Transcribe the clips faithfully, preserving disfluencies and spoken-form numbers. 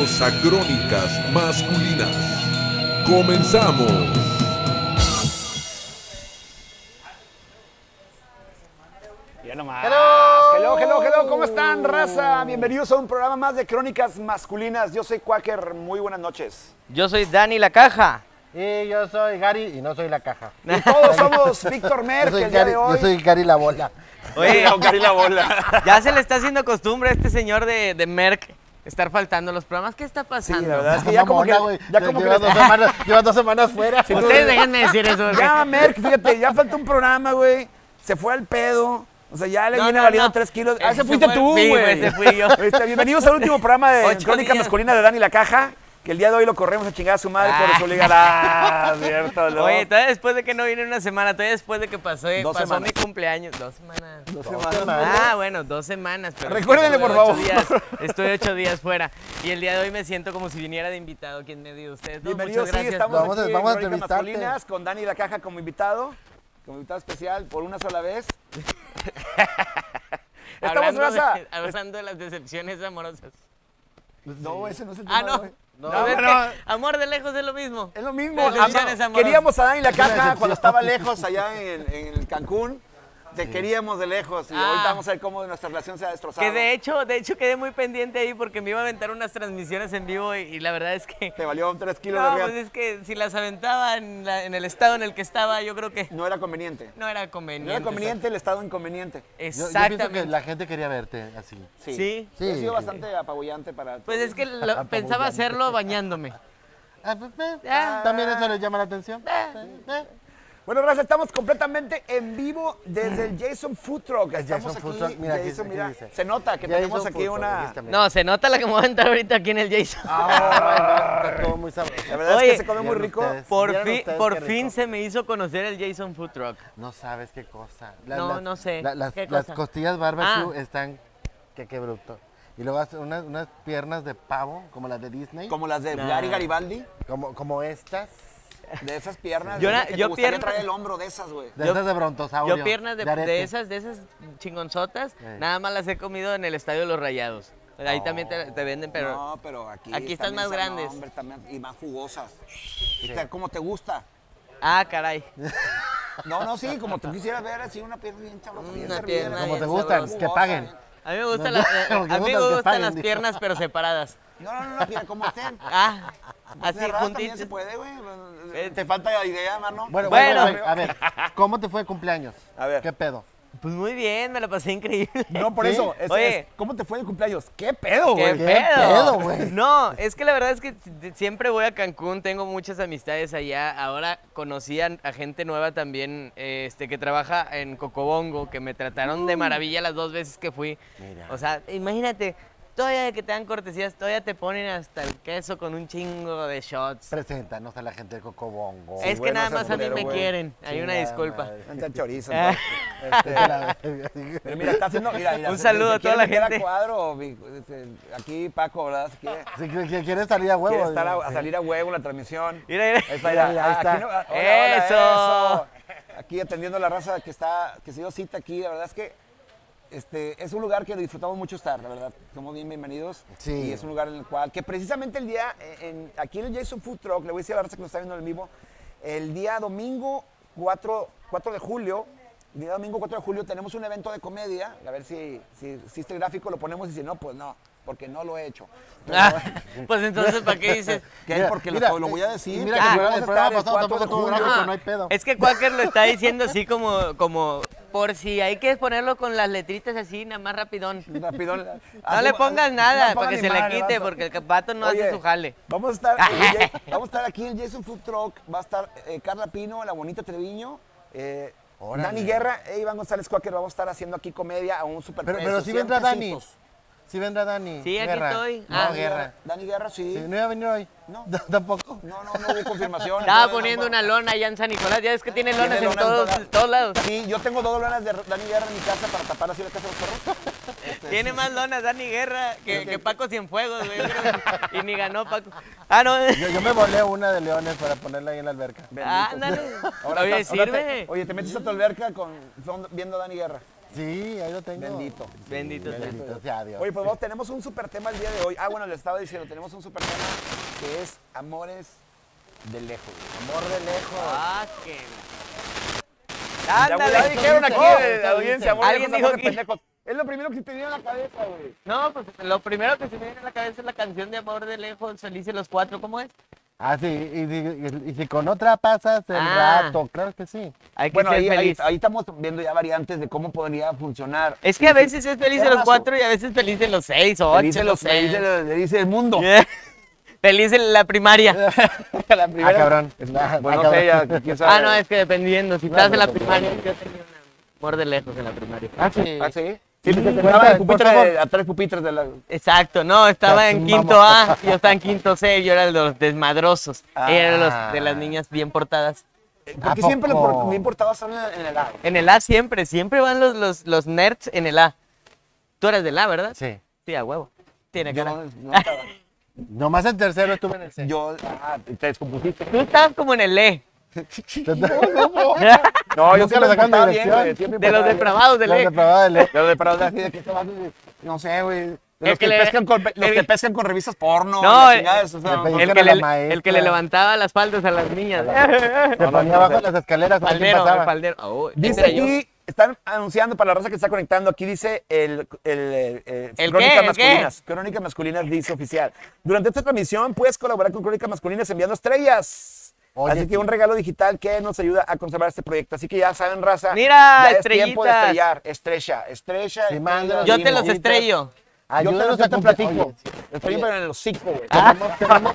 Bienvenidos a Crónicas Masculinas. Comenzamos. Ya nomás. Hello. hello, hello, hello, ¿cómo están, raza? Bienvenidos a un programa más de Crónicas Masculinas. Yo soy Quaker, muy buenas noches. Yo soy Dani La Caja. Y yo soy Gary y no soy la caja. Y todos somos Víctor Merck, Yo soy el día Gary, de hoy. yo soy Gary la bola. Oye, Gary la bola. ya se le está haciendo costumbre a este señor de, de Merck estar faltando los programas. ¿Qué está Sí, pasando? la verdad es que ya como que, Mamona, güey. ya como que Llevas dos semanas, llevas dos semanas fuera. Sí, tú- Ustedes déjenme decir eso. porque- Ya, Merck, fíjate, ya falta un programa, güey. Se fue al pedo. O sea, ya le No, viene no, valiendo no. tres kilos. Ah, Ese ese fuiste fue- tú, sí, güey. ese fui yo. Este, bienvenidos al último programa de Ocho Crónica días. Masculina de Dani La Caja. Que el día de hoy lo corremos a chingar a su madre por Ah. su liga. Ah, cierto, ¿no? Oye, todavía después de que no vine una semana, todavía después de que pasó, Dos pasó semanas. mi cumpleaños. Dos semanas. Dos Dos semanas. semanas. Ah, bueno, dos semanas. Pero Recuérdenle, estuve por ocho favor. días- estoy ocho días fuera. Y el día de hoy me siento como si viniera de invitado aquí en medio de ustedes. No, Bienvenidos, muchas sí, gracias. estamos Vamos a- aquí vamos a en Crónicas entrevistarte. Masculinas con Dani La Caja como invitado, como invitado especial por una sola vez. Estamos, hablando, raza. de, hablando de las decepciones amorosas. No, ese no es el Ah, tema, no. güey. No, Pues es no. que amor de lejos es lo mismo. Es lo mismo. Decepciones Ah, amorosas. Queríamos a Dani La Caja decepción. cuando estaba lejos allá en, en Cancún. Te queríamos de lejos y Ah. ahorita vamos a ver cómo nuestra relación se ha destrozado. Que de hecho, de hecho quedé muy pendiente ahí porque me iba a aventar unas transmisiones en vivo y, y la verdad es que... Te valió tres kilos No, de pues real. es que si las aventaba en, la- en el estado en el que estaba, yo creo que No era conveniente. no era conveniente. No era conveniente el estado inconveniente. Yo, yo pienso Exactamente. que la gente quería verte así. Sí. Sí. Sí. Ha sido bastante apabullante para Pues es que lo- pensaba hacerlo bañándome. Ah, pues, eh, Ah. También eso les llama la atención. Eh. Bueno, raza, estamos completamente en vivo desde el Jason Food Truck. Estamos Jason aquí, Food Truck, mira, aquí- Jason, aquí mira, dice. se nota que Ya tenemos hizo aquí foto, una... aquí está, mira. No, se nota la que me voy a entrar ahorita aquí en el Jason. Ah, está todo muy sabroso. La verdad es Oye, que se come muy vieron rico. ustedes. Por, ¿Vieron fin, ustedes por qué fin rico? se me hizo conocer el Jason Food Truck. No sabes qué cosa. No, no sé. la- las, ¿Qué las cosa? costillas barbecue Ah. están... Que qué bruto. Y luego hace unas, unas piernas de pavo, como las de Disney. Como las de Nah. Gary Garibaldi, Como, como estas. de esas piernas. Yo de na- esas que yo te gustaría pierna- traer el hombro de esas, güey. De Yo- esas de brontosaurio. Yo piernas de, arete. de esas, de esas chingonzotas, Eh. nada más las he comido en el Estadio de los Rayados. Ahí también te, te venden, pero... No, pero aquí, aquí están también más son, grandes. no, hombre, también- y más jugosas. Y te- como te gusta. Ah, caray. No, no, sí, como tú quisieras ver, así una pierna bien sabrosa, bien Una servida, pierna bien Como te bien gustan, sabrosa. que paguen. A mí me gustan, No, las, no, eh, porque a mí gustan me que gustan paguen, las dijo. piernas, pero separadas. No, no, no, no, pierna como estén. Ah, así Cerradas también juntitas. se puede, güey. Eh, Te falta idea, mano. Bueno, Bueno. bueno, a ver, ¿cómo te fue de cumpleaños? A ver. ¿Qué pedo? Pues muy bien, me la pasé increíble. No, por ¿Sí? eso. Es, Oye. es, ¿cómo te fue de cumpleaños? ¿Qué pedo, ¿Qué güey? ¿Qué pedo? pedo, güey? No, es que la verdad es que si- siempre voy a Cancún, tengo muchas amistades allá. Ahora conocí a, a gente nueva también eh, este, que trabaja en Cocobongo, que me trataron de maravilla las dos veces que fui. Mira. O sea, imagínate, todavía de que te dan cortesías, todavía te ponen hasta el queso con un chingo de shots. Preséntanos a la gente de Cocobongo. es que bueno, nada ese más a mí culero, me güey. quieren. Hay una Chingada disculpa. madre. Vente al chorizo. Ah. ¿no? Este, la verga. Pero mira, está haciendo. Mira, mira, Un se- saludo se a toda quiere la meter gente. A cuadro, vi- este, aquí Paco, ¿verdad? Si quiere, Si qui- qui- quieres salir a huevo. quiere estar a, a sí. salir a huevo en la transmisión. Mira, mira. Ahí está, Mira, mira, ahí ah, está. aquí no- hola, hola, ¡Eso! eso. Aquí atendiendo a la raza que está, que se dio cita aquí. La verdad es que este, es un lugar que disfrutamos mucho estar, la verdad. Somos bien bienvenidos. Sí. Y es un lugar en el cual, que precisamente el día, en, en- aquí en el Jason Food Truck, le voy a decir a la raza que nos está viendo en el vivo, el día domingo cuatro, cuatro de julio, el día domingo cuatro de julio tenemos un evento de comedia. A ver si, si, si este gráfico lo ponemos y si no, pues no, porque no lo he hecho. Pero- Ah, pues entonces, ¿para qué dices? ¿Qué? Mira, Porque lo- mira, lo, voy a y- decir. y mira que que Ah, el vamos a programa- el programa estar el pasado cuatro de tampoco tuvo julio. gráfico, Ah, no hay pedo. Es que Quaker lo está diciendo así como, como por si hay que ponerlo con las letritas así, nada más rapidón. Rapidón. No le pongas nada para que se le quite, porque porque el vato no Oye, hace su jale. Vamos a estar, en el Ja- vamos a estar aquí en Jason Food Truck. Va a estar eh, Carla Pino, la bonita Treviño, eh, Órale. Dani Guerra e Iván González Quaker. Vamos a estar haciendo aquí comedia a un super Pero, precio, pero si cien vendrá Dani. pesitos. Si vendrá Dani. Sí, aquí Guerra. estoy. No, Ah. Guerra. Dani Guerra, sí. Sí, ¿no iba a venir hoy? No. Tampoco. No, no, no hubo confirmación. Estaba entonces, poniendo no, una lona allá en San Nicolás. Ya ves que tiene Tiene lonas en lona en todos, todas- todos lados. Sí, yo tengo dos lonas de Dani Guerra en mi casa para tapar así la casa de los perros. Este, Tiene sí. más lonas Dani Guerra que, Ok. que Paco Cienfuegos, güey. yo creo. Y ni ganó Paco. Ah, no. Yo, yo me volé una de leones para ponerla ahí en la alberca. Bendito. Ándale. Ahora Oye, te- ahora sirve. te- oye, te metes a tu alberca con, viendo a Dani Guerra. Sí, ahí lo tengo. Bendito. Bendito sea. Bendito sea Dios. Oye, pues vamos, tenemos un super tema el día de hoy. Ah, bueno, les estaba diciendo, tenemos un super tema que es amores de lejos. Amor de lejos. Ah, que... Ya, Ándale, ya dijeron aquí oh, en la audiencia, amor de Alguien lejos, dijo amor de que... pendejos. Es lo primero que se te viene a la cabeza, güey. No, pues lo primero que se me viene a la cabeza es la canción de Amor de Lejos, Felices los Cuatro, ¿cómo es? Ah, sí, y, y- y- y si con otra pasas el Ah. rato, claro que sí. Hay que Bueno, ser ahí, ahí, feliz. ahí estamos viendo ya variantes de cómo podría funcionar. Es que a veces es feliz de los Razo. cuatro y a veces feliz de los seis o ocho. Feliz de no los sé. feliz de los- le dice el mundo. Feliz en la primaria. La Ah, primera- cabrón. Bueno, Ah, no sé, ya, cabrón. quién sabe. Ah, no, es que dependiendo. Si estás en la pues, primaria, yo tenía un amor de lejos en la primaria. Ah, sí. ¿Ah, sí? Sí, porque Mm, estaba cuenta, en pupitre por favor. de- a tres pupitres de la... Exacto, no, estaba Ya, en tu quinto mamá. A, yo estaba en quinto C, yo era de los desmadrosos. Ah. Ella era los de las niñas bien portadas. Porque ¿A siempre lo poco? por- bien portados son en el, en el lado. En el A siempre, siempre van los, los, los nerds en el A. Tú eres del A, ¿verdad? Sí. Sí, a huevo. Tiene Yo cara. no, no estaba. Nomás en tercero estuve en el C. Yo, ah, te descompusiste. Tú estabas como en el E. No, yo Nunca siempre lo sacan de portaba bien, dirección. güey. Siempre De los portaba bien. depravados del Los E. depravados del E. De los depravados así de que te vas, no sé, güey. De El Los que que, le- pescan con, los el- que pescan con revistas porno. No, la el- chingada, eso, o sea, el- no, el- no, El Era que, la le, maestra. el que le levantaba las faldas a las niñas. Se no, ponía no abajo sé. de las escaleras. a ver quién Faldero, pasaba. el faldero. Oh, ese Dice era yo. aquí, están anunciando para la raza que se está conectando, aquí dice el, el, eh, eh, ¿El Crónicas qué? ¿El Masculinas. Crónicas Masculinas dice oficial. Durante esta transmisión puedes colaborar con Crónicas Masculinas enviando estrellas. Oye, Así sí. que un regalo digital que nos ayuda a conservar este proyecto. Así que ya saben, raza. Mira, ya es tiempo de estrellitas. estrellar. Estrella, estrella. Sí, estrella, mándanos Yo dime. te los estrello. Yo te, los- Ayúdanos yo a te cumplir- platico. Oye, sí. Estoy Oye, en el hocico, güey. Tenemos, tenemos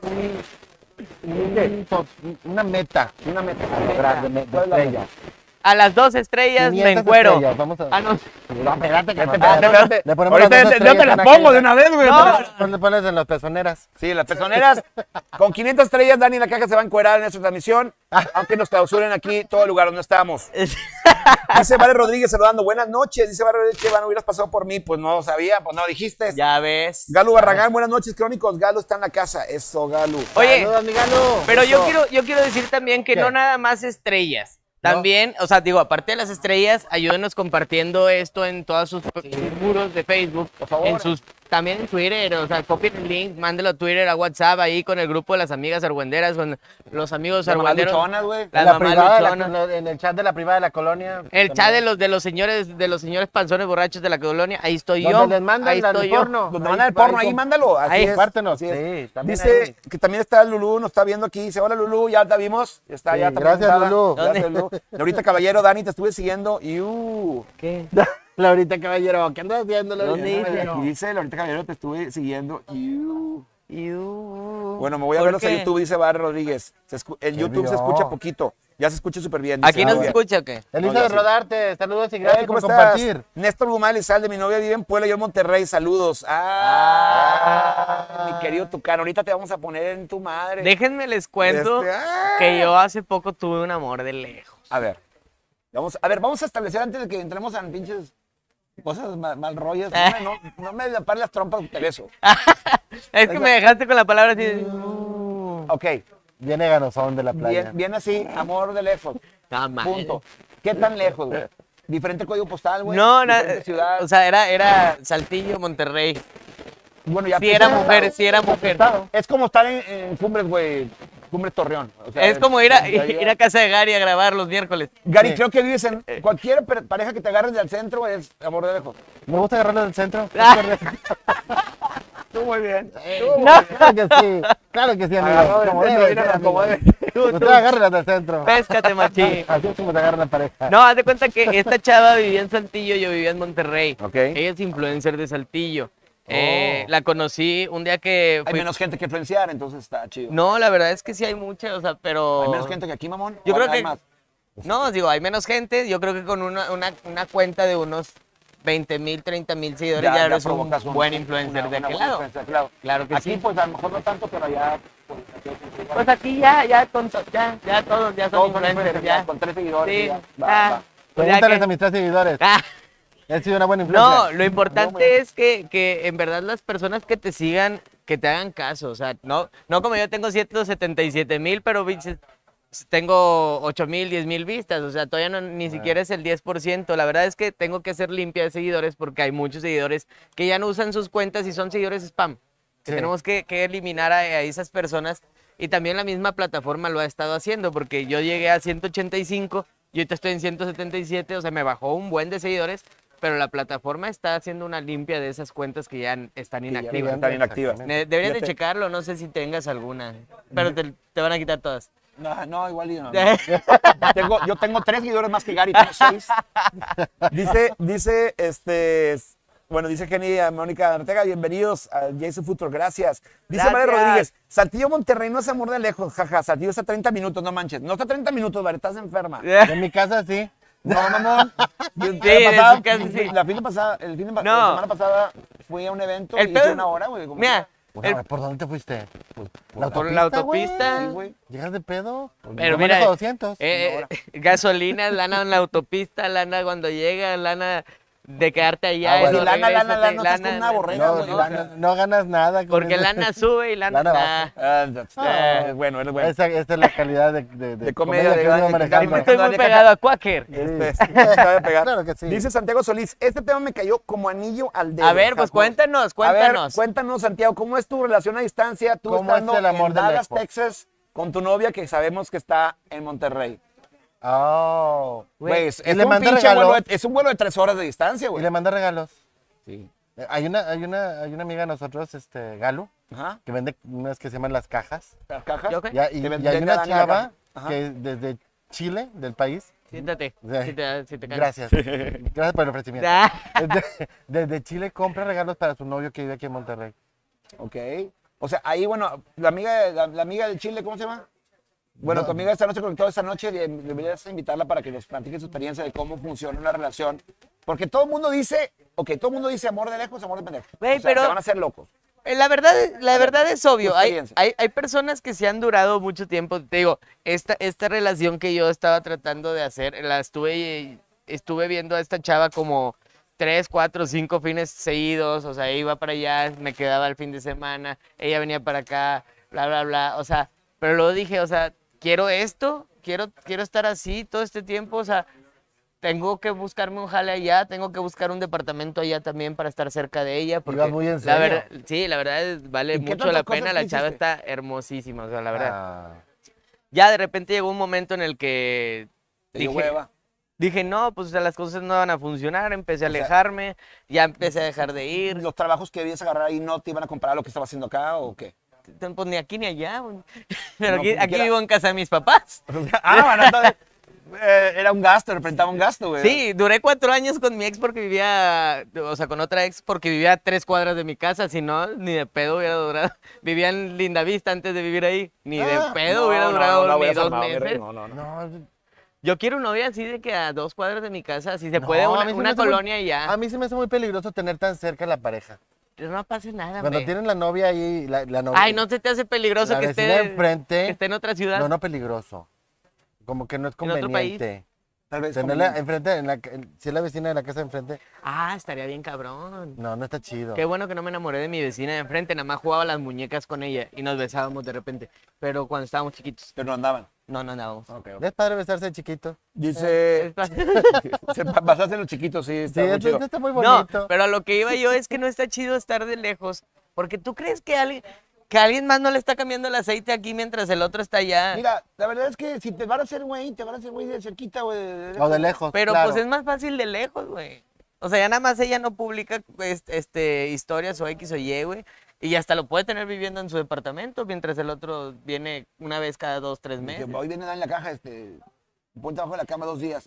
un- un- un- una meta. Una meta. Grande, me- de ¿Cuál es la estrella. meta? A las dos estrellas me quinientas encuero. estrellas, vamos a- Ah, no. No, espérate, que no- Espérate, espérate. Le ponemos Ahorita las dos yo te- yo te la estrellas, pongo una de una vez, güey. No. Ponle, pones en las pezoneras. Sí, las personeras con quinientas estrellas, Dani en la caja se va a encuerar en esta transmisión, aunque nos clausuren aquí todo el lugar donde estamos. Dice Vale Rodríguez saludando, buenas noches. Dice Vale Rodríguez, que van, hubieras pasado por mí. Pues no lo sabía, pues no lo dijiste. Ya ves. Galo Barragán, buenas noches, Crónicos. Galo está en la casa. Eso, Galo. Oye, Saludos, mi Galo. pero yo Eso. quiero, yo quiero decir también que ¿Qué? no nada más estrellas. También, o sea, digo, aparte de las estrellas, ayúdenos compartiendo esto en todos sus sus muros de Facebook, Por favor. en sus, también en Twitter, o sea, copien el link, mándelo a Twitter, a WhatsApp, ahí con el grupo de las amigas argüenderas, con los amigos Las mamás argüenderos. luchonas, güey. Las En la mamás privada de la- luchonas. en el chat de la privada de la colonia. El chat de los de los señores, de los señores panzones borrachos de la colonia, ahí estoy yo. Donde les mandan ahí la- estoy el yo. porno. Donde Ahí- manda el porno, ahí ahí com- mándalo. Así ahí, es, compártenos. así es. Sí, también Dice ahí. que también está Lulú, nos está viendo aquí. Dice, hola Lulú, ya la vimos. Ya está, Sí, ya está gracias, presentada. Lulú. Gracias, Lulú. Ahorita, caballero, Dani, te estuve siguiendo y uh. ¿Qué? Laurita Caballero, ¿qué andas haciendo, ¿Dónde Laurita? dice? Aquí dice, ahorita, caballero, te estuve siguiendo y uh. Iu. Bueno, me voy a ¿Por verlos a qué? YouTube, dice Bar Rodríguez. Se escu- en YouTube se vio? escucha poquito. Ya se escucha súper bien. dice ¿Aquí no se Claudia. escucha o qué? Elisa No, ya de sí. Rodarte, saludos y Hey, gracias ¿cómo por estás? compartir. Néstor Guzmán Lizalde, mi novia vive en Puebla, yo en Monterrey, saludos. Ah, mi querido Tucano, ahorita te vamos a poner en tu madre. Déjenme les cuento Este, ah. que yo hace poco tuve un amor de lejos. A ver, vamos, a ver, vamos a establecer antes de que entremos en pinches cosas mal, mal rollas. No, me- no, no me pares las trompas, te beso. Es que me dejaste con la palabra así. de- Ok, Viene ganosón de la playa. bien, bien así, amor de lejos, No, madre. punto. ¿Qué tan lejos, güey? Diferente código postal, güey. No, na- diferente ciudad. o sea, era, era Saltillo, Monterrey. bueno, ya Si era pues, mujer, si era mujer. Es como estar en, en Cumbres, güey. Cumbres Torreón. O sea, Es como ir a, ya- ya- ir a casa de Gary a grabar los miércoles. Gary, Sí. creo que vives en cualquier per- pareja que te agarres del centro es amor de lejos. Me gusta agarrarlo del centro. Ah. Tú muy bien. No. Claro que sí, claro que sí, amigo. Agarrado del Como centro, debe mira, ser, como amigo. debe. Usted agárrela del centro. Péscate, machín. Así es como se agarra la pareja. No, haz de cuenta que esta chava vivía en Saltillo, yo vivía en Monterrey. Ok. Ella es influencer de Saltillo. Eh, la conocí un día que Hay fui- menos gente que influenciar, entonces está chido. No, la verdad es que sí hay mucha, o sea, pero... Hay menos gente que aquí, mamón. Yo ¿O creo hay que... más? No, digo, hay menos gente. Yo creo que con una, una, una cuenta de unos veinte mil, treinta mil seguidores ya, eres un provocas buen influencer una- de una aquel buena lado. influencia, claro. Claro que Aquí, sí. pues a lo mejor no tanto, pero ya. Pues, aquí, pues, Pues aquí ya, ya, con to- ya, ya todos ya son todos son influencers, influencers, ya. ya, con tres seguidores. Sí, ya, va, ah, va. pues ya Pregúntales que- a mis tres seguidores. Ah, He sido una buena influencia. no, lo importante es que, que en verdad las personas que te sigan, que te hagan caso. O sea, no, no como yo tengo ciento setenta y siete mil, pero biches, tengo ocho mil, diez mil vistas, o sea, todavía no, ni siquiera es el diez por ciento. La verdad es que tengo que hacer limpia de seguidores porque hay muchos seguidores que ya no usan sus cuentas y son seguidores spam. Que Sí. tenemos que, que eliminar a, a esas personas, y también la misma plataforma lo ha estado haciendo porque yo llegué a ciento ochenta y cinco y ahorita estoy en ciento setenta y siete, o sea, me bajó un buen de seguidores, pero la plataforma está haciendo una limpia de esas cuentas que ya están Que ya inactivas. están inactivas. Ne- Deberías de Fíjate. checarlo, no sé si tengas alguna, pero te, te van a quitar todas. No, no, igual yo no. no. Tengo, yo tengo tres seguidores más que Gary, tengo seis. Dice, dice, este, bueno, dice Jenny a Mónica Ortega, bienvenidos a Jason Future, gracias. Dice María Gracias. Rodríguez, Saltillo Monterrey no es amor de lejos, jaja, Saltillo está a treinta minutos, no manches. No está a treinta minutos, Vare, estás enferma. De mi casa sí. No, mamón. Sí, La de pasada- su casa, sí. La fin de pasada, el fin de pa- No. la semana pasada fui a un evento El y pedo- hice una hora, güey. como Mira, Pues, el- a ver, ¿por dónde te fuiste? Pues, por la autopista. Sí, güey. ¿Llegas de pedo? Pero Yo mira, manejo doscientos. eh, eh, gasolina, lana en la autopista, lana cuando llega, lana de quedarte allá. Ah, y bueno, luego lana, lana, regrésate, lana, estás con una borrega, no, güey, no, o sea. no, no ganas nada. con Porque eso. lana sube y lana... Lana nah. baja. Ah, that's- ah, es bueno, es bueno. Esa, esa es la calidad de, de, De comedia, de- que vengo de- manejando. de- Estoy muy Dale, pegado a Quaker. Este, sí, te voy a pegar. Claro que sí. Dice Santiago Solís, este tema me cayó como anillo al dedo. A ver, pues Jacob. cuéntanos, A ver, cuéntanos. cuéntanos, Santiago, ¿cómo es tu relación a distancia? Tú ¿Cómo estando es el amor en de Dallas, lejos? Texas, con tu novia que sabemos que está en Monterrey. Oh. Güey, es, Y es le un manda pinche regalos. vuelo de- es un vuelo de tres horas de distancia, Y güey. le manda regalos. Sí. Eh, Hay una, hay una, hay una amiga de nosotros, este, Galo, Ajá. que vende unas que se llaman las cajas. ¿Las cajas? ¿Yo qué? Ya, y, Que y vende hay a una Dani la chava caja. Ajá. que desde Chile, del país. Siéntate, Sí. si te, si te cansas. Gracias. Gracias por el ofrecimiento. Ah, Desde, desde Chile compra regalos para su novio que vive aquí en Monterrey. Ok. O sea, ahí, bueno, la amiga, de- la, la amiga de Chile, ¿cómo se llama? Bueno, No. tu amiga esta noche conectó esta noche, y, eh, deberías invitarla para que nos platique su experiencia de cómo funciona una relación. Porque todo el mundo dice, ok, todo el mundo dice amor de lejos, amor de pendejo. Güey, o sea, pero- se van a hacer locos. Eh, La verdad, la verdad es obvio. tu Hay, experiencia. hay, hay personas que se han durado mucho tiempo. Te digo, esta, esta relación que yo estaba tratando de hacer, la estuve, estuve viendo a esta chava como tres, cuatro, cinco fines seguidos. O sea, iba para allá, me quedaba el fin de semana, ella venía para acá, bla, bla, bla. O sea, pero luego dije, o sea, quiero esto, quiero, quiero estar así todo este tiempo. O sea, tengo que buscarme un jale allá, tengo que buscar un departamento allá también para estar cerca de ella. Porque Ibas muy en la serio. verdad, sí, la verdad es- vale ¿Y qué mucho tantas la cosas pena. La tú chava hiciste? está hermosísima, o sea, la verdad. Ah. Ya de repente llegó un momento en el que Te dio dije, hueva. dije, no, pues o sea, las cosas no van a funcionar. Empecé a O sea, alejarme, ya empecé a dejar de ir. ¿Los trabajos que debías agarrar ahí no te iban a comparar a lo que estaba haciendo acá o qué? Pues ni aquí ni allá. güey. Pero No, aquí, como aquí quiera. vivo en casa de mis papás. ah, bueno, entonces eh, era un gasto, representaba un gasto, güey. Sí, duré cuatro años con mi ex porque vivía, o sea, con otra ex porque vivía a tres cuadras de mi casa, si no, ni de pedo hubiera durado. Vivía en Lindavista antes de vivir ahí, ni de Ah, pedo No, hubiera no, durado no, no, ni hubieras dos armado, mi rey, meses. No, no, no. No, Yo quiero un novia así de que a dos cuadras de mi casa, si se no, puede, a una, mí se me una hace muy- colonia y ya. A mí se me hace muy peligroso tener tan cerca la pareja. No pasa nada, Cuando hombre. tienen la novia ahí, la, la novia. Ay, ¿no se te hace peligroso la que vecina esté, enfrente. que esté en otra ciudad? No, no peligroso. Como que no es ¿En otro país? conveniente. Tal vez Tenerla como- enfrente, en la, en- si es la vecina de la casa de enfrente, Ah, estaría bien cabrón. no, no está chido. Qué bueno que no me enamoré de mi vecina de enfrente, nada más jugaba a las muñecas con ella y nos besábamos de repente. Pero cuando estábamos chiquitos, Pero no andaban. no, no andábamos. Ok, ok. Es padre besarse de chiquito. Dice, se pa- pasaste en los chiquitos, sí, Sí, está muy esto, chido. esto está muy No, bonito. pero a lo que iba yo es que no está chido estar de lejos, porque tú crees que alguien, que alguien más no le está cambiando el aceite aquí mientras el otro está allá. Mira, la verdad es que si te van a hacer güey, te van a hacer güey de cerquita, güey. de- O de lejos. Pero claro. pues es más fácil de lejos, güey. O sea, ya nada más ella no publica pues, este, historias o X o Y, güey. Y hasta lo puede tener viviendo en su departamento, mientras el otro viene una vez cada dos, tres Que meses. hoy viene Dan en la caja, este, ponte abajo de la cama dos días.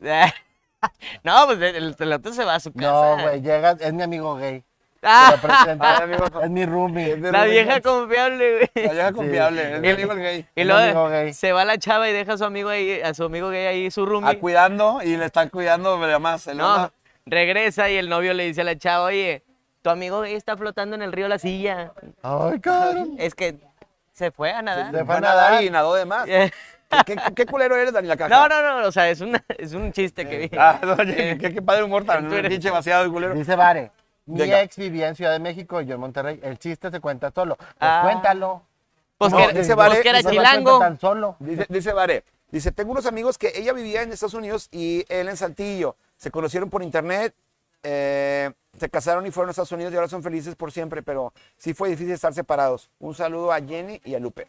No, pues el, el otro se va a su casa. No, güey, llega, es mi amigo gay. Ah, Te lo presento. Ah, amigo. Es mi roomie. la vieja confiable, güey. La vieja confiable, Sí. el amigo el gay. Y Un luego amigo gay. se va la chava y deja a su amigo ahí, a su amigo gay ahí, su roomie. Ah, cuidando y le están cuidando, pero además. el No, onda- regresa y el novio le dice a la chava, oye, tu amigo gay está flotando en el río La Silla. Ay, cabrón. Es que se fue a nadar. Se Se fue fue a a nadar nadar. y nadó de más. Eh, ¿Qué, qué, qué culero eres, Dani, la caja? No, no, no, o sea, es, una, es un chiste que vi. Ah, no, oye, qué, qué padre humor tan Tú eres- pinche vaciado, culero. Dice Vare, mi Venga. ex vivía en Ciudad de México y yo en Monterrey. El chiste se cuenta solo. Pues Ah. cuéntalo. Pues No, que, dice pues Vale, que era No se la chilango. cuenta tan solo. Dice, dice Vare, Dice, tengo unos amigos que ella vivía en Estados Unidos y él en Saltillo. Se conocieron por internet, eh, se casaron y fueron a Estados Unidos y ahora son felices por siempre, pero sí fue difícil estar separados. Un saludo a Jenny y a Lupe.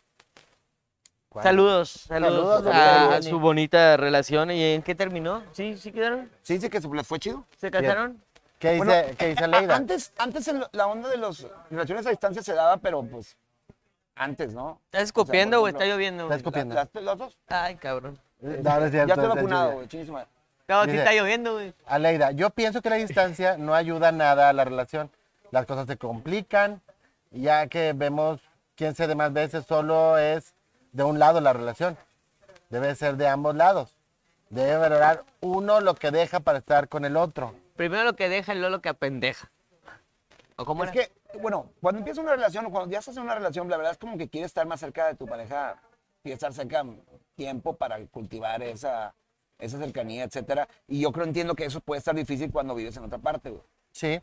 Saludos, saludos, Saludos, a, Jenny. a su bonita relación. ¿Y en qué terminó? ¿Sí, sí quedaron? ¿Sí dice que se les fue chido? ¿Se casaron? ¿Qué dice, Bueno, ¿qué dice a- Leida? Antes, antes en la onda de las relaciones a distancia se daba, pero pues antes, ¿no? ¿Estás escupiendo o por está ejemplo, lloviendo? Estás escupiendo. ¿Las, las dos? Ay, cabrón. No, no es cierto, Ya estoy es vacunado, lluvia. güey, chinguísima. No, sí Dice- está lloviendo, güey. Aleida, yo pienso que la distancia no ayuda nada a la relación. Las cosas se complican, ya que vemos quién cede más veces, solo es de un lado la relación. Debe ser de ambos lados. Debe valorar uno lo que deja para estar con el otro. Primero lo que deja y luego lo que apendeja. ¿O cómo Es era? que, bueno, cuando empieza una relación o cuando ya estás en una relación, la verdad es como que quieres estar más cerca de tu pareja y estar cerca tiempo para cultivar esa, esa cercanía, etcétera. Y yo creo, entiendo que eso puede estar difícil cuando vives en otra parte, güey. Sí.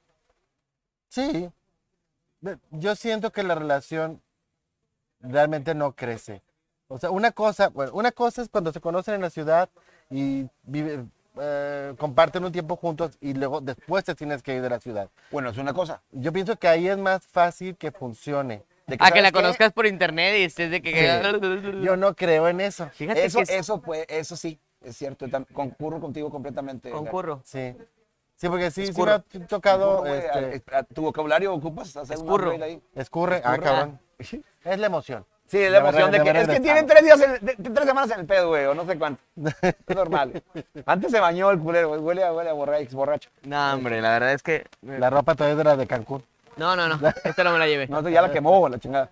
Sí. Ve- Yo siento que la relación realmente no crece. O sea, una cosa, bueno, una cosa es cuando se conocen en la ciudad y vive- eh, comparten un tiempo juntos y luego después te tienes que ir de la ciudad. Bueno, es una cosa. Yo pienso que ahí es más fácil que funcione. De Ah, que ¿sabes la qué? conozcas por internet y estés de que... Yo no creo en eso. Fíjate Eso, que es- eso, pues, eso sí, es cierto. Tam- Concurro contigo completamente. concurro. Sí. Sí, porque sí, sí me Escurro. ha tocado. Concurro, güey, este, a- a- tu vocabulario ocupas hacer un Escurro. upgrade ahí. escurre. Ah, Escurre. cabrón. Es la emoción. Sí, es la De emoción de haber- que de es haber que tienen regresado. tres días, en- de- tres semanas en el pedo, güey, o no sé cuánto. Es normal. Antes se bañó el culero, güey, huele a, huele a borra- ex borracho. No, hombre, la verdad es que... La ropa todavía es de la de Cancún. No, no, no, esta no me la llevé. No, ya la quemó, la chingada.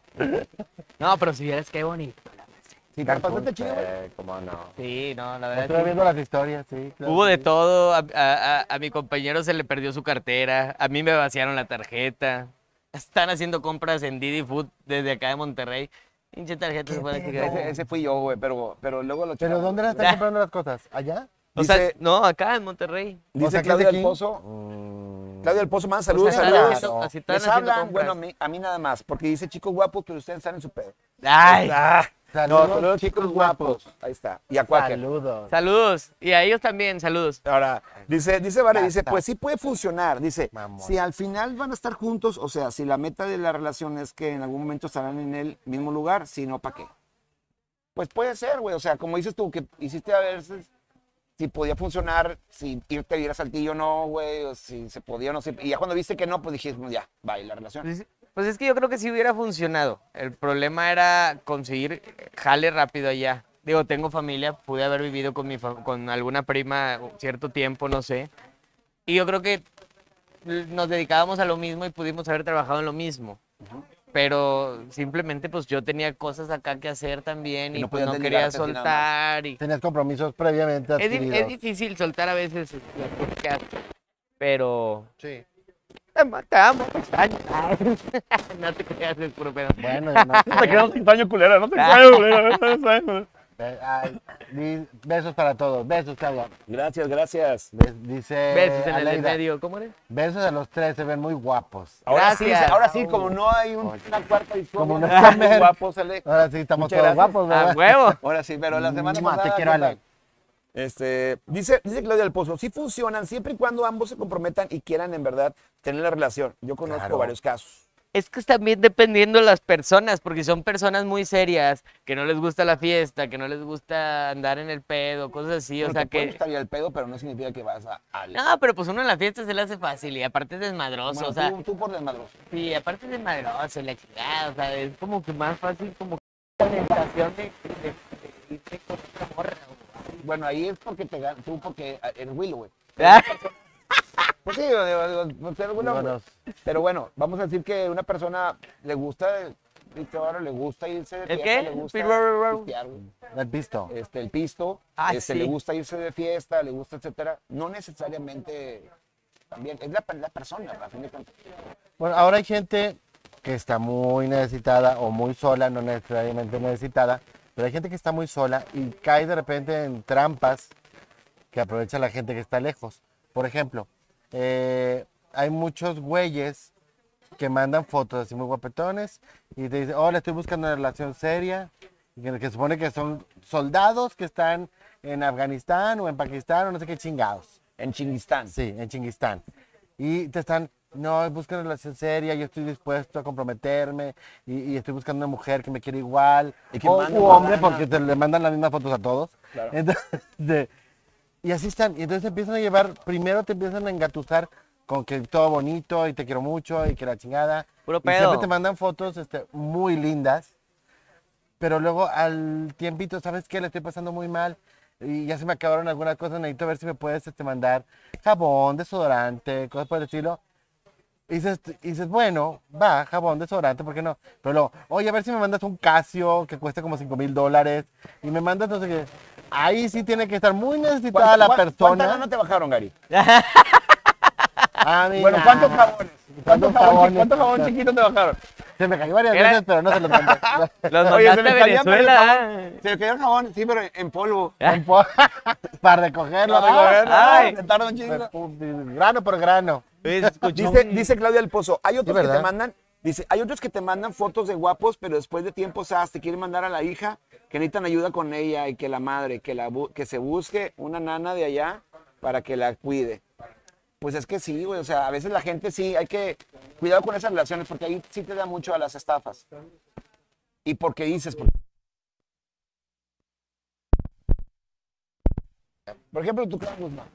No, pero si vieras qué bonito. Sí, te pasaste chido, güey. Eh, cómo no. Sí, no, la verdad Estuve es viendo las historias, sí. que claro hubo que de sí. todo. A, a- a- a mi compañero se le perdió su cartera, a mí me vaciaron la tarjeta. Están haciendo compras en Didi Food desde acá de Monterrey. Pinche tarjeta se fue a la chingada. Ese, ese fui yo, güey, pero, pero luego lo ¿Pero chingamos. dónde las están Ya. comprando las cosas? ¿Allá? O sea, Dice- no, acá en Monterrey. Dice O sea, que es de Claudia del aquí. Pozo. Mm, Claudia del Pozo, más O saludos, sea, saludos. están haciendo- así están Les haciendo hablan, compras. bueno, a mí, a mí nada más, porque dice chicos guapos, pero ustedes están en su pedo. Ay, Ah, Saludos, no, saludos chicos guapos. Ahí está. Y a Quaker. Saludos. saludos. Y a ellos también, saludos. Ahora, dice, dice Vare, Ya dice, está. pues sí puede funcionar. Dice, Mamón. si al final van a estar juntos, o sea, si la meta de la relación es que en algún momento estarán en el mismo lugar, si no, ¿para qué? Pues puede ser, güey. O sea, como dices tú, que hiciste a ver si- si podía funcionar, si irte a vivir a Saltillo o no, güey, o si se podía o no. si- Y ya cuando viste que no, pues dijiste, "Pues ya, bye, la relación. Pues, pues es que yo creo que sí hubiera funcionado. El problema era conseguir jale rápido allá. Digo, tengo familia, pude haber vivido con, mi fa- con alguna prima cierto tiempo, no sé. Y yo creo que l- nos dedicábamos a lo mismo y pudimos haber trabajado en lo mismo. Pero simplemente pues yo tenía cosas acá que hacer también Y y no pues podías no quería desligarte así nada más. soltar. Y... Tenías compromisos previamente Es, di- adquiridos. es difícil soltar a veces las cosas que haces, pero... Sí. Te amo, te amo, te extraño. No te creas, es puro pedo. Bueno, ya no. Te quedas extraño, culera, no te extraño, culera. Be- ay, di- besos para todos. Besos, Claudia. Gracias, gracias. Bes- Dice Besos en el de Aleida, medio, ¿cómo eres? besos a los tres, se ven muy guapos. Ahora sí, Gracias. ahora sí, como no hay un- una cuarta historia, Como no están está muy Mer. guapos, Ale. Ahora sí estamos Muchas todos gracias. guapos, ¡A ¿verdad? huevo! Ahora sí, pero la semana Mua, te pasada... quiero, ¿qué tal? Ale. Este, dice, dice Claudia del Pozo, sí funcionan siempre y cuando ambos se comprometan y quieran en verdad tener la relación. Yo conozco Claro. varios casos. Es que es también dependiendo de las personas, porque son personas muy serias, que no les gusta la fiesta, que no les gusta andar en el pedo, cosas así, o Bueno, sea te puede que... gustar ya el pedo, pero no significa que vas a... al- No, pero pues uno en la fiesta se le hace fácil y aparte es desmadroso, Bueno, o sea... tú, tú por desmadroso. Sí, aparte es desmadroso y la chingada, o sea, es como que más fácil como que la sensación de, de, de irte con otra morra, o- Bueno, ahí es porque te gan- tú porque ah, eres Willow, güey. Ah, Pues sí, digo, digo, digo, no sé, Willow, Digo, güey. nos- Pero bueno, vamos a decir que una persona le gusta, ¿viste? Ahora le gusta irse de ¿El fiesta, qué? le gusta Pirurururu. pistear, güey. ¿Has visto? este, el pisto, Ah, este, sí. le gusta irse de fiesta, le gusta, etcétera. No necesariamente también, es la, la persona, a fin de cuentas. Bueno, ahora hay gente que está muy necesitada o muy sola, no necesariamente necesitada, pero hay gente que está muy sola y cae de repente en trampas que aprovecha la gente que está lejos. Por ejemplo, eh, hay muchos güeyes que mandan fotos así muy guapetones y te dicen, hola, estoy buscando una relación seria que, que supone que son soldados que están en Afganistán o en Pakistán o no sé qué chingados. En Chinguistán. Sí, en Chinguistán. Y te están, no, busco una relación seria, yo estoy dispuesto a comprometerme y, y estoy buscando una mujer que me quiere igual. Y que o mande u una hombre, lana. porque te le mandan las mismas fotos a todos. Claro. Entonces, de- y así están. Y entonces empiezan a llevar, primero te empiezan a engatusar con que todo bonito y te quiero mucho y que la chingada. Puro Y siempre pedo. te mandan fotos este, muy lindas. Pero luego al tiempito, ¿sabes qué? Le estoy pasando muy mal. Y ya se me acabaron algunas cosas. Necesito ver si me puedes este, mandar jabón, desodorante, cosas por el estilo. Y dices, y dices, bueno, va, jabón, desodorante, ¿por qué no? Pero luego, oye, a ver si me mandas un Casio que cuesta como cinco mil dólares. Y me mandas no sé qué. Ahí sí tiene que estar muy necesitada la ¿Cuánta- ¿Cuánta persona. lana te bajaron, Gary? Ah, mira. Bueno, ¿cuántos jabones? ¿Cuántos ¿Cuántos jabones, jabones? ¿cuántos jabones chiquitos te bajaron? Se me cayó varias Era- veces, pero no se los mandé. Los Oye, mandaste se a me caía pero el Venezuela. jabón. Se me cayó el jabón, sí, pero en polvo. En po- Para recogerlo. No, ¿no? Ay. me tarda un chingo. Grano por grano. Oye, se escuchó Dice, un- dice Claudia del Pozo, hay otros que ¿verdad? te mandan, dice, hay otros que te mandan fotos de guapos, pero después de tiempo, ¿sabes? Te quieren mandar a la hija, que necesitan ayuda con ella y que la madre, que, la, bu- que se busque una nana de allá para que la cuide. Pues es que sí, güey, o sea, a veces la gente sí, hay que cuidado con esas relaciones, porque ahí sí te da mucho a las estafas. Y porque dices, por, por ejemplo, tu Clan Guzmán.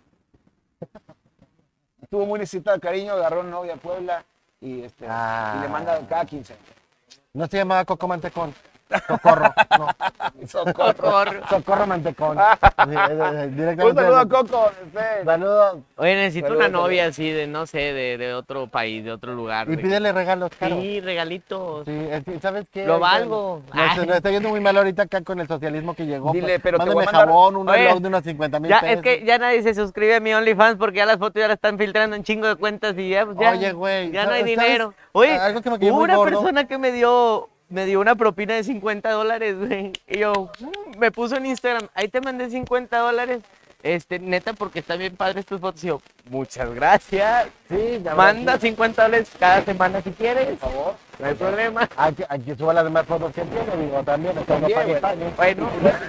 Estuvo muy necesitado de cariño, agarró novia a Puebla y, este, Ah. y le manda cada quince. No se llamaba Coco Mantecón. Socorro. No. Socorro. Socorro. Socorro Mantecón. Sí, eh, eh, Un directamente. saludo a Coco. este. Saludos. Oye, necesito Saludos, una novia así de, no sé, de, de otro país, de otro lugar. Y de- pídele regalos, caro. Sí, regalitos. Sí, es que, ¿sabes qué? Lo Ahorita valgo. Nos, Ay. nos está yendo muy mal ahorita acá con el socialismo que llegó. Dile, pero te Mándame voy a mandar- jabón, un Oye, reloj de unos cincuenta mil Ya, pesos. es que ya nadie se suscribe a mi OnlyFans porque ya las fotos ya las están filtrando en chingo de cuentas y ya, pues ya, Oye, güey, ya no hay ¿sabes? dinero. Oye, Algo que me cayó hubo muy una gordo. persona que me dio, me dio una propina de cincuenta dólares, güey. Y yo, mm, me puso en Instagram, ahí te mandé cincuenta dólares. Este, neta, porque están bien padres tus fotos. Y yo, muchas gracias. Sí, ya Manda ves. cincuenta dólares cada semana si quieres. Por favor. No hay problema. Hay que, hay que suba las demás fotos que tiene, digo, también. esto no También, pague, güey. pague. Bueno,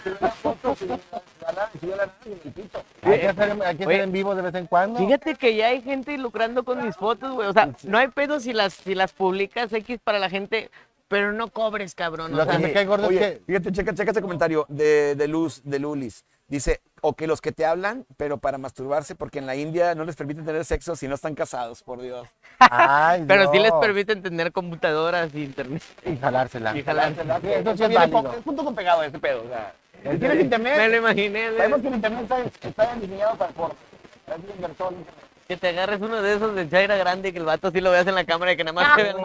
Hay que hacer, hay que Oye, hacer en vivo de vez en cuando. fíjate que ya hay gente lucrando con mis fotos, güey. O sea, no hay pedo si las, si las publicas X para la gente, pero no cobres, cabrón. O Lo que sea, me cae gordo es Oye, que- fíjate, checa, checa ese comentario de, de Luz, de Lulis. Dice, o que los que te hablan, pero para masturbarse, porque en la India no les permiten tener sexo si no están casados, por Dios. Ay, pero sí les Dios. permiten tener computadoras y internet. Y jalársela. Y jalársela. Sí, eso sí es viene válido. con- es punto con pegado ese pedo. O sea, si tienes internet, Me lo imaginé, güey. sabemos que el internet está, está diseñado para por. Es bien inversor. Que te agarres uno de esos de Chaira grande que el vato sí lo veas en la cámara y que nada más te vean.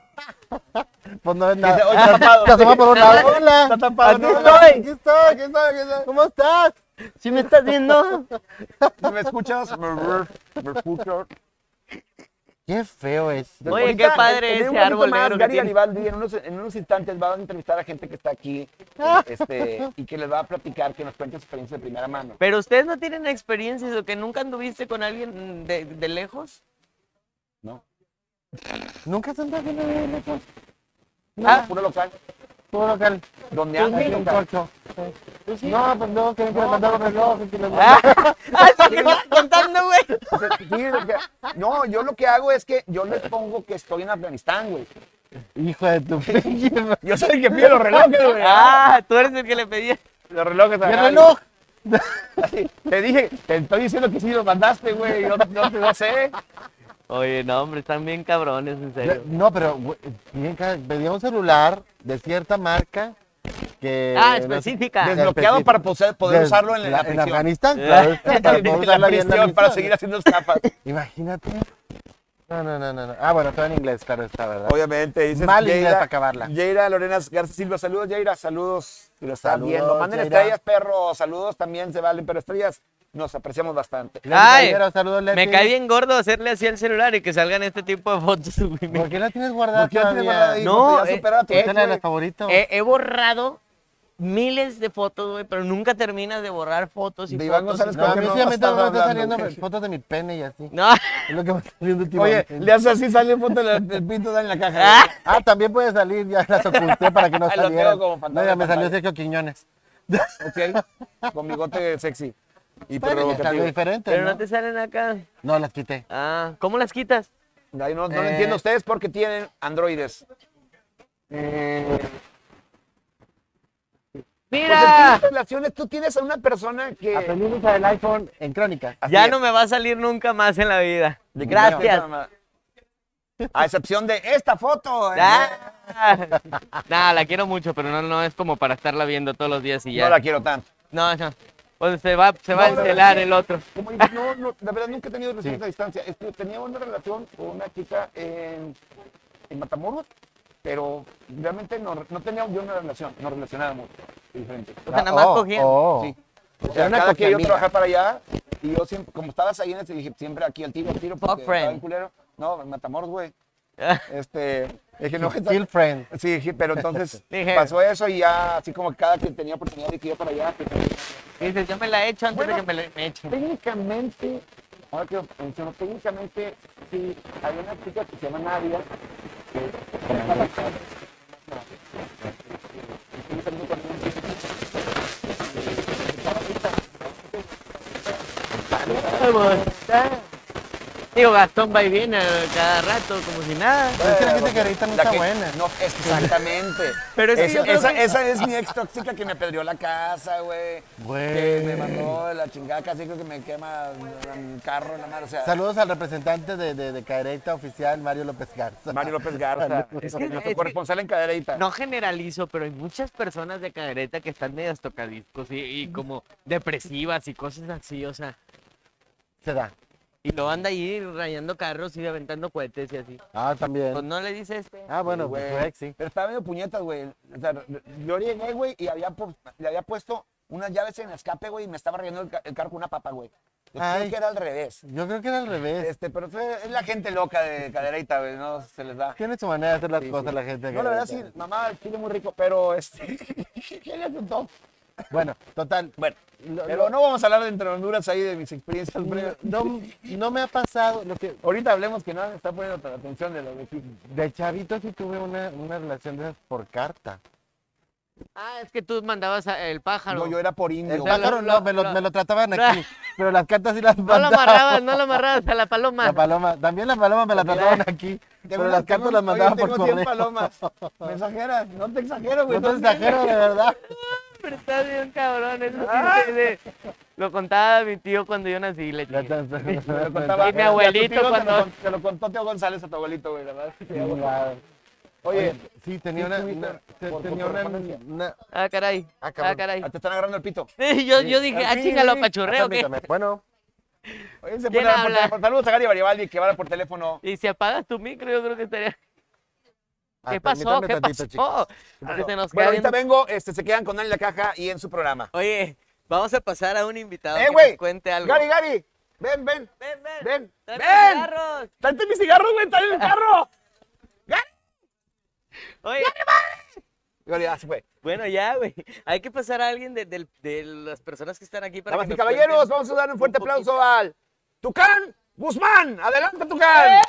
Pues no es Dice, nada. "Oye, está tapado". Te asoma por un lado. Hola. Está tapado, Aquí no, estoy, no. aquí estoy, aquí estoy, aquí estoy. ¿Cómo estás? ¿Sí me estás viendo? Si me escuchas, me, me escuchas. Qué feo es. Oye, Ahorita, qué padre en- en ese un ratito árbol más, negro que Gary tiene. Garibaldi en unos, en unos instantes va a entrevistar a gente que está aquí este, y que les va a platicar, que nos cuente su experiencia de primera mano. Pero ustedes no tienen experiencias o que nunca anduviste con alguien de, de lejos. ¿No? Nunca se andan viendo de lejos. Ah, puro local. Todo local. Donde Aquí anda en local. Corcho. No, pues no, quieren que les mandara un reloj. que les Ah, mandara- ah, sí, me vas contando, güey. Sí, lo que- no, yo lo que hago es que yo les pongo que estoy en Afganistán, güey. Hijo de tu pinche madre. Yo soy el que pide los relojes, güey. Ah, tú eres el que le pedía. Los relojes. ¿Qué acá. reloj? Te dije, te estoy diciendo que sí los mandaste, güey. Yo no, no, no sé. Oye, no, hombre, están bien cabrones, en serio. No, pero güey, bien ca- pedía un celular de cierta marca que... Ah, no sé- específica. Desbloqueado específica. para poder, poder Des- usarlo en la, en prisión. Afganistán, claro. está, para poder En la usarla ahí en la prisión, para misión. seguir haciendo estafas. Imagínate. No, no, no, no, no. Ah, bueno, todo en inglés, claro está, ¿verdad? Obviamente, dices Mal inglés Yeira- para acabarla. Yeira Lorena Garza Silva, saludos, Yeira, saludos. Si lo están Saludos, viendo. Manden Yeira. estrellas, perro. Saludos también se valen, pero estrellas nos apreciamos bastante. Leti Ay, Caballero, saludos, Leti. Me cae bien gordo hacerle así al celular y que salgan este tipo de fotos, güey. ¿Por qué la tienes guardada ¿Por qué la tienes guardada todavía? ahí? No, Porque ya eh, supera a tu eh, ex, Esa es la de güey. los favoritos. He, he borrado miles de fotos, güey, pero nunca terminas de borrar fotos y De Iván fotos. González y- No, a ¿Por mí qué no últimamente estás me está hablando? saliendo fotos de mi pene y así. No, Es lo que me está saliendo Oye, últimamente. le haces así, sale foto del del pito en la caja. güey. Ah, también puede salir, ya las oculté para que no Lo tengo salieran. como No, pantalla ya de me salió pantalla. Sergio Quiñones. Ok, con bigote sexy. Y Bueno, ya es algo provocativo. diferente, pero ¿no? no te salen acá. No, las quité. Ah, ¿cómo las quitas? Ahí no, no lo Eh. entiendo a ustedes porque tienen androides. Porque ¡Mira! en relaciones tú tienes a una persona que... Aprendí a usar el iPhone en Crónicas. Así Ya es. no me va a salir nunca más en la vida. ¿De qué Gracias. tienes a- A excepción de esta foto. ¿eh? Ah. Nah, la quiero mucho, pero no, no es como para estarla viendo todos los días y ya. No la quiero tanto. No, no. Pues se va, se va No, a la encelar verdad, el otro. Como dices, no, no, la verdad nunca he tenido relaciones Sí. a distancia. Es que tenía una relación con una chica en, en Matamoros, pero realmente no, no tenía yo una relación, nos relacionábamos diferente. O sea, nada más Oh, cogían. oh. Sí. O sea, Era una cada que yo coquiamiga. trabajaba para allá, y yo siempre, como estabas ahí en ese, dije, siempre aquí al tiro, al tiro, porque Fuck friend. estaba en culero. No, en Matamoros, güey. Este, dije, no, Kill friend. sí, dije, pero entonces Dije- pasó eso y ya, así como cada que tenía oportunidad de que yo para allá, que Y dices, yo me la he hecho antes Bueno, de que me la me echen. técnicamente, ahora que lo menciono, técnicamente, sí, hay una chica que se llama Nadia, que está bastante- estoy saliendo con una chica Digo, Gastón va y viene cada rato, como si nada. Pero es que la gente que ahorita no La está que- buena. No, exactamente. Pero es que esa, yo creo esa, que- esa es mi ex tóxica que me pedrió la casa, güey. Güey. Que me mandó de la chingada, casi creo que me quema el carro, la madre. O sea, Saludos al representante de, de, de Cadereyta oficial, Mario López Garza. Mario López Garza, Saludos. es que- nuestro es que- corresponsal en Cadereyta. No generalizo, pero hay muchas personas de cadereta que están medias tocadiscos y, y como depresivas y cosas así, o sea. Se da. Y lo anda ahí rayando carros y aventando cohetes y así. Ah, también. Pues no le dice este. Ah, bueno, Güey, pues su ex, sí. Pero estaba medio puñetas, güey. O sea, yo llegué, güey, y había, pu- le había puesto unas llaves en el escape, güey, y me estaba rayando el, ca- el carro con una papa, güey. Yo creo Ay. que era al revés. Yo creo que era al revés. Este, pero fue- es la gente loca de Cadereyta, güey, no se les da. Tiene su manera de hacer las Sí, cosas sí. la gente. de No, la verdad sí, Cadereyta. mamá, el chile muy rico, pero este, ¿qué le asustó? Bueno, total. Bueno, Lo- pero lo- no vamos a hablar de entre Honduras ahí de mis experiencias breves. No, no me ha pasado lo que Ahorita hablemos que no me está poniendo la atención de lo de aquí. de chavito sí tuve una, una relación de esas por carta. Ah, es que tú mandabas a- el pájaro. No, yo era por indio. El güey. pájaro no, me lo, me lo trataban aquí, pero las cartas sí las No lo mandaban. amarrabas, no lo amarrabas a la paloma. La paloma, también la paloma me la Mira, trataban aquí, De pero verdad, las cartas tengo- las mandaban oye, por tengo cien correo. palomas. ¿Me exageras? No te exagero, güey. No te exagero, de verdad. Pero está bien cabrón, eso sí Ah. se- se- Lo contaba mi tío cuando yo nací, le Ya chingué. te- Me lo contaba- Y mi abuelito a tu tío cuando- Te lo, con- te lo contó Teo González a tu abuelito, güey, la verdad. Sí, Chingado. Oye, sí, tenía sí una, tuviste una- te- por- tenía por una, correspondencia. una- Ah, caray. Ah, Ah, cabrón. caray. ah, te están agarrando el pito. Sí, yo, yo dije, ah, Sí, chinga, lo sí. apachurré, ¿o qué? Permítame. Bueno, Oye, se ¿Quién pone a hablar por habla? teléfono. Saludos a Gary Garibaldi que va por teléfono. Y si apagas tu micro, yo creo que estaría... ah, ¿Qué pasó? permítame ¿Qué tantito, chicos. pasó? Que se nos Bueno, queda ahorita viendo- vengo, este, se quedan con Dani La Caja y en su programa. Oye, vamos a pasar a un invitado ¡Eh, que güey! nos cuente algo. Gary, Gary, ven, ven, ven, ven. ven, Tráeme ven. cigarros. Tráete mis cigarros, güey, están en el carro. Gary. Oye, Gary, ya se fue. bueno, ya, güey. Hay que pasar a alguien de, del- de las personas que están aquí para Damas que y nos caballeros, cuenten vamos a dar un fuerte poquito. aplauso al Tucán Guzmán. Adelante, Tucán.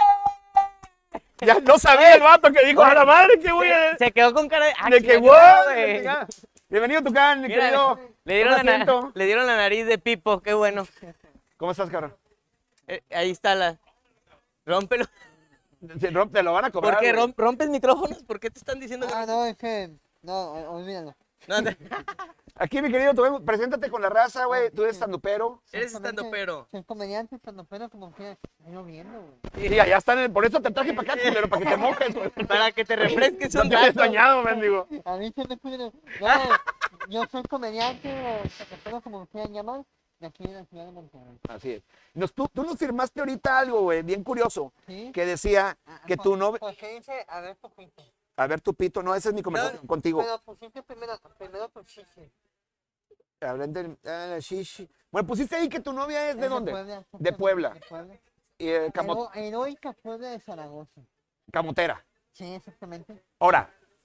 Ya no sabía el vato que dijo a la madre que voy a... Se quedó con cara de... ah, De que, chinga, wow, güey. bienvenido, Tucán, mi Mira, querido. le, dieron la, Toma na- asiento. le dieron la nariz de Pipo, qué bueno. ¿Cómo estás, cabrón? Eh, ahí está la... Rómpelo. Te, romp- te lo van a cobrar. ¿Por qué? güey. ¿Rom- ¿Rompes micrófonos? ¿Por qué te están diciendo que... Ah, no, es que. No, olvídalo. No, te- Aquí, mi querido, tú, preséntate con la raza, güey. Tú eres estandupero. Eres estando pero. Soy comediante, estando pero como que. No viendo, güey. Sí, allá están. en- Por eso te traje para acá, culero, para que te mojes, güey. Para que te refresques No un te había rato. extrañado, mendigo. A mí se me puede. No, yo soy comediante o estando como quieran llamar, de aquí en la ciudad de Monterrey. Así es. Nos, tú, tú nos firmaste ahorita algo, güey, bien curioso, ¿Sí? que decía Ah, que pues- tu novio... ¿Por qué dice a ver poquito? A ver, tu pito, no, esa es mi conversación contigo. Pero pusiste primero, primero pues sí, sí. Hablan del- ah, sí, sí. Bueno, pusiste ahí que tu novia es de Es dónde? Puebla, De Puebla. De Puebla. Y, eh, camo- Hero- Heroica Puebla de Zaragoza. camotera. Sí, exactamente. Ahora,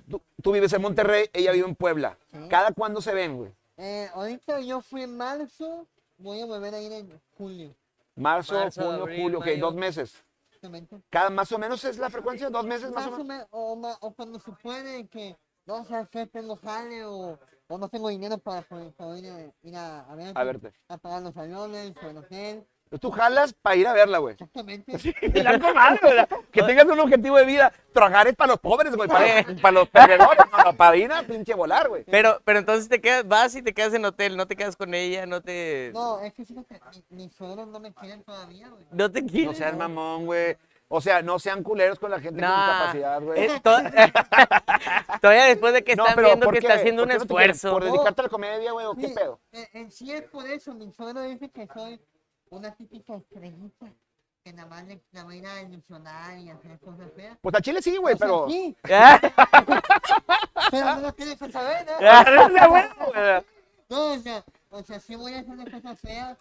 tú, tú vives en Monterrey, ella vive en Puebla. Sí. ¿Cada cuándo se ven, güey? Eh, ahorita yo fui en marzo, voy a volver a ir en julio. Marzo, Marzo, junio, abril, julio, ok, mayo. dos meses. Exactamente. ¿Cada más o menos es la frecuencia? ¿Dos meses más, Más o o, menos? me- o, ma- o cuando se puede que no sé qué tengo jale o, o no tengo dinero para poder, para ir, a, ir a, a verte, A verte. a pagar los aviones o el hotel. Pues tú jalas para ir a verla, güey. Exactamente. Y la comadre, ¿verdad? Que tengas un objetivo de vida. Trabajar es para los pobres, güey. Para, los- para los perdedores, no, para ir a pinche volar, güey. Pero, pero entonces te quedas, vas y te quedas en hotel, no te quedas con ella, no te... No, es que fíjate, mi- mis suegros no me quieren todavía, güey. No te No quieres. sean mamón, güey. O sea, no sean culeros con la gente con Nah, discapacidad, güey. eh, to- Todavía después de que No, están pero viendo ¿por que qué? está haciendo ¿Por un qué no te quieren? esfuerzo. ¿Por dedicarte a la comedia, güey, o qué Sí, pedo? eh, en sí es por eso, mi suegro dice que soy una típica estrellita que nada más le la va a ir a ilusionar y hacer cosas feas. Pues a Chile sí, güey, O sea, pero... sí, Ah, pero no lo quieres saber, ¿no? No sea bueno, güey. No, o sea, o sea, sí voy a hacer las cosas feas,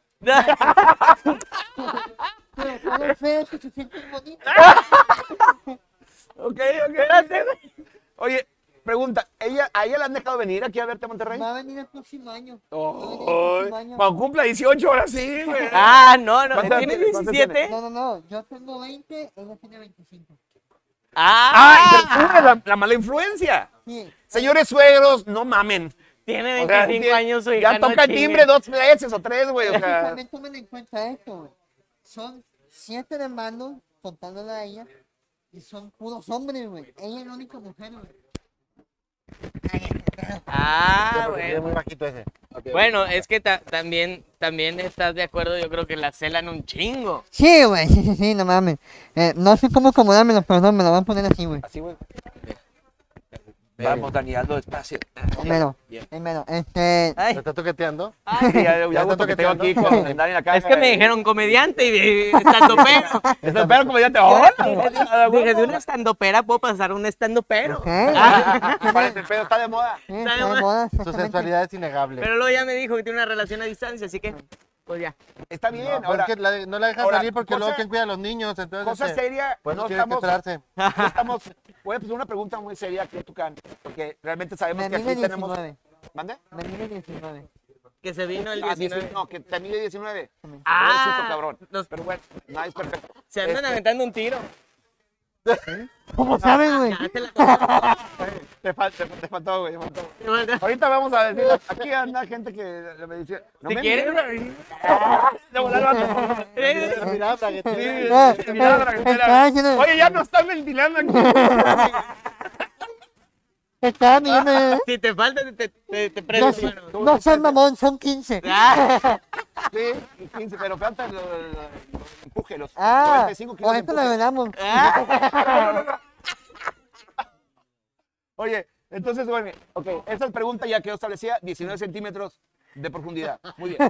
pero cosas feas que se sienten bonitas. Ok, ok. Oye, pregunta, ¿ella, ¿a ella la han dejado venir aquí a verte a Monterrey? Va a venir el próximo año. Va a venir el Oh, próximo año. cuando cumpla dieciocho, ahora sí, güey. Ah, no, no, ¿Cuántos ¿tienes tienes? ¿Cuántos diecisiete? No, no, no, yo tengo veinte, ella tiene veinticinco. ¡Ay, pero Ah, tú eres la, la mala influencia! Sí, Señores suegros, no mamen. tiene O sea, veinticinco tiene- años su hija, Ya no toca el chingues. timbre dos veces o tres, güey. O es que sea, también tomen en cuenta esto, güey. Son siete hermanos, contándole a ella, y son puros hombres, güey. Ella es la única mujer, güey. Ah, Porque es muy bueno. bajito ese. Bueno, es que ta- también, también estás de acuerdo, yo creo que la celan un chingo. Sí, güey, sí, sí, sí, no mames. Eh, no sé cómo acomodármelo, pero no, me lo van a poner así, güey. así, güey. Vamos, Dani, hazlo despacio. Primero, Bien. primero, este... ¿Te Ay. está toqueteando? Sí, ya, ya, Ya ya está que tengo aquí toqueteando. con Dani en la caja. Es que me dijeron comediante y estandopero. Espero como ya te... ¡Hola! Dije, de una estandopera puedo pasar a un estandopero. ¿Qué? Parece el pedo, está de moda. Sí, está de moda, Su exactamente. sensualidad es innegable. Pero luego ya me dijo que tiene una relación a distancia, así que, pues ya. Está bien, No, pues ahora, es que la- no la dejan ahora, salir porque cosa- luego quién cuida a los niños. Entonces, cosa este, seria, pues no tiene que estamos... esperarse. no estamos... Voy a hacer una pregunta muy seria aquí a Tucán, porque realmente sabemos Me que aquí mide tenemos... diecinueve. ¿Mande? Me mide diecinueve. Que se vino el Ah, diecinueve. diecinueve, no, que te mide diecinueve. Ah, Pobrecito, cabrón. los- Pero bueno, nada es perfecto. Se andan Este, aventando un tiro. ¿Cómo sabes, güey? Ya te la conozco. Te, fal- te, te faltó, güey, te faltó. Bueno, Ahorita vamos a decir, aquí anda gente que le me dice, no Si me quieres- mires, de volar el vato. Mira, para que te- Sí, Eh, sí, mirando la eh, cartera. está haciendo- Oye, ya no están ventilando aquí. Estaba midiendo... si te falta, te, te, te, te No, presto, sí, mano. no seas mamón, son quince. Ah, Sí, y quince, pero falta los empuje, los Ah, noventa y cinco kilos de ahorita lo empuje. velamos. ah. Oye, entonces, bueno, ok, esa pregunta ya quedó establecida, diecinueve centímetros de profundidad. Muy bien.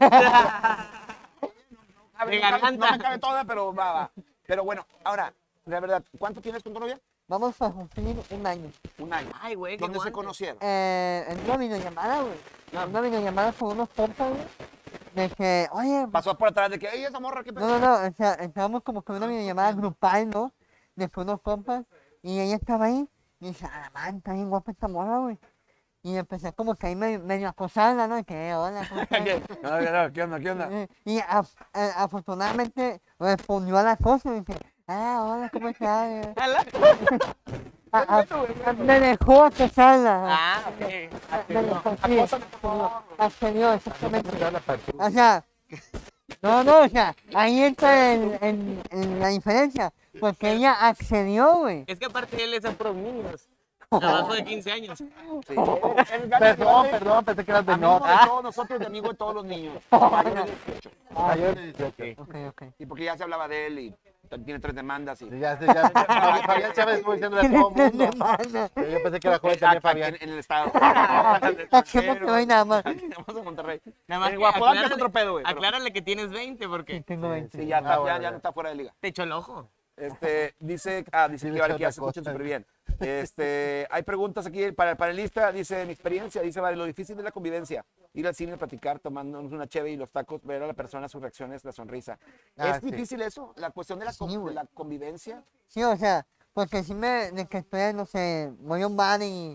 A ver, De no cabe- garganta. No me cabe toda, pero va, va. Pero bueno, ahora, la verdad, ¿cuánto tienes con tu novia? Vamos a cumplir un año. Un año. Ay, güey, qué ¿Dónde se guante. conocieron? Eh, en una videollamada, güey. En una videollamada con unos compas, güey. De que, oye, Pasó por atrás de que, ¡ey, esa morra, qué no, pedo! no, no, o sea, estábamos como con una videollamada grupal, ¿no? De con unos compas. Y ella estaba ahí. Y dice, ah, man, está bien guapa esta morra, güey. Y empecé como que ahí medio, medio acosarla, ¿no? Y que, hola, ¿cómo estás? ¿Qué? No, no, ¿Qué onda, qué onda? Eh, Y af- eh, afortunadamente respondió a la cosa y dice, ah, hola, ¿cómo estás? Eh, Ala. ah, ah, Me dejó acosarla. Ah, ok. Me dejó, sí, accedió, exactamente. O sea, no, no, o sea, ahí entra en, en- en la diferencia, porque ella accedió, güey. Es que aparte él es a puros niños. Abajo de quince años. Sí. El gato Perdón, es perdón, pensé que eras de amigo no. de todos nosotros, de amigo de todos los niños. Mayor de dieciocho. Mayor de dieciocho. Ok, ok. Y porque ya se hablaba de él y tiene tres demandas y... Sí, ya, sí, ya. Fabián Fabián Chávez estuvo diciendo de todo el mundo. Yo pensé que era joven también, Aquí Fabián. en, en el estado. Aquí en Monterrey nada más. Estamos en Monterrey. Nada más En que Guapodán que es aclárale- otro pedo, güey. pero- Aclárale que tienes veinte porque Tengo veinte. Sí, ya, está, Ah, bueno, ya, ya ya. no está fuera de liga. te echó el ojo. Este, dice, ah, dice Sí, que vale, que ya otra se escuchan cosa. súper bien. Este, hay preguntas aquí para el panelista, dice, mi experiencia, dice, vale, lo difícil de la convivencia, ir al cine, platicar, tomándonos una cheve y los tacos, ver a la persona, sus reacciones, la sonrisa. Ah, ¿Es sí. difícil eso? La cuestión de la, con- Sí, de güey. la convivencia. Sí, o sea, porque si me, de que estoy, no sé, voy a un bar y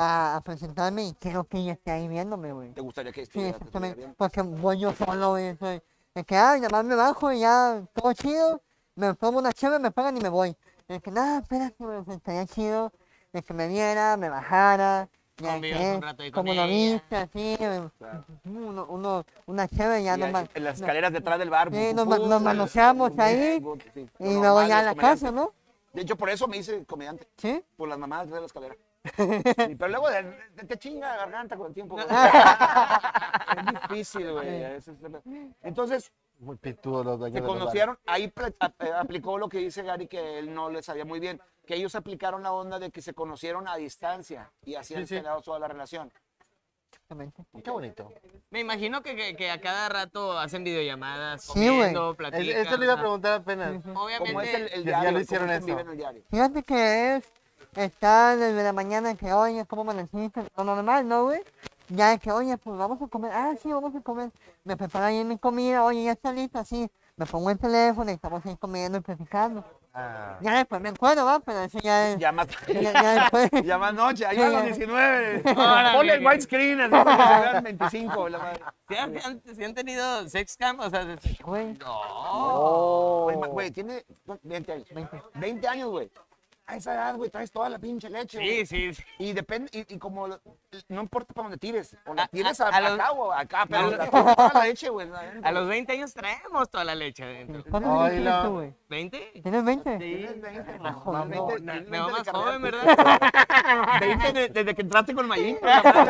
a, a presentarme y quiero que ella esté ahí viéndome, güey. ¿Te gustaría que Sí, estuviera? te estuviera exactamente. viendo? Porque voy yo solo, güey. Soy, de que, ay, nada más me bajo y ya, todo chido. Me tomo una chévere, me pagan y me voy. De que, nada, espérate, güey, o sea, estaría chido. De que me viera, me bajara. Ya Convivas que, un rato ahí con como lo ella. viste, así. güey, uno, uno, una chévere, ya Y nomás. ahí en las escaleras detrás del bar. Sí, pum, nos pum, ma- pum, nos eh, manoseamos pum, ahí, pum, sí, Y lo luego normal ya a de la los comediantes. casa, ¿no? De hecho, por eso me hice comediante. Sí. Por las mamadas de la escalera. Sí, pero luego de- de- te chinga la garganta con el tiempo. güey. Es difícil, güey. eso es verdad. Entonces, Muy pitudos los dueños se de los conocieron, ahí pla- a- eh, aplicó lo que dice Gary, que él no le sabía muy bien, que ellos aplicaron la onda de que se conocieron a distancia y así han Sí, sí. generado toda la relación. Exactamente. bares. Qué bonito. Me imagino que, que, que a cada rato hacen videollamadas, Sí, güey. comiendo, Es- platican. Eso le iba a o sea, preguntar apenas. Obviamente, Como es el, el Ya- ya diario, lo hicieron cómo eso. conviven el diario. Fíjate que es estar desde la mañana que, oye, ¿cómo amaneciste? Lo normal, ¿no, güey? Ya de que, oye, pues vamos a comer. Ah, sí, vamos a comer. Me preparo ahí mi comida, oye, ya está lista, sí. Me pongo el teléfono y estamos ahí comiendo y platicando. Ah. Ya después me encuentro, ¿va? Pero eso ya es... Ya más, Ya, ya después... ya más noche, ahí van los diecinueve. Órale. Ponle el widescreen, así para que se vean veinticinco. La madre. ¿sí han, han- sí han tenido sex cam? O sea, de- Güey, no. Oye, ma- Güey, tiene veinte años. veinte años, güey. A esa edad, güey, traes toda la pinche leche. güey. Sí, sí, sí. Y depende, y, y como lo- no importa para dónde tires, o A- la tires a- a, a los- acá o acá, pero los- la tienes toda la leche, güey. A los veinte años traemos toda la leche adentro. ¿cuántos años Ay, tienes la- tú, güey? ¿veinte? ¿Tienes veinte? Sí. No, joder, veinte, No, tienes me veinte veo de más carrera. joven, ¿verdad? veinte de- desde que entraste con Mayito.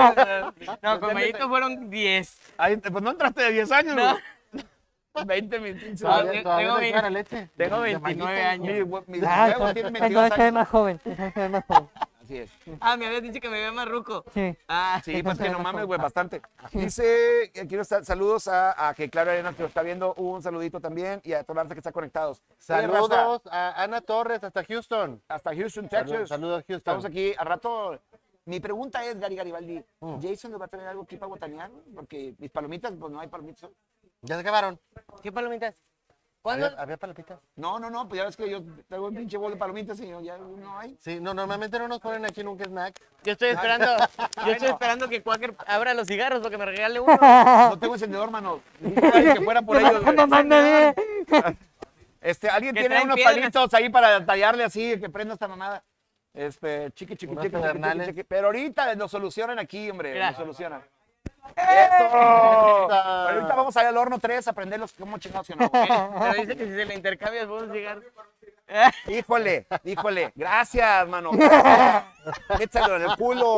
No, con Mayito fueron diez. Ahí, pues no entraste de diez años, No. güey. veinte, veinticinco. No, Todavía, yo todavía tengo le veinte. queda la leche. Tengo De veintinueve Mayito. Mi, años. hue- mi Ah, huevo entonces tiene entonces veintidós eres años. más joven. Entonces eres más joven. Así es. Ah, me habías dicho que me veía más ruco. Sí. Ah, Sí, pues que no mames, güey, bastante. Dice, eh, quiero estar, saludos a, a que Claro Arena que lo está viendo, un saludito también y a toda la raza que está conectados. Oye, raza, Saludos a Ana Torres hasta Houston. hasta Houston, Saludos, Texas. saludos a Houston. Estamos aquí, al rato. Mi pregunta es, Gary Garibaldi, Mm. ¿Jason nos va a traer algo aquí para botanear? Porque mis palomitas, pues no hay palomitas. ¿Ya se acabaron? ¿qué palomitas? ¿Cuándo? ¿Había, había palomitas? No, no, no, pues ya ves que yo traigo un pinche bol de palomitas y ya no hay. Sí, no, normalmente no nos ponen aquí nunca snack. Yo estoy esperando, yo estoy no. esperando que Quaker abra los cigarros porque me regale uno. No tengo encendedor, mano. Dijiste que fuera por ellos, güey. Mamá me ve. Este, ¿alguien Que tiene traen unos piedras. palitos ahí para tallarle así, que prenda esta mamada? Este, chiqui, chiqui, Unos chiqui, chiqui, pedernales. chiqui, chiqui. Pero ahorita lo solucionan aquí, hombre, Mira. lo solucionan. ¡Eso! Ahorita vamos a ir al horno tres a aprenderlos cómo chingados que no. Pero dice que si se le intercambias por un cigarro. Híjole, híjole. Gracias, mano. Gracias. Mételo en el culo.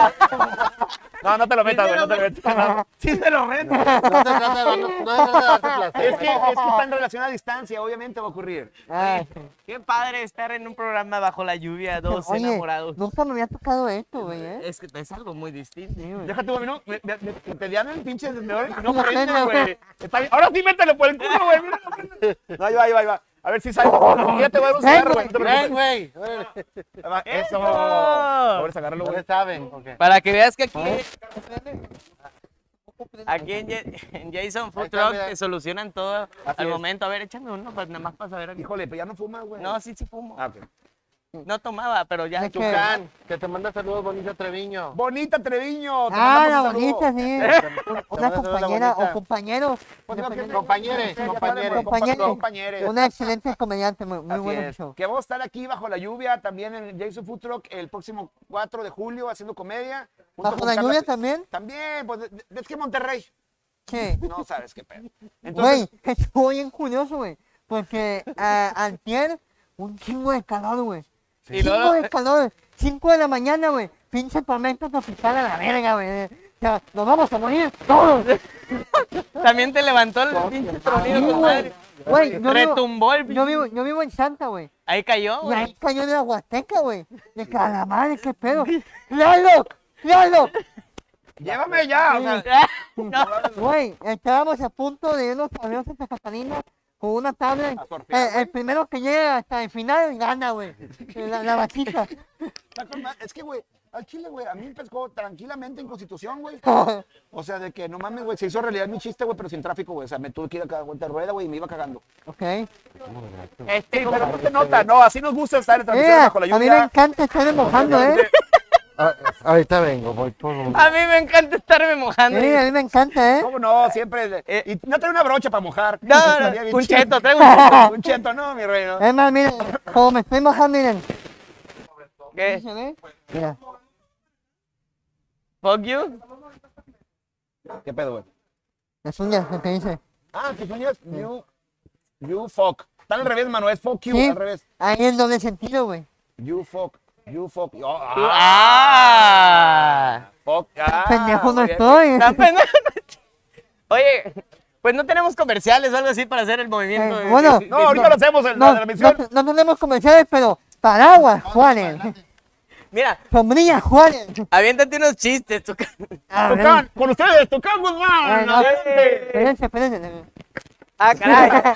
No, no te lo metas, güey, no te lo metas. No. Sí se lo meto. No se trata de, no, no se trata de darte placer. Es que, es que está en relación a distancia, obviamente va a ocurrir. Ah, sí. Qué padre estar en un programa bajo la lluvia, dos Oye, enamorados. nunca me había tocado esto, güey, ¿eh? Es que es algo muy distinto. Sí, güey. Déjate un minuto. Me, me, me, me pedían el pinche encendedor y no prende, güey. Está bien. Ahora sí mételo por el culo, güey. Mira, no prende. No, ahí va, ahí va, ahí va. A ver si sale. Ya te voy a dar un cigarro, güey. No te Ven, preocupes. güey. órale. Ahí va, Eso. ¡Eso! Ahora agárralo, No güey. le saben. ok. Para que veas que aquí, aquí en, Ja- en Jason Food Ahí está, Truck mira. te solucionan todo Así al es. momento. A ver, échame uno, pues nada más para saber. aquí. Híjole, pero ya no fuma, güey. No, sí, sí fumo. Ah, ok. No tomaba, pero ya. ¿De qué? Tucán, que te manda saludos, bonito Treviño. Bonita Treviño. te Ah, la mandamos un bonita, saludo. sí. Te Una mando saludos, compañera bonita. o compañero. Pues no, que- dependiendo- Compañeres, Ya compañeres. sabemos, Compañeres. compañeres. Una excelente comediante, muy, muy Así bueno es. show. Que vamos a estar aquí bajo la lluvia también en Jason Food Truck el próximo cuatro de julio haciendo comedia. junto ¿Bajo con la Carla lluvia Pe- también? También, pues de- de- es que Monterrey. Sí. No sabes qué pedo. Entonces, Güey, estuvo bien curioso, güey. Porque a antier, un chingo de calor, güey. Y Chingo luego- de calor. Cinco de la mañana, güey. Pinche tormenta tropical a la verga, güey. O sea, nos vamos a morir todos. También te levantó el pinche tronido, Sí, compadre. Güey, yo vivo, Retumbó el yo, pinche- vivo, yo vivo en Santa, güey. Ahí cayó, Y ahí güey. cayó de la Huasteca, güey. De que a la madre, qué pedo. ¡Lalo! ¡Lalo! llévame ya. O sea, No. Güey, estábamos a punto de irnos a ver Santa Catarina con una tabla. A sortear, Eh, el primero que llegue hasta el final gana, güey. La, la vaquita. está con ma- es que, güey, al Chile, güey, a mí me pescó tranquilamente en Constitución, güey. O sea, de que no mames, güey, se hizo realidad mi chiste, güey, pero sin tráfico, güey. O sea, me tuve que ir a cada vuelta de rueda, güey, y me iba cagando. Ok. Este, Sí, pero no te nota, no, así nos gusta estar en transmisión Mira, bajo la a mí me lluvia. encanta estar mojando, ¿eh? Ah, ahorita vengo, voy por un... A mí me encanta estarme mojando. Sí, a mí me encanta, ¿eh? ¿Cómo no? Siempre. Eh. Y no trae una brocha para mojar. No, no, Estaría bien un chido. cheto, traigo un cheto. Un cheto, no, mi reino. Es más, miren, como me estoy mojando, miren. ¿Qué? ¿Se ve? Mira. ¿Fuck you? ¿Qué pedo, güey? Las uñas, lo que dice. Ah, tus uñas. You, you fuck. Están al revés, mano. Es fuck you, Sí, al revés. ahí es doble sentido, güey. You fuck. You fuck. Oh, ¡Ah! Fuck. Ah, Pendejo no muy bien. estoy. Tan pendejo. Oye, pues no tenemos comerciales o algo así para hacer el movimiento. Eh, de- bueno, de- No, ahorita lo hacemos en No, la transmisión. no, no tenemos comerciales, pero paraguas, Juanes. Mira, Sombrillas, Juanes. aviéntate unos chistes. Tu... A ver. Tucán, con ustedes, Tucán Ay, Guzmán. no, Adelante. espérense, espérense. Ah, caray.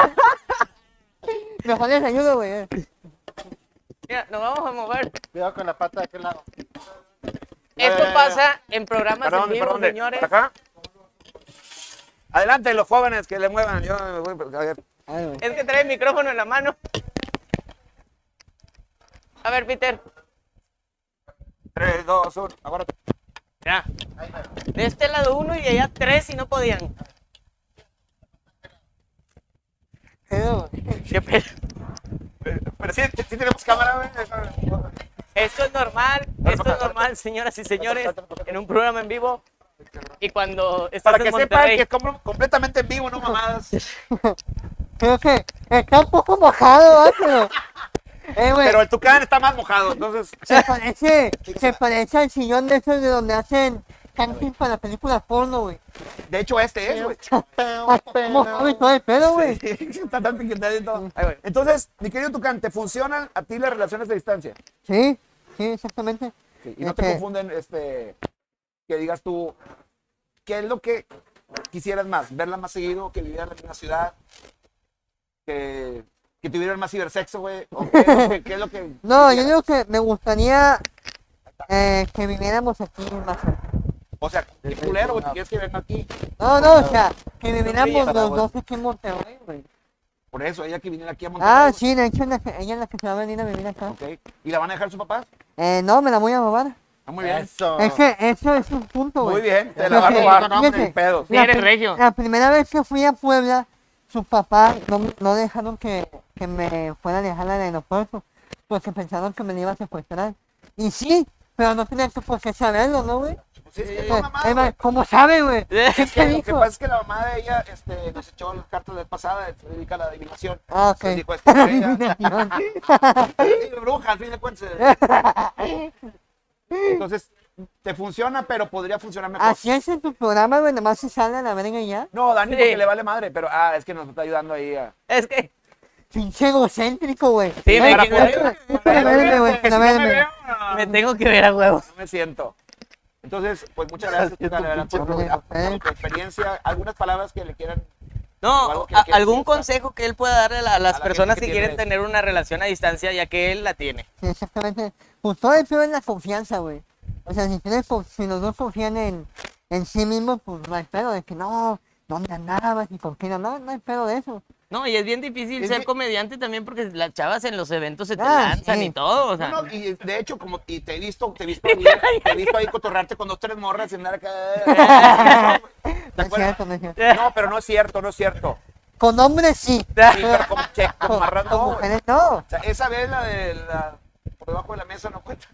Mejor les ayudo, güey. eh. Mira, nos vamos a mover. Cuidado con la pata de aquel lado. Esto Eh, pasa en programas Perdón, en vivo, perdón, de- señores. acá. Adelante, los jóvenes que le muevan. Yo me voy a ver. Ay, güey. Es que trae el micrófono en la mano. A ver, Peter. tres, dos, uno. Ahora. Ya. De este lado uno y de allá tres y no podían. Pero, ¿Qué pedo? Pero sí, sí tenemos cámara, güey. Esto es normal, esto es normal, señoras y señores, en un programa en vivo. Y cuando estás Para en que sepan Monterrey, que es como- completamente en vivo, no mamadas. creo que está un poco mojado, ¿eh? Pero, eh, güey, Pero el Tucán está más mojado, entonces. se parece, se parece al sillón de esos de donde hacen casting para películas porno, güey. De hecho, este es, güey. Mojado y todo el pedo, güey. Está tan piquetadito. Ahí voy. Entonces, mi querido Tucán, ¿te funcionan a ti las relaciones de distancia? Sí, sí, exactamente. Sí, y no te Este- confunden, este, que digas tú, ¿qué es lo que quisieras más? ¿Verla más seguido? ¿Que vivieran en la misma ciudad? ¿Que, que tuvieran más cibersexo, güey? ¿O qué, es lo que- qué es lo que No, yo quisieras? digo que me gustaría eh, que viviéramos aquí más cerca. O sea, qué culero, güey, que quieres que venga aquí. No, no, o sea, que viviéramos los dos aquí en Monterrey, güey. Por eso, ella que viniera aquí a Monterrey. Ah, güey. sí, de hecho ella es la que se va a venir a vivir acá. Ok. ¿Y la van a dejar sus papás? Eh, no, me la voy a robar. Ah, muy bien. Eso. Es que eso es un punto, güey. Muy bien, te la va a Fíjate, robar, fíjate, sin pedos. Sí, eres pri- regio. la primera vez que fui a Puebla, sus papás no, no dejaron que, que me fuera a dejar al aeropuerto, porque pensaron que me la iba a secuestrar. Y sí, pero no tenía que por qué saberlo, ¿no, güey? Sí, es que Eh, no, mamá, eh, güey. ¿Cómo sabe, güey? ¿Qué Es que te lo que dijo? pasa es que la mamá de ella este, nos echó las cartas de vez pasada, se dedica a la adivinación. Ah, ok. Entonces dijo, este, ella- Sí, bruja, al fin de cuentas. Entonces, te funciona, pero podría funcionar mejor. Así es en tu programa, güey, nomás se sale a la verga y ya. No, Dani, Sí. porque le vale madre, pero ah, es que nos está ayudando ahí a. Es que, Pinche egocéntrico, güey. Sí, Eh, me- espérame, espérame, güey, Que si no espérame. me veo, me tengo que ver a huevo. no me siento. Entonces, pues muchas gracias Tuca, la verdad, por, pinche por- madre. por tu experiencia. ¿Algunas palabras que le quieran? O No, algo que le a- quieras algún decir, consejo que él pueda darle a, la- a las gente personas que que, tiene quieren eso. tener una relación a distancia, ya que él la tiene. Sí, exactamente. Pues todo el peor es la confianza, güey. O sea, si, tienes, con- si los dos confían en, en sí mismos, pues no hay pedo de que no, ¿dónde andabas? ¿Y con quién andabas? No hay pedo de eso. No, y es bien difícil Es ser que- comediante también porque las chavas en los eventos se te Ah, lanzan sí. y todo, o sea. No, no, y de hecho, como y te he visto, te he visto ahí, te he visto ahí cotorrearte con dos, tres morras y andar acá. ¿Te No es acuerdas? cierto, no es cierto. No, pero no es cierto, no es cierto. Con hombres sí. Sí, pero como, che, como Con, marras con no, güey. mujeres no. O sea, esa vez la de la por debajo de la mesa no cuenta.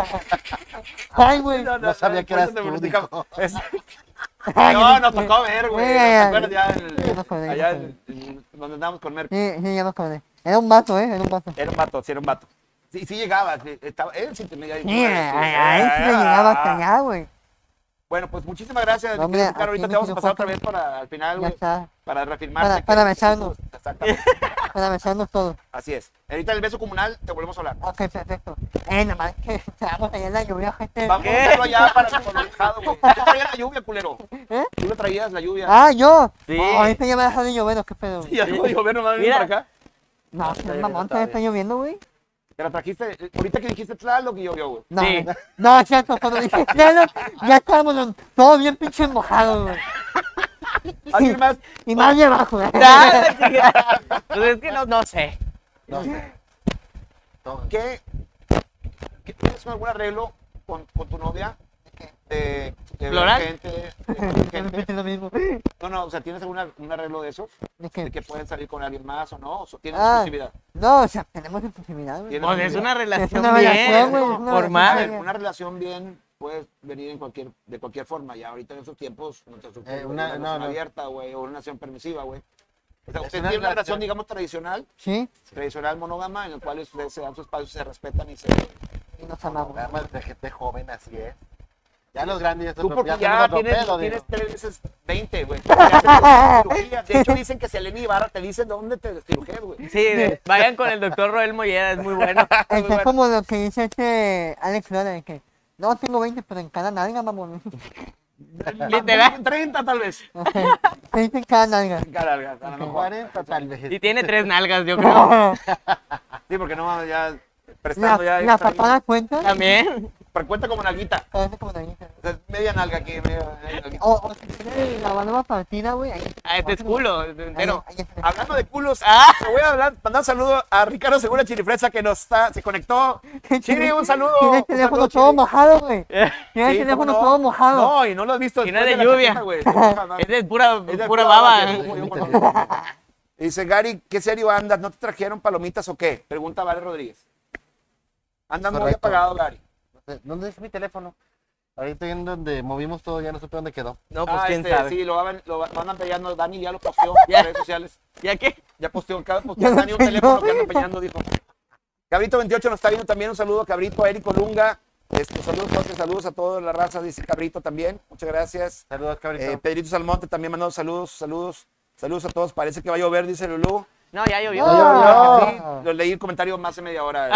Ay, güey. No sabía que eras ahorita te tú, platicamos. Es- Ay, No, nos tocó ver, güey. Ay, ¿No ay, te ay. acuerdas ya en el- Ya me acordé, ya allá me en- en donde andábamos con Merck? Sí, sí, ya me acordé. Era un vato, ¿eh? Era un vato. Era un vato, sí, era un vato. Sí, sí llegaba, sí, estaba, él sí tenía ahí. Sí, ay, ay, sí le llegaba hasta allá, güey. Bueno, pues muchísimas gracias. No, mi querido hombre, Tucán. Ahorita aquí te vamos a me pasar quiero otra vez para al final, Ya güey, está. para reafirmarte. Para- que- para besarnos. Exactamente. Para besarnos todos. Así es. Ahorita el beso comunal te volvemos a hablar. Ok, perfecto. Eh, nada más que estábamos allá en la lluvia, gente. Vamos a hacerlo allá para el mojado, güey. Tú traías la lluvia, culero. ¿Eh? Tú le traías la lluvia. Ah, yo. Sí. Oh, ahorita ya me ha dejado de llover, ¿o qué pedo? Y ya no dijo, ven nomás, ven Mira. para acá. No, está qué bien, mamón, está todavía está lloviendo, güey. Te la trajiste, eh, ahorita que dijiste Tlaloc y llovió, güey. No, Sí. no, no, es cierto, cuando dije claro, ya estábamos los- todos bien pinches mojados, güey. ¿Alguien más? Y más de abajo, güey. Ah, la chingada. Pues es que no, no sé. No sé. ¿Qué, qué tienes algún arreglo con, con tu novia? De, de ¿Floral? ver gente, de ver gente. Es lo mismo. No, no, o sea, ¿tienes alguna, un arreglo de eso? ¿De qué? De que pueden salir con alguien más o no, o so- tienes Ah, exclusividad. no, o sea, tenemos exclusividad, güey. Tiene- Pues es una relación una relación, bien güey, es una A formal. ver, una relación bien puede venir en cualquier, de cualquier forma. Ya ahorita en esos tiempos no te sugiero Eh, una, una- relación no, no. abierta, güey, o una relación permisiva, güey. O sea, Es usted una tiene una relación- relación, digamos, tradicional, Sí, tradicional monógama, en la cual ustedes se dan sus espacios, se respetan y se... y nos amamos. Nada más de gente joven, así es. Ya los grandes ya, Tú son- porque ya ya, somos otro tienes, pedo, tienes digo. tres veces veinte, güey. Ya haces cirugía. De hecho, dicen que Selena Ibarra te dice dónde te cirujías, güey. Sí, de- vayan con el doctor Roel Mollera, es muy bueno. Muy Es bueno. como lo que dice este Alex Lora, de que no tengo veinte, pero en cada nalga, mamón. Literal. treinta tal vez. veinte en cada nalga. Caralga, a lo mejor. cuarenta tal vez. Y tiene tres nalgas, yo creo. Sí, porque no, ya La, prestando ya. la extra- papada cuenta. También. Pero cuenta como nalguita. Parece como nalguita. O sea, media nalga aquí, media, media nalguita. O, o si tiene la mano partida, güey. ahí- Ah, este es culo, entero. ahí- ahí está. Hablando de culos, Ah. te voy a hablar, mandar un saludo a Ricardo Segura Chirifresa que nos está, se conectó. Chiri, un saludo. Tiene el un teléfono saludo, todo Chiri. mojado, güey. Tiene Sí, el teléfono ¿cómo no? todo mojado. No, y no lo has visto. Y no es después de la lluvia. chaqueta, güey. Sí, jamás. Es de pura, Es de pura baba. que- ¿eh? Dice Gary, ¿qué serio andas? ¿No te trajeron palomitas o qué? Pregunta Vale Rodríguez. Andas muy Correcto. apagado, Gary. ¿Dónde dejé mi teléfono? Ahorita en donde movimos todo, ya no supe dónde quedó. No, pues Ah, quién este, sabe. Sí, lo van, lo van- andan peleando. Dani ya lo posteó Ya. en redes sociales. ¿Ya qué? Ya posteó, cada posteó Ya Dani lo un teléfono peleó. que anda empeñando, dijo. Cabrito veintiocho nos está viendo también. Un saludo a Cabrito, a Eric Olunga. Este, saludos, Jorge, saludos a toda la raza, dice Cabrito también. Muchas gracias. Saludos, cabrito. Eh, Pedrito Salmonte también mandó saludos, saludos. Saludos a todos. Parece que va a llover, dice Lulú. No, ya llovió. No. Sí, lo leí el comentario más de media hora.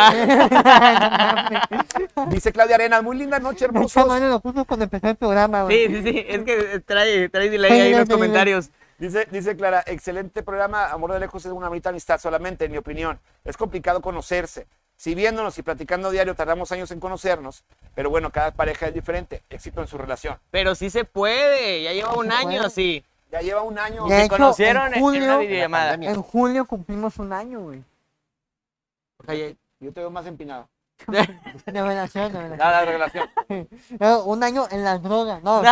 Ah. Dice Claudia Arenas, muy linda noche, Esa hermosos. mano lo puso cuando empezó el programa, güey. Sí, sí, sí. Es que trae, trae delay ahí en los comentarios. Dice, dice Clara, excelente programa, Amor de Lejos es una bonita amistad solamente, en mi opinión. Es complicado conocerse. Si viéndonos y platicando diario tardamos años en conocernos, pero bueno, cada pareja es diferente. Éxito en su relación. Pero sí se puede. Ya lleva un se año puede. así. Ya lleva un año. De Se hecho, conocieron en en, julio- una videollamada. pandemia. En julio cumplimos un año, güey. Oye, Yo te veo más empinado. De relación, de relación. Nada de relación. No, un año en las drogas, no.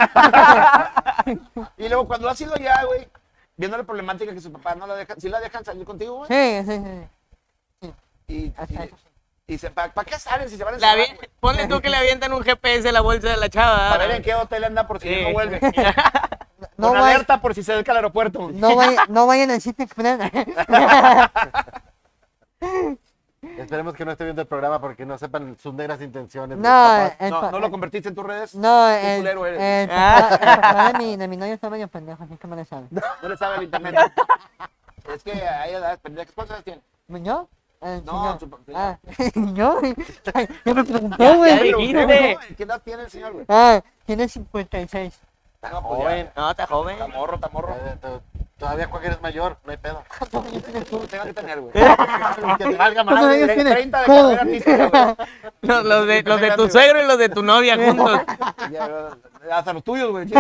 Y luego cuando has ido ya, güey, viendo la problemática que su papá no la deja, ¿sí la dejan salir contigo, güey? Sí, sí, sí. Y, Hasta y, eso sí. y se, ¿para qué salen si se van a la encerrar, avi- güey? ponle tú que le avientan un G P S a la bolsa de la chava. Para ver en qué hotel anda por si Sí. no vuelve. No, Con vay- alerta por si se acerca al aeropuerto. no, vay- no vayan al City Express. Esperemos que no esté viendo el programa porque no sepan sus negras intenciones. No, mis papás. el No, pa- ¿no lo convertiste en tus redes? No, Qué el, culero eres. el papá, el papá de mi, de mi novio está medio pendejo, así que no le sabe. No le sabe el internet. Es que hay edades pendejas. ¿Cuántos años tiene? ¿Yo? El No, señor. su- Ah, ¿yo? Ay, ya me preguntó, güey. ya dijiste. ¿Qué edad tiene el señor, güey? Ah, tiene cincuenta y seis. No, pues Joven. ya. No, está joven. Está morro, está morro. Eh, to- Todavía Juan eres mayor, no hay pedo. Tú tengas que tener, güey. Que te valga ¿Cuántos madre. años tiene? treinta de ¿Cómo? carrera artística, güey. Los, los de, los de tu suegro y los de tu novia juntos. Ya, hasta los tuyos, güey.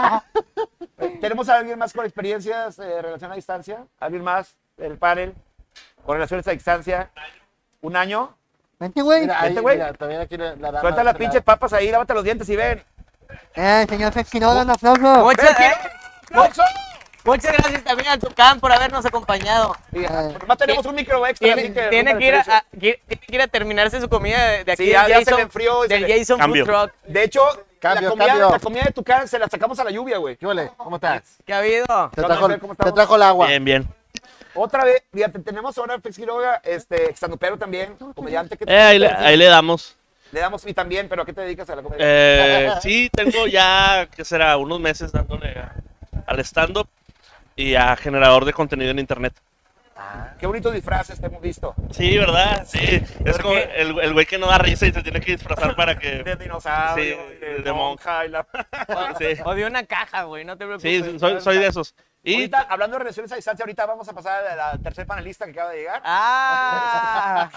Eh, ¿Tenemos a alguien más con experiencias de relación a distancia? ¿Alguien más del panel con relaciones a distancia? ¿Un año? Vente, güey. Mira, ahí, Este güey. mira, también aquí la, la dama Suelta de las este pinches lado. papas ahí, lávate los dientes y ven. Eh, señor Fesquinola, un aplauso. Muchas, eh, ¡Aplauso! muchas gracias también a Tucán por habernos acompañado. Y, además tenemos un micro extra, Tiene, así que... tiene no que ir a, me a- que- tiene que ir a terminarse su comida de, de aquí Sí, del ya- ya se Jason, le enfrió y se del le- Jason Cambio. Food Truck. De hecho, Cambio, la, comida, cambio. la comida de tu casa se la sacamos a la lluvia, güey. ¿Qué huele? ¿Cómo estás? ¿Qué ha habido? Te Hola, trajo, Fer, ¿cómo te estamos? trajo el agua. Bien, bien. Otra vez, fíjate, tenemos ahora a Fix Quiroga, este, estandupero también, comediante. Que Eh, ahí, le, ahí le damos. Le damos y también, pero ¿a qué te dedicas a la comedia? Eh, sí, tengo ya, ¿qué será? Unos meses dándole a- al stand-up y a generador de contenido en internet. Qué bonitos disfraces te hemos visto. Sí, ¿verdad? Sí. Es ¿Por como qué? el, el güey que no da risa y se tiene que disfrazar para que... De dinosaurio, Sí, y de, de monja y la... Sí, O de una caja, güey, no te preocupes. sí soy, soy de esos. Y Ahorita, hablando de relaciones a distancia, ahorita vamos a pasar a la tercer panelista que acaba de llegar. Ah,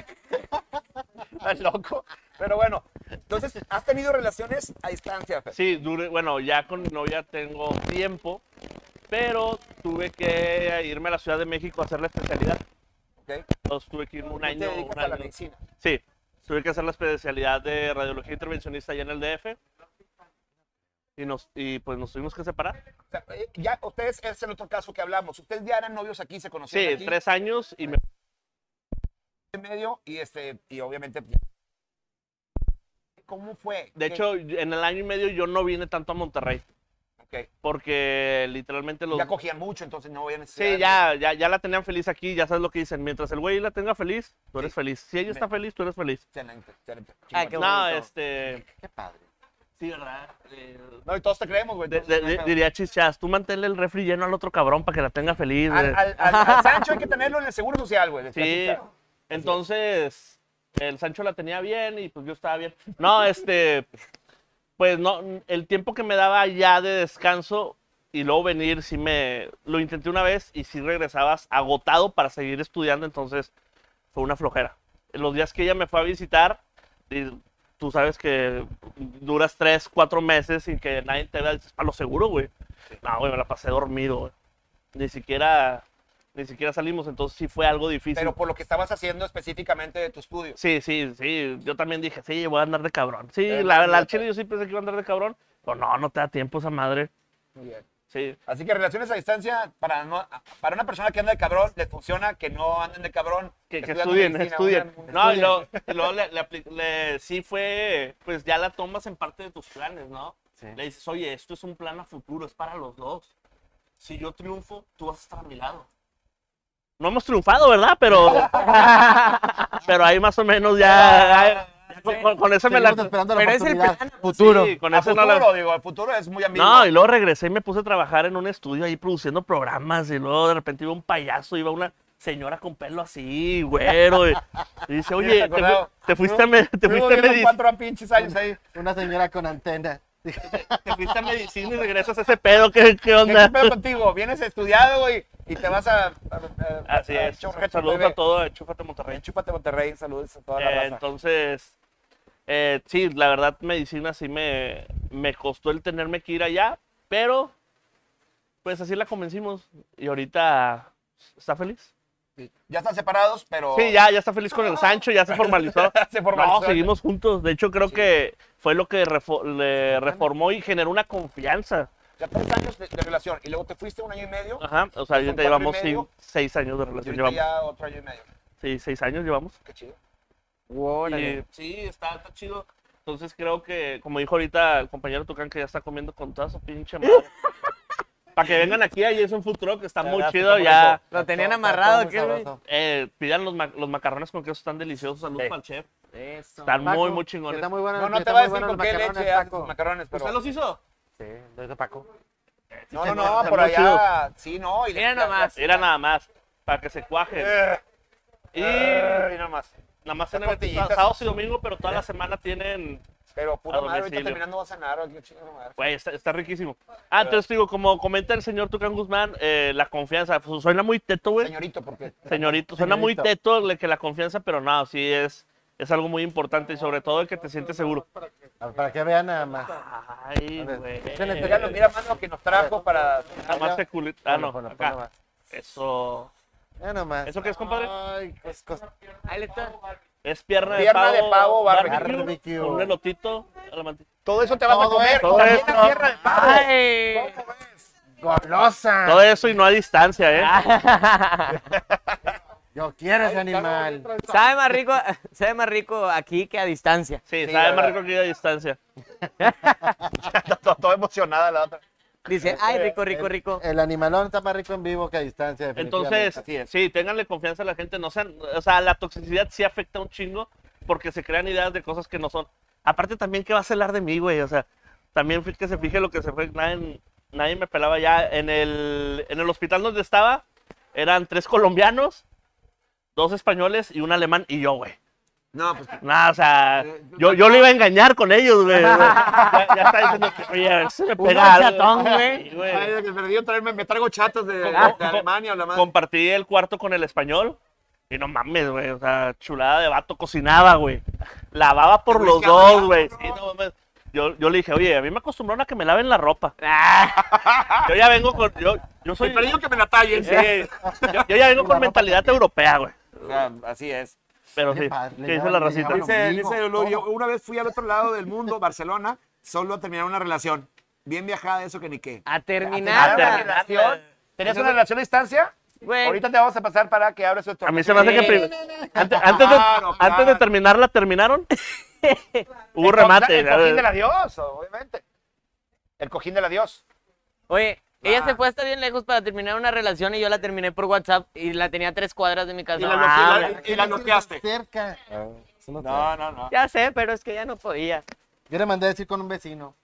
Está loco. Pero bueno, entonces, ¿has tenido relaciones a distancia, Fer? sí, dure, bueno, ya con mi novia tengo tiempo, pero tuve que irme a la Ciudad de México a hacer la especialidad. ¿Ok? Entonces tuve que irme un ¿Tú año. te dedicas un a la año. medicina? Sí, tuve que hacer la especialidad de radiología intervencionista allá en el D F. Y, nos, y pues nos tuvimos que separar. O sea, eh, ya ustedes, es el otro caso que hablamos. Ustedes ya eran novios aquí, se conocían Sí, aquí. tres años y me... En medio y este y obviamente. ¿Cómo fue? De ¿Qué- hecho, en el año y medio yo no vine tanto a Monterrey. ok, Porque literalmente los... ya cogían mucho, entonces no había necesidad. Sí, ya, ya, ya la tenían feliz aquí, ya sabes lo que dicen. Mientras el güey la tenga feliz, tú eres Sí. feliz. Si ella está feliz, tú eres feliz. Excelente, excelente. Ah, qué No, bonito. este... Qué padre. Sí, ¿verdad? Eh, No, y todos te creemos, güey. de- entonces, de- no hay de- pedo. diría Chichas, tú manténle el refri lleno al otro cabrón para que la tenga feliz. güey. Al, al, al- al Sancho hay que tenerlo en el seguro social, güey. decía Sí, Chicha. entonces el Sancho la tenía bien y pues yo estaba bien. No, este, pues no, el tiempo que me daba ya de descanso y luego venir, sí me, lo intenté una vez y sí regresabas agotado para seguir estudiando, entonces fue una flojera. Los días que ella me fue a visitar, y tú sabes que duras tres, cuatro meses sin que nadie te vea, dices, para lo seguro, güey. No, güey, me la pasé dormido, güey. Ni siquiera, ni siquiera salimos, entonces sí fue algo difícil. Pero por lo que estabas haciendo específicamente de tu estudio. Sí, sí, sí. Yo también dije, sí, voy a andar de cabrón. Sí, Eh, la, la sí, chile yo sí pensé que iba a andar de cabrón. Pero no, no te da tiempo esa madre. Muy bien. Sí. Así que relaciones a distancia, para, no, para una persona que anda de cabrón, les funciona que no anden de cabrón. Que, que estudian estudien, medicina, estudien. una- No, y luego, y luego le, le apli- le- sí fue, pues ya la tomas en parte de tus planes, ¿no? Sí. Le dices, oye, esto es un plan a futuro, es para los dos. Si yo triunfo, tú vas a estar a mi lado. No hemos triunfado, ¿verdad? Pero, pero ahí más o menos ya, con, con- con eso me la... Seguimos esperando la Pero es el oportunidad. plan. Futuro. Sí, con A eso no futuro, la... digo, a futuro es muy amigo. No, y luego regresé y me puse a trabajar en un estudio ahí produciendo programas y luego de repente iba un payaso, iba una señora con pelo así, güero, y, y dice, oye, te, fu- acordado. te fuiste a, me- te Estuvimos fuiste a viendo medici- cuatro pinches años ahí. Una señora con antena. te fuiste a medicina y regresas a ese pedo, ¿qué, qué ¿Qué onda? pedo contigo? Vienes estudiado, güey, y te vas a... a- a- Así a- es, a- saludos a todos, Chúpate Monterrey. Chúpate Monterrey, saludos a toda la Eh, raza. entonces, eh, sí, la verdad, medicina sí me, me costó el tenerme que ir allá, pero pues así la convencimos y ahorita está feliz. Ya están separados, pero... Sí, ya, ya está feliz con el Sancho, ya se formalizó. Se formalizó. No, seguimos juntos. De hecho, creo que fue lo que refo- le reformó y generó una confianza. Ya tres años de, de relación, y luego te fuiste un año y medio. Ajá, o sea, ¿Son ahorita cuatro y llevamos medio? sí, seis años de Y relación. ahorita Llevamos. ya otro año y medio. Sí, seis años llevamos. Qué chido. Órale. Y, sí, está, está chido. Entonces creo que, como dijo ahorita el compañero Tucán, que ya está comiendo con toda su pinche madre. Para que vengan aquí, ahí es un food truck, está La muy verdad, chido. está Ya, bonito. Lo tenían Está todo amarrado, muy ¿qué, güey? sabroso. eh, pidan los, ma- los macarrones con queso, están deliciosos. Saludos Sí. para el chef. Eso. Están Paco, muy, muy que chingones. Está muy bueno. No, no que te está va a muy decir bueno con los qué macarrones, leche haces Paco. tus macarrones, pero... ¿Usted los hizo? Sí, lo hizo Paco. No, no, Está no, muy por allá... Sí, no. Y Mira la- la- nomás. Era nada más, para que se cuajen. Eh, Y eh, y nada más. nada más Las tienen tortillitas. sábados y domingo, pero toda la semana tienen... Pero pura A madre, ahorita domicilio. terminando va a cenar. Qué chingada madre. Güey, está, está riquísimo. Ah, entonces digo, como comenta el señor Tucán Guzmán, eh, la confianza, pues, suena muy teto, güey. Señorito, porque... Señorito, suena muy Señorito. teto le- que la confianza, pero no, sí es, es algo muy importante y sobre todo el que te sientes seguro. A ver, Para que vean nada más. Ay, A ver, güey. échenle Mira, lo- mira, mano, que nos trajo para... Nada más te culito. Ah, no, Ponlo, ponlo, ponlo acá. más. Eso. Ya nomás. ¿Eso qué es, compadre? Ay, es cos- Ahí le está. Es pierna, Pierna de de pavo, pavo barbecue, barbecue. con un elotito a la mantilla. Todo eso te vas a Todo comer. eso, También eso. la tierra de pavo. Ay. ¿Cómo ves? ¡Golosa! Todo eso y no a distancia, ¿eh? Yo quiero ese animal. Sabe más rico, sabe más rico aquí que a distancia. Sí, Sí, sabe la más verdad. rico que a distancia. Todo, todo emocionada la otra. Dice, ay, rico, rico, rico. El animalón está más rico en vivo que a distancia, definitivamente. Entonces, sí, ténganle confianza a la gente. No sean, o sea, la toxicidad sí afecta un chingo porque se crean ideas de cosas que no son. Aparte también, ¿qué va a celar de mí, güey? O sea, también fui- que se fije lo que se fue. Nadie, nadie me pelaba ya. En el, en el hospital donde estaba, eran tres colombianos, dos españoles y un alemán y yo, güey. No, pues... Nada, o sea, yo, yo le iba a engañar con ellos, güey. Ya, ya está diciendo que, oye, a ver si me Un pega algo. chatón, güey. Sí, güey. Ay, de que perdió traerme, me traigo chatos de, de, Co- de Alemania o la madre. Compartí el cuarto con el español y no mames, güey, o sea, chulada de vato, cocinaba, güey. Lavaba por Qué los güey, dos, qué güey. Sí, no mames. Yo, yo le dije, oye, a mí me acostumbraron a que me laven la ropa. Yo ya vengo con, yo, yo soy, Me perdió que me la tallen. sí, yo, yo ya vengo con mentalidad europea, güey. O sea, así es. Pero Qué sí, padre, ¿qué le dice llevan- la le racita? llevan Dice, ombligo, dice Lulu, yo todo. una vez fui al otro lado del mundo, Barcelona, solo a terminar una relación. Bien viajada, eso que ni qué. A A terminar. terminar una relación. ¿Tenías una relación a distancia? Güey. Ahorita te vamos a pasar para que abres tu A mí se me hace que Sí. prim- antes, antes de, Claro, antes de claro. terminarla, ¿terminaron? Hubo remate. El cojín del adiós, obviamente. El cojín del adiós. Oye, ella Ah. se fue hasta bien lejos para terminar una relación y yo la terminé por WhatsApp y la tenía a tres cuadras de mi casa. Y la, Ah, bloque- la- y la bloqueaste. Cerca. Ah, eso no No, no, no. ya sé, pero es que ya no podía. Yo le mandé a decir con un vecino.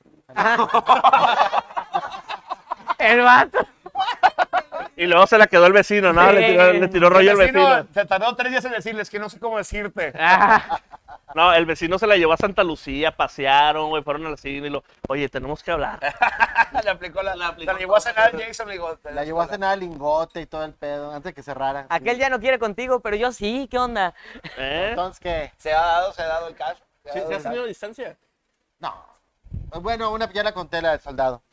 El vato. Y luego se la quedó el vecino, ¿no? Sí. Le, tiró, le tiró rollo al vecino. Se tardó tres días en decirles que no sé cómo decirte. Ah, No, el vecino se la llevó a Santa Lucía, pasearon, güey, fueron al cine y lo, oye, tenemos que hablar. Le aplicó la. La aplicó. Se la llevó a cenar Jason, le digo. La llevó a cenar al lingote y todo el pedo antes de que cerrara. aquel ya no quiere contigo, pero yo sí, ¿qué onda? ¿Eh? Entonces, ¿qué? Se ha dado, se ha dado el cash. Se ha ¿Sí, dado sí el has cash. tenido distancia? No. Bueno, una, ya la conté, la del soldado.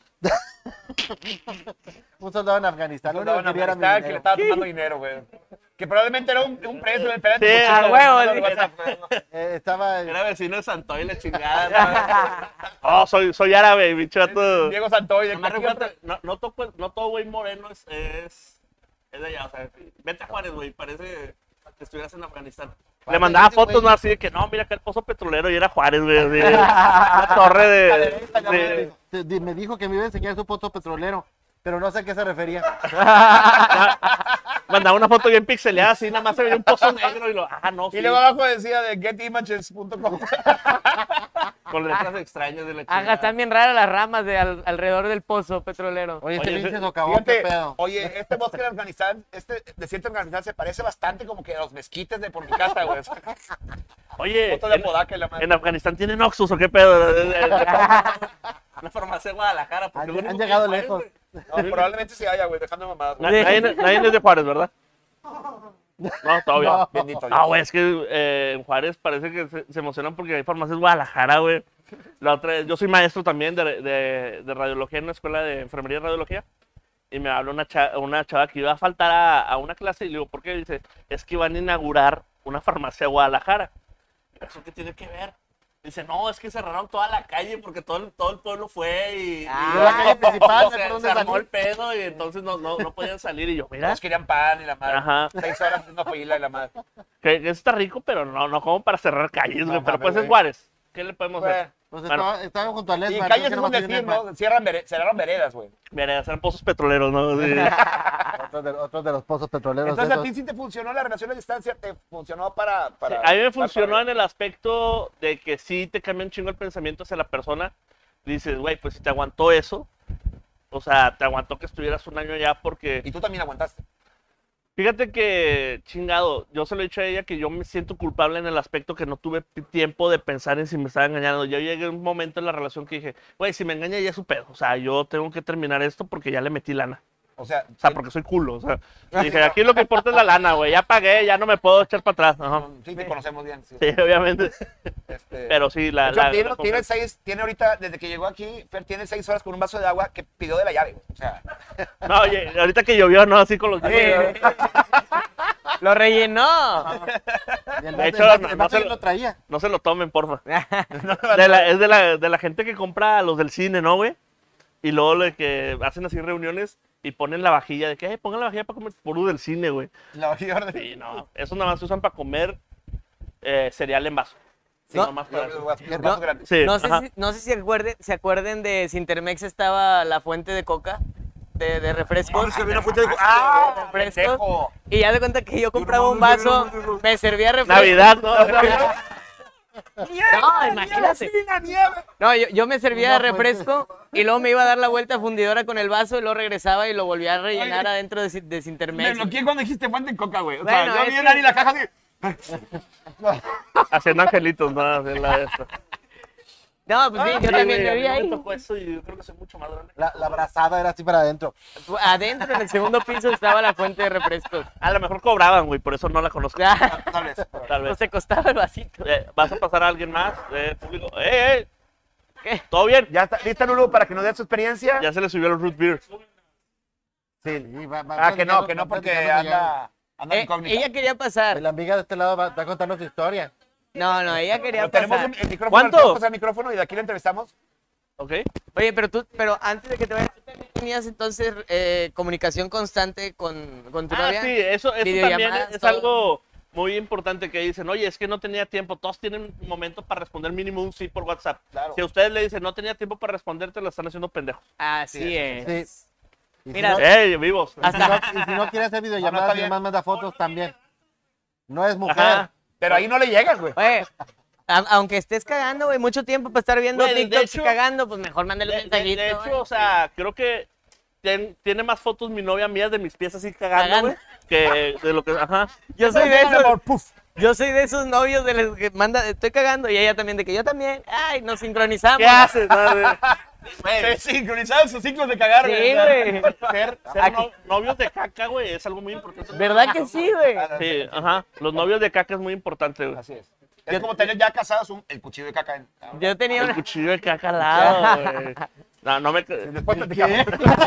Un soldado en Afganistán. Lo único Andaba en que quería era mi Afganistán, que le dinero. estaba tomando dinero, güey. Que probablemente era un, un preso del Sí, perante. a huevo, Eh, estaba... Era vecino de Santoy, la chingada. Oh, soy, soy árabe, bicho. todo. Diego Santoy. de Nomás aquí recuerda, no, no, todo, no todo güey moreno es, es, es de allá, o sea, vete a Juárez, güey, parece que estuvieras en Afganistán. Le Juárez, mandaba ese fotos, güey. ¿no? Así de que, no, mira acá el pozo petrolero y era Juárez, güey, así, una torre de... de- Te- te- me dijo que me iba a enseñar su pozo petrolero, pero no sé a qué se refería. mandaba una foto bien pixeleada, así, nada más se veía un pozo negro y lo, ah, no, Y sí, luego abajo decía de get images punto com. con letras extrañas de la Haga, chingada. están bien raras las ramas de al- alrededor del pozo petrolero. Oye, este Oye, pinche ese- socavón, qué Fíjate, pedo. oye, este bosque de Afganistán, este desierto de Afganistán se parece bastante como que a los mezquites de por mi casa, güey. Oye, Foto de en, Apodaca y la madre. en Afganistán tienen Oxxos, ¿o qué pedo? Una farmacia de Guadalajara. porque Han- es lo han único que llegado hay en lejos. Juárez, No, probablemente sí haya, güey, dejando mamadas. güey. güey. Na- Nadie, nadie es de Juárez, ¿verdad? No, todavía. No. Bendito Dios. Ah, güey, es que eh, en Juárez parece que se, se emocionan porque hay farmacias de Guadalajara, güey. La otra vez, yo soy maestro también de, de, de radiología en una escuela de enfermería y radiología. Y me habló una, cha- una chava que iba a faltar a, a una clase y le digo, ¿por qué? Dice, es que van a inaugurar una farmacia de Guadalajara. ¿Eso qué tiene que ver? Dice, no, es que cerraron toda la calle porque todo el, todo el pueblo fue y, Ah. y- Y la calle principal, no se, hay por dónde se armó salir. el pedo y entonces no, no, no podían salir. Y yo, mira, Todos querían pan y la madre. Ajá. Seis horas haciendo fila y la madre. que, que está rico, pero no, no como para cerrar calles, güey. No pero mames, pues es güey. Juárez. ¿Qué le podemos Bueno, hacer? Pues Bueno. estaba, estaba junto a y Lesma. calles es creo un que no decir, más ¿no? Cierran vere- cerraron veredas, güey. Mira, hacer pozos petroleros, ¿no? Sí. Otro de, otro de los pozos petroleros. Entonces a esos. ti sí te funcionó la relación a distancia, te funcionó para... para A mí me para- funcionó para- en el aspecto de que sí te cambia un chingo el pensamiento hacia la persona. Dices, güey, pues si te aguantó eso, o sea, te aguantó que estuvieras un año allá porque... Y tú también aguantaste. Fíjate que, chingado, yo se lo he dicho a ella que yo me siento culpable en el aspecto que no tuve pi- tiempo de pensar en si me estaba engañando. Yo llegué a un momento en la relación que dije, güey, si me engaña ya es su pedo. O sea, yo tengo que terminar esto porque ya le metí lana. O sea, O sea, porque soy culo. O sea, dije, aquí lo que importa es la lana, güey. Ya pagué, ya no me puedo echar para atrás. Ajá. sí te conocemos bien. Sí. Sí, obviamente. Este, Pero sí, la... de hecho, la- tiene, la- tiene seis, tiene ahorita, desde que llegó aquí, Fer tiene seis horas con un vaso de agua que pidió de la llave. güey. O sea, No, oye, ahorita que llovió, ¿no? Así con los... Lo rellenó. Y el De vato- hecho, el vato- no- el no vato se ya lo- lo traía. No se lo tomen, porfa. De la- es de la, de la gente que compra a los del cine, ¿no, güey? Y luego le que hacen así reuniones y ponen la vajilla de que, eh, pongan la vajilla para comer puro del cine, güey. la vajilla de... Sí, no. Eso nada más se usan para comer eh, cereal en vaso. Sí, No. nomás para eso. Los vasos grandes. Sí, No sé, ajá. si, no sé si acuerden, se acuerden de si Intermex estaba la fuente de coca, de, de refrescos. Es que había una fuente de... ¡Ah! Refrescos. pendejo! Y ya de cuenta que yo compraba un vaso, me servía refresco. Navidad, ¿no? No, imagínate. No, yo, yo me servía de Una fuente. refresco y luego me iba a dar la vuelta a fundidora con el vaso y luego regresaba y lo volvía a rellenar adentro de, de Me Sintermex. bloqueé cuando dijiste fuente de coca, güey. O Bueno, sea, yo es vi a que- Nani la caja así... Haciendo angelitos, ¿no? Hacer la de esta. No, pues sí, yo Sí, también güey, me a vi mí no ahí. me tocó eso y yo creo que soy mucho más grande. La, la brazada era así para adentro. Adentro, en el segundo piso, estaba la fuente de refrescos. A lo mejor cobraban, güey, por eso no la conozco. Ya, Tal vez. Tal no vez. se costaba el vasito. Eh, ¿Vas a pasar a alguien más? Eh, público. ¡Eh, eh! ¿Qué? ¿Todo bien? ¿Ya está lista, Lulu, para que nos dé su experiencia? Ya se le subió el root beer. Sí. Sí, va- va Ah, que no, platicando- que no, va porque platicando ya. anda... Anda Eh, incógnita. ella quería pasar. La amiga de este lado va, va a contarnos su historia. No, no, ella quería Pero tenemos pasar. un, el micrófono. ¿Cuánto? ¿Puedo pasar el micrófono y de aquí la entrevistamos? ¿Ok? Oye, pero tú, pero antes de que te vayas, ¿tú también tenías entonces eh, comunicación constante con, con tu Ah, novia? sí, eso, eso también Videollamadas, es, es todo. algo muy importante que dicen, oye, es que no tenía tiempo. Todos tienen un momento para responder mínimo un sí por WhatsApp. Claro. Si a ustedes le dicen, no tenía tiempo para responderte, lo están haciendo pendejos. Así Sí, es. Sí. Y Mira, si no, ¡Ey, vivos! y si no- y si no quiere hacer videollamadas, está y bien. además manda fotos también. No es mujer. Ajá. Pero ahí no le llegas, güey. Oye, a- aunque estés cagando, güey, mucho tiempo para estar viendo Güey, de TikToks hecho- cagando, pues mejor mándale un De, de- mensajito. de güey. hecho, o sea, creo que ten- tiene más fotos mi novia mía de mis pies así cagando, Cagando. güey, que de lo que... Ajá. yo soy de Venga, esos, amor, puf. yo soy de esos novios de los que manda, estoy cagando, y ella también de que yo también. Ay, nos sincronizamos. ¿Qué haces? no? De- Se sincronizaron sus ciclos de cagar, Sí, güey. güey. Ser, ser no- novios de caca, güey, es algo muy importante. ¿Verdad que sí, güey? Sí, ajá. Los novios de caca es muy importante, güey. Así es. Es como tener ya casados un, el cuchillo de caca en. Yo tenía El una... cuchillo de caca al lado, güey. No, no me... Después platicamos.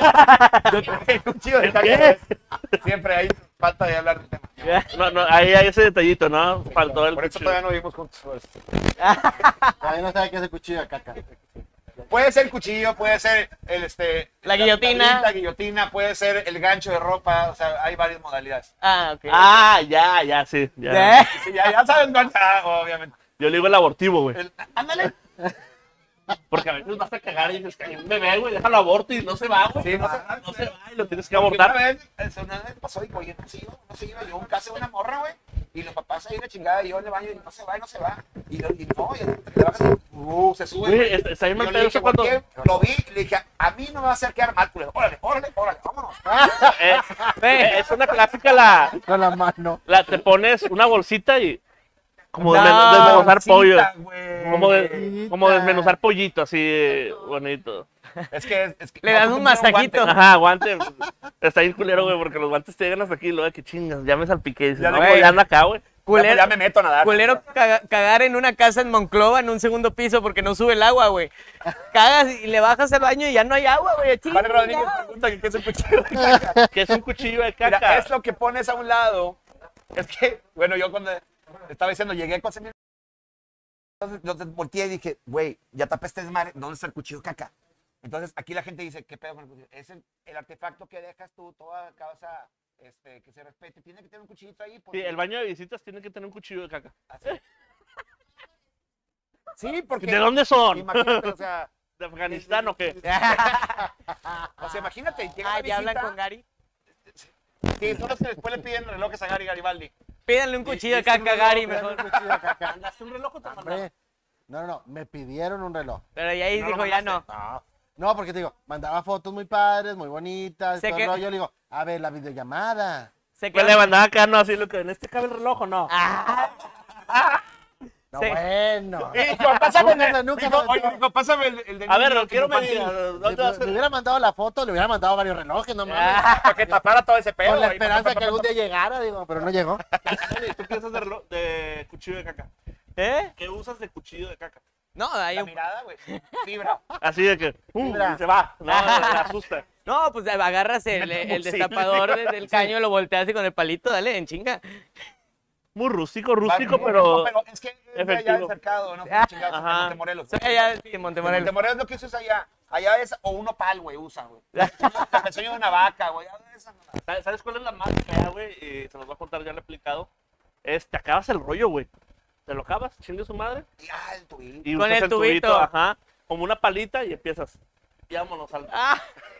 El cuchillo de caca. ¿Qué? es- Siempre hay falta de hablar del tema. No, no, ahí hay ese detallito, ¿no? Faltó el Por eso cuchillo. todavía no vivimos juntos. pues. Todavía no sabe qué es el cuchillo de caca. Puede ser cuchillo, puede ser el este La guillotina. La, guillotina, puede ser el gancho de ropa, o sea, hay varias modalidades. Ah, ok. Ah, ya, ya, sí. Ya. ¿Eh? Sí, ya, ya saben cuál, ah, obviamente. Yo le digo el abortivo, güey. El- ándale. Porque a veces vas a cagar y dices, "Cagué un bebé, güey, déjalo aborto", y no se va, güey. Sí, no se va, no se va y lo tienes que Porque Una abortar. vez, eh, una vez pasó y oye, no se iba, no se iba, yo un caso de una morra, güey, y los papás ahí la chingada, y yo en el baño, y no se va, y no se va, y, lo- y no, y le bajas y, uh, se sube, Güey, güey. está- está bien Y mal yo pedo le dije, eso cuando- volteé, lo vi, y le dije, a mí no me va a hacer quedar mal, culero, órale, órale, órale, vámonos. Eh, Ve. eh, es una clásica la, Con la mano. la... Te pones una bolsita y... Como No, desmen- desmenuzar pollo. Bolsita, güey. Como, de- como desmenuzar pollito, así eh, bonito. Es que, es que Le no das te un pusieron masajito. guante. Ajá, guante. Está bien culero, güey, porque los guantes te llegan hasta aquí y luego, que chingas, ya me salpiqué. Y dices, Ya no, de güey, que- ya anda acá, güey. Ya, pues, Culero, ya me meto a nadar. culero caga- cagar en una casa en Monclova en un segundo piso porque no sube el agua, güey. Cagas y le bajas al baño y ya no hay agua, güey. Chinga. Vale Rodríguez pregunta que qué es el cuchillo de caca. Que es un cuchillo de Mira, caca. es lo que pones a un lado. Es que, bueno, yo cuando estaba diciendo, llegué a conseguir. Entonces, entonces volteé y dije, güey, ya tapé este desmadre, ¿dónde está el cuchillo de caca? Entonces aquí la gente dice, ¿qué pedo con el cuchillo? Es el, el artefacto que dejas tú, toda causa este, que se respete. Tiene que tener un cuchillito ahí. Sí, porque- el baño de visitas tiene que tener un cuchillo de caca. Así. Sí, porque. ¿De dónde son? Imagínate, o sea. ¿De Afganistán o qué? O sea, imagínate, llega Ah, la ya hablan visita, con Gary. Sí, solo que después le piden relojes a Gary Garibaldi. Pídanle un cuchillo de y sí, caca a no, Gary no, mejor. Un cuchillo de caca. ¿Mandaste un reloj o te mandaron? Hombre. No, no, no. Me pidieron un reloj. Pero ya ahí No lo dijo, ya no. No. No, porque te digo, mandaba fotos muy padres, muy bonitas. Sé Todo que- el rollo. Le digo, a ver, la videollamada. Se Pues quedó- le mandaba acá, no, así lo que en este cabe el reloj o no. Ah, No, Sí. bueno. Dijo, pásame el, Nunca, nunca dijo, me- oye, dijo, pásame el, el de A ver, niño lo quiero infantil, medir. Si ¿Dónde vas a me hubiera mandado la foto, le hubiera mandado varios relojes, no mames. Para que tapara todo ese pedo. Con la ahí, esperanza pa, pa, que pa, algún pa, día llegara, digo, pero no llegó. Oye, ¿tú qué usas de, reloj, de cuchillo de caca? ¿Eh? ¿Qué usas de cuchillo de caca? No, hay La un... mirada, güey. Fibra. Así de que, uh, Mira. y se va. No, me asusta. No, pues agarras el, el Metamorfina. destapador de- del caño, lo volteas y con el palito, dale, en chinga. Muy rústico, rústico, Va- pero... pero es que es de allá efectivo. del cercado, ¿no? Ah, Chingados, en ajá. Montemorelos. Soy allá sí, en En Montemorelos. Montemorelos lo que se usa allá. Allá es o un opal, güey, usan, güey. El sueño de una vaca, güey. esa no la- ¿Sabes- ¿Sabes cuál es la más fea, güey? Y se nos va a contar, ya lo he explicado. Es, te acabas el rollo, güey. Te lo acabas, chingue su madre. Y, ah, el tubito. Y Con usas el tubito. Ajá. Como una palita y empiezas. Y vámonos al... Ah,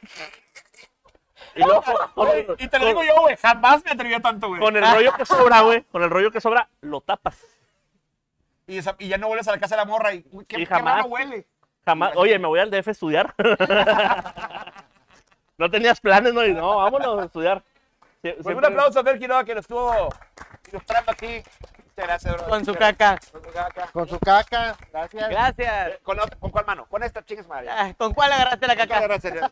Y luego, con, Oye, y te lo digo yo, güey, jamás me atreví a tanto, güey. con el rollo que sobra, güey. Con el rollo que sobra, lo tapas. Y, esa- y ya no vuelves a la casa de la morra y, uy, qué, Y qué jamás. raro huele. Jamás. Oye, me voy al D F a estudiar. No tenías planes, ¿no? Y no, vámonos a estudiar. Sie- Pues un siempre- aplauso a Fer Quiroga que nos estuvo ilustrando aquí. Muchas gracias, bro. con su caca. Con su caca. Con su caca, gracias. Gracias. ¿Con, otra- ¿Con cuál mano? Con esta, chingas madre. Ah, ¿Con cuál agarraste la Muchas caca? gracias.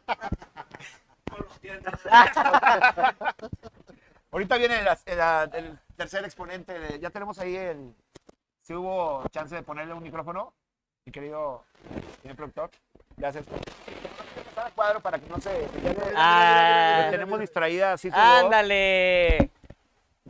Ahorita viene la- la- el tercer exponente. de- ya tenemos ahí el. Si hubo chance de ponerle un micrófono, mi querido señor productor. Gracias. Pasar a cuadro para que no se. Ah. Lo tenemos distraída así. su voz. Ándale.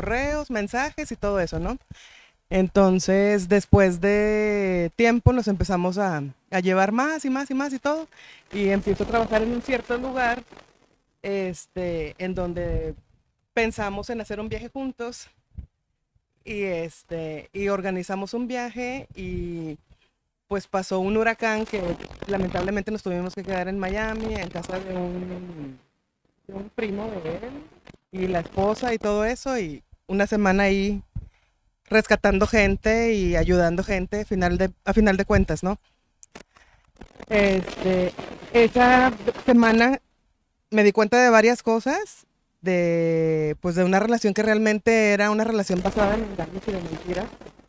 correos, mensajes y todo eso, ¿no? Entonces, después de tiempo nos empezamos a, a llevar más y más y más y todo. Y empiezo a trabajar en un cierto lugar, este, en donde pensamos en hacer un viaje juntos. Y, este, y organizamos un viaje y pues pasó un huracán que lamentablemente nos tuvimos que quedar en Miami, en casa de un, de un primo de él y la esposa y todo eso. Y una semana ahí rescatando gente y ayudando gente final de, a final de cuentas, ¿no? Este, esa semana me di cuenta de varias cosas, de, pues de una relación que realmente era una relación basada en engaños y de mentiras.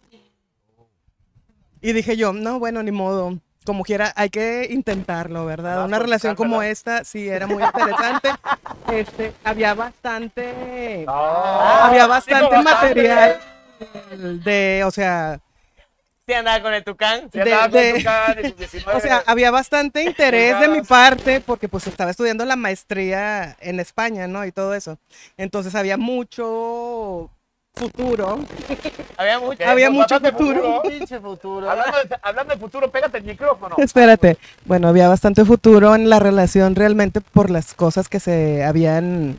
Y dije yo, no, bueno, ni modo, como quiera, hay que intentarlo, ¿verdad? Ah, Una pues, relación como buscármela. esta, sí, era muy interesante. Este, había bastante, Ah, había digo, bastante bastante. material de, o sea, Sí, andaba con el tucán. Sí, de- andaba con de- Tucán en sus diecinueve. o sea, había bastante interés de mi Pulgadas. parte porque pues estaba estudiando la maestría en España, ¿no? Y todo eso. Entonces había mucho futuro. Había mucho. había pues, mucho bastante futuro. Pinche futuro. Hablando de, hablando de futuro, pégate el micrófono. Espérate. Bueno, había bastante futuro en la relación realmente por las cosas que se habían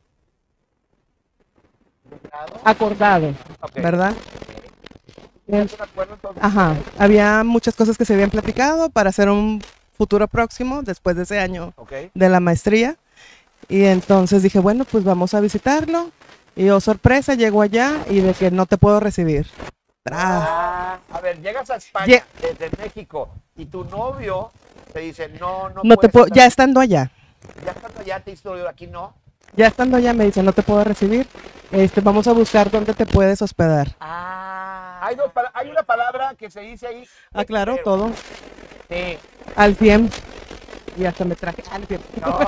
acordado, Ok. ¿verdad? ¿Estás de acuerdo, entonces? Ajá, había muchas cosas que se habían platicado para hacer un futuro próximo después de ese año Ok. de la maestría. Y entonces dije, bueno, pues vamos a visitarlo. Y oh, sorpresa, llego allá y de que no te puedo recibir. Tras. Ah, a ver, llegas a España Lle- desde México y tu novio te dice, no, no, No te puedes puedo, estar- ya estando allá, ya estando allá te hizo aquí no. ya estando allá me dice, no te puedo recibir. Este, vamos a buscar dónde te puedes hospedar. Ah. Hay, dos, pala- hay una palabra que se dice ahí. Ah, claro, pero- todo. Sí. Al cien. Y hasta me traje al cien.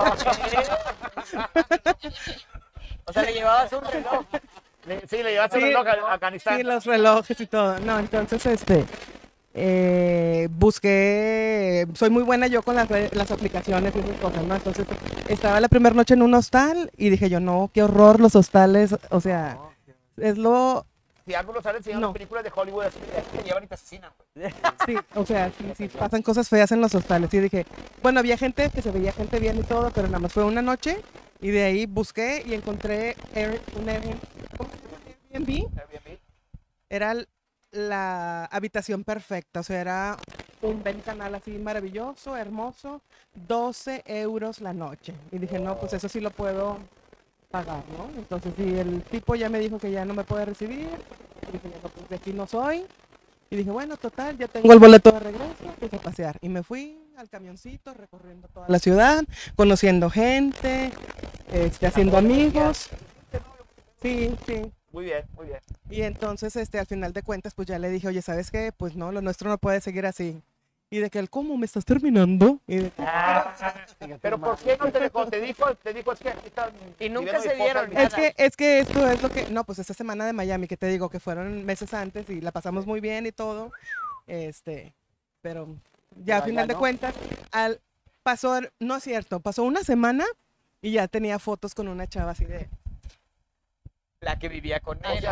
O sea, le llevabas un reloj. Le- sí, le llevaste Sí, un reloj a, a Afganistán. Sí, los relojes y todo. No, entonces, este, eh, busqué, soy muy buena yo con las, re- las aplicaciones y esas cosas, ¿no? Entonces, estaba la primera noche en un hostal y dije yo, no, qué horror los hostales, o sea, es lo, Si algo lo sale enseñando No. en películas de Hollywood, así que te llevan y te asesinan. Güey. sí, o sea, sí, sí, pasan cosas feas en los hostales. Y dije, bueno, había gente que se veía gente bien y todo, pero nada más fue una noche y de ahí busqué y encontré Air- un Air- ¿cómo se llama? Airbnb. Airbnb. Era l- la habitación perfecta, o sea, era un ventanal así maravilloso, hermoso, doce euros la noche. Y dije, no, pues eso sí lo puedo pagar, ¿no? Entonces, si el tipo ya me dijo que ya no me puede recibir, y dije, no, pues de aquí no soy. Y dije, bueno, total, ya tengo el boleto de regreso, pues a pasear. Y me fui al camioncito, recorriendo toda la ciudad, conociendo gente, este, haciendo amigos. Sí, sí. Muy bien, muy bien. Y entonces, este, al final de cuentas, pues ya le dije, oye, ¿sabes qué? Pues no, lo nuestro no puede seguir así. Y de que él, ¿cómo me estás terminando? Y de que, Pero ¿por qué no te dejó? Te dijo, te dijo, es que aquí está Y nunca viviendo se mi esposa dieron en mi nada. es que, es que esto es lo que, no, pues esta semana de Miami que te digo, que fueron meses antes y la pasamos muy bien y todo, este, pero ya a Pero final allá de no. cuentas, al, pasó, no es cierto, pasó una semana y ya tenía fotos con una chava así de, La que vivía con O él. sea,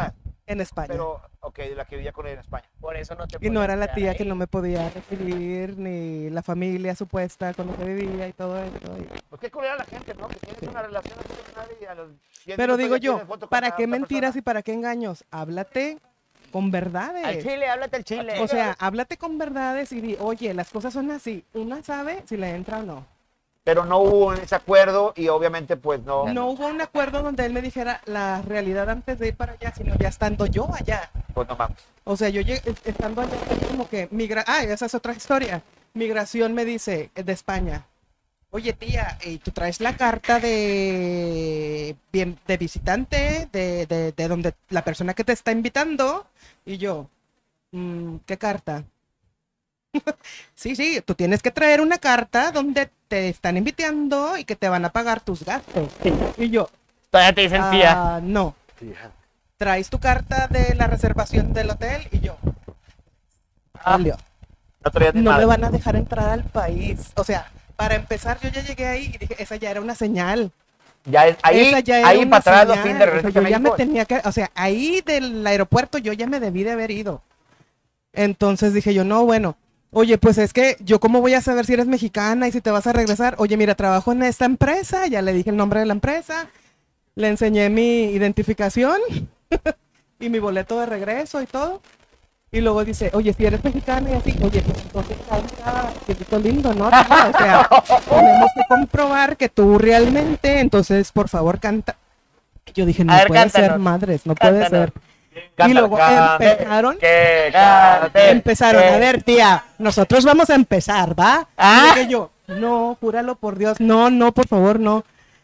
En España. Pero, ok, de la que vivía con él en España. Por eso no te Y no podías era la quedar tía ahí. que no me podía recibir, ni la familia supuesta con la que vivía y todo eso. y- Pues qué culera la gente, ¿no? Que tienes una relación así con nadie y a los diez Pero minutos digo ya yo, tienes foto con ¿para la qué otra mentiras persona. y para qué engaños? Háblate con Al verdades. chile, háblate al chile. O sea, háblate con verdades y di, oye, las cosas son así. Una sabe si le entra o no. Pero no hubo ese acuerdo y obviamente pues no. No hubo un acuerdo donde él me dijera la realidad antes de ir para allá, sino ya estando yo allá. Pues no mames. O sea, yo llegué- estando allá, como que migra... Ah, esa es otra historia. Migración me dice, eh, de España. Oye, tía, ¿y tú traes la carta de, bien- de visitante de, de, de donde la persona que te está invitando? Y yo, "Mm, ¿qué carta? Sí, sí, tú tienes que traer una carta donde te están invitando y que te van a pagar tus gastos. Y yo, Todavía te dicen tía. "Ah, no. ¿Traes tu carta de la reservación del hotel?" Y yo, "Valió. No traías ni No madre. me van a dejar entrar al país." O sea, para empezar, yo ya llegué ahí y dije, esa ya era una señal. Ya es- ahí, Esa ya era ahí una para atrás los señal. fines de O sea, regreso a yo ya me México. tenía que, o sea, ahí del aeropuerto yo ya me debí de haber ido. Entonces dije yo, no, bueno, oye, pues es que yo cómo voy a saber si eres mexicana y si te vas a regresar. Oye, mira, trabajo en esta empresa, ya le dije el nombre de la empresa, le enseñé mi identificación y mi boleto de regreso y todo. Y luego dice, oye, si eres mexicana y así, oye, pues entonces canta, chiquito lindo, ¿no? O sea, tenemos que comprobar que tú realmente, entonces, por favor, canta. Yo dije, no A ver, puede ser, cántanos. madres, no puede Cántanos. ser. Canta, y luego cante, empezaron, que cante, empezaron, que- a ver, tía, nosotros vamos a empezar, ¿va? Ah. Y dije yo, no, júralo por Dios, no, no, por favor, no.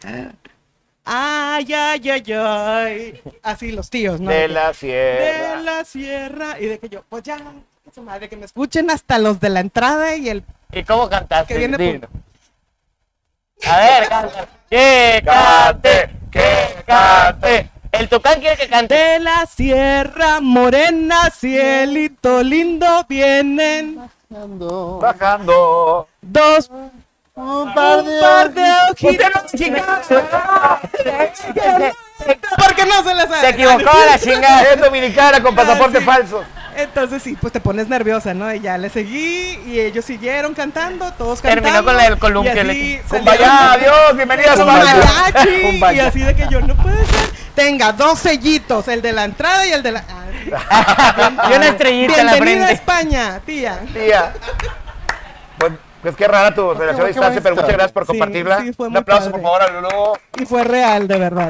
Ay, ay, ay, ay. Así los tíos, ¿no? de De la de sierra. la sierra. Y de que yo, pues ya, su madre, que me escuchen hasta los de la entrada y el ¿Y cómo cantaste? que viene Dilo. por... A ver, canta. Que cante, que cante. El Tucán quiere que cante. De la sierra morena, cielito lindo, vienen Bajando. dos, Un par de, un par de ojitos. ¿Por qué no se les Se equivocó a la chingada. Es dominicana con pasaporte Ah, sí. falso. Entonces sí, pues te pones nerviosa, ¿no? Y ya le seguí y ellos siguieron cantando, todos cantando. Terminó con la del columpio, Y le- así Kumbaya, salieron adiós, bienvenidas a con Kumbaya. mariachi. Kumbaya. Y así de que yo, no puede ser. Tenga dos sellitos, el de la entrada y el de la... Ah, sí. Y una estrellita en la Bienvenida a frente. España, tía. Tía. Pues, pues qué rara tu relación a qué distancia, pero bonito. muchas gracias por Sí, compartirla. sí, fue Un muy aplauso, padre. por favor, a Lulú. Y fue real, de verdad.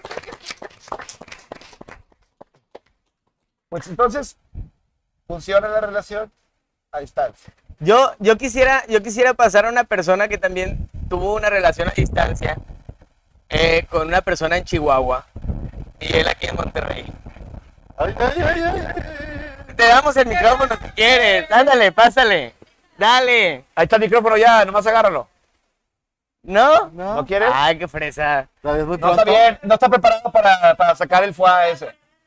Pues entonces, ¿funciona la relación a distancia? Yo, yo, quisiera, yo quisiera pasar a una persona que también tuvo una relación a distancia eh, con una persona en Chihuahua y él aquí en Monterrey. Ay, ay, ay, ay. Te damos el micrófono si quieres. Ándale, pásale. Dale. Ahí está el micrófono ya, nomás agárralo. ¿No? No, ¿No quieres? Ay, qué fresa. todavía es muy No está pronto. bien, no está preparado para, para sacar el foie ese.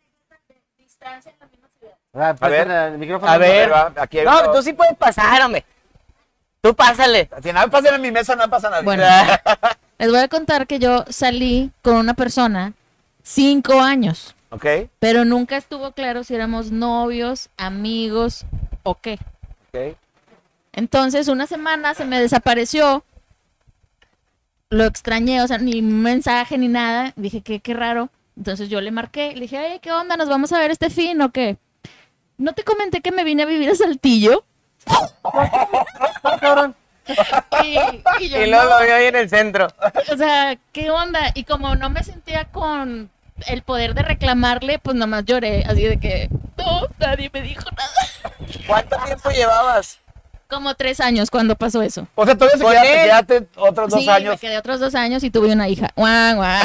Ah, A ver. préstale el micrófono. A ver. Ahí va, aquí hay No, uno. tú sí puedes pasar, hombre. Tú pásale. Si nada me pasa en mi mesa, no pasa nada. Bueno, les voy a contar que yo salí con una persona cinco años, Ok, pero nunca estuvo claro si éramos novios, amigos o qué. ok. Entonces, una semana se me desapareció. Lo extrañé, o sea, ni un mensaje ni nada. Dije, qué, qué raro. Entonces yo le marqué, le dije, oye, ¿qué onda? ¿Nos vamos a ver este fin o qué? ¿No te comenté que me vine a vivir a Saltillo? y, y yo, Y luego "No". lo vio ahí en el centro. O sea, ¿qué onda? Y como no me sentía con el poder de reclamarle, pues nomás lloré, así de que no, nadie me dijo nada. ¿Cuánto tiempo llevabas? Como tres años cuando pasó eso. O sea, todavía se Con quedaste, él. quedaste otros dos Sí, me años. quedé otros dos años y tuve una hija. Guau, guau.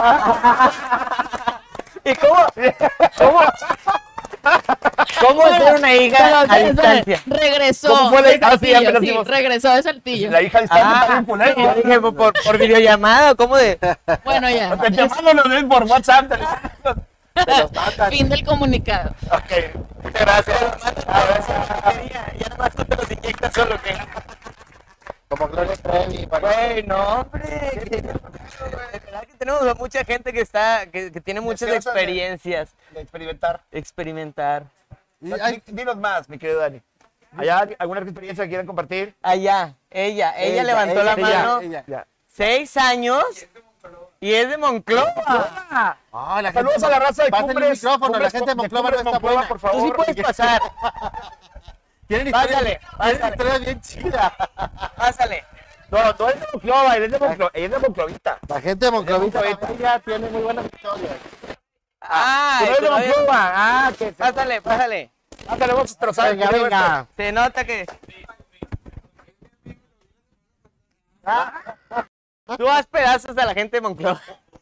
¿Y cómo? ¿Cómo? ¿Cómo hacer una hija a distancia? Regresó. ¿Cómo fue la- de ah, sí, ya Saltillo, apenas sí, dimos- regresó de Saltillo. La hija está Ah, bien culero. yo dije, ¿por, por, por videollamada? ¿Cómo de? Bueno, ya. Te llamando los ven por WhatsApp. te- Fin del comunicado. Ok, muchas gracias. Ya, ya nomás tú te los inyectas solo que. Como Gloria Trevi. bueno. Güey, no, hombre. De verdad que tenemos a mucha gente que está, que, que tiene muchas Deseosa de- experiencias. De experimentar. Experimentar. Y hay- Di- Dinos más, mi querido Dani. ¿Allá alguna experiencia que quieran compartir? Allá, ella, ella, Ella, levantó ella, la ella, mano. ella. Ya. Seis años. Y es de Monclova. Ah, la Saludos gente- a la raza de Pasen el Cumbres. micrófono, la Cumbres gente de Mo- Monclova no Cumbres está Monclova, buena. por Tú favor. sí puedes pasar. Tienen historias, Pásale, tienen pásale. historias bien chidas. Pásale. No, no es de Monclova, él es de Monclova, ella es de Monclovita. La gente de Monclovita Monclovita. ella tiene muy buenas historias. Ah, ¿Tú no eres de todavía- Monclova? Ah, que Pásale, pásale. Ah, te lo vamos a destrozar. Venga, quiero venga. Se nota que. Tú haz pedazos a la gente de Monclova.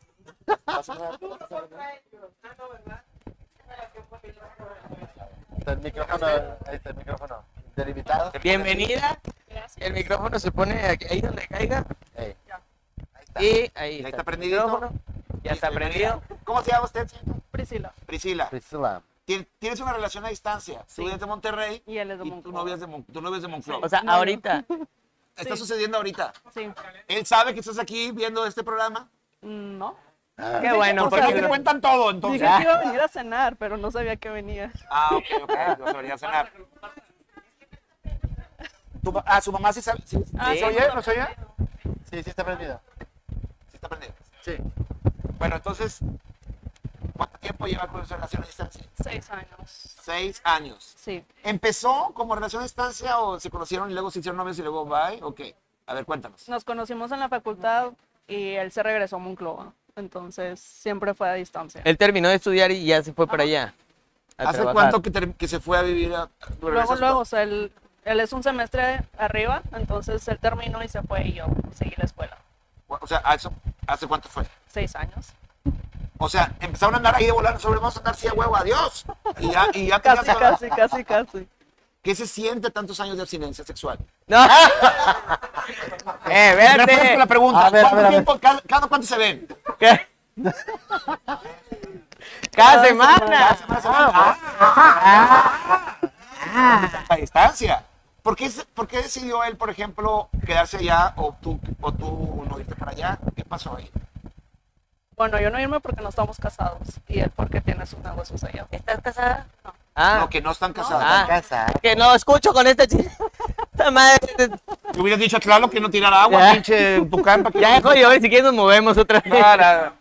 Está el micrófono, ahí está el micrófono. Del invitado. Bienvenida. El micrófono se pone aquí- ahí donde caiga. Ey. Y ahí Ya está. está el prendidito. micrófono. Ya está prendido. ¿Cómo se llama usted, señor? Priscila. Priscila. Priscila. Tien- Tienes una relación a distancia. Tú Sí. eres de Monterrey Y él es de y tu Monclova. novia es de, Mon- tu novia es de Monclova. O sea, ahorita. Está sí. sucediendo ahorita. Sí. ¿Él sabe que estás aquí viendo este programa? Mm, No. Qué bueno, Porque porque te cuentan todo, entonces. Dije que iba a venir a cenar, pero no sabía que venía. Ah, ok, ok. No se venía a cenar. ¿Tu ma- ah, su mamá sí sabe. ¿Sí, Ah, ¿Sí se sí. oye? ¿No se oye? Sí, sí está prendido. Sí está prendido. Sí. Bueno, entonces, ¿cuánto tiempo lleva con su relación a distancia? Seis años. Seis años. Sí. ¿Empezó como relación a distancia o se conocieron y luego se hicieron novios y luego bye? Ok. A ver, cuéntanos. Nos conocimos en la facultad y él se regresó a Monclova. Entonces siempre fue a distancia. él terminó de estudiar y ya se fue para allá. a ¿Hace trabajar. cuánto que, ter- que se fue a vivir a, Luego, luego, o sea, él, él es un semestre arriba, entonces él terminó y se fue y yo seguí la escuela. O sea, ¿a eso- ¿hace cuánto fue? Seis años. O sea, empezaron a andar ahí de volar sobre, vamos a andar sí a huevo, adiós. Y ya, y ya te Casi, casas. casi, casi, casi. ¿Qué se siente tantos años de abstinencia sexual? No. eh, Refresco espérate. la pregunta. A ver, a ¿Cuánto ver, a ver. tiempo, cada, cada cuánto se ven? ¿Qué? Cada semana. A distancia. ¿Por qué, se- por qué decidió él, por ejemplo, quedarse allá o tú, o tú no irte para allá? ¿Qué pasó ahí? Bueno, yo no irme porque no estamos casados y él porque tiene sus negocios allá. ¿Estás casada? No. Ah, No, que no están casados. Ah. Casa. que no escucho con esta chica. Esta madre. Te hubieras dicho a Tlalo que no tirara agua, Ya. pinche tucán, para que... Ya dejo de llover, si quieres nos movemos otra vez. Para-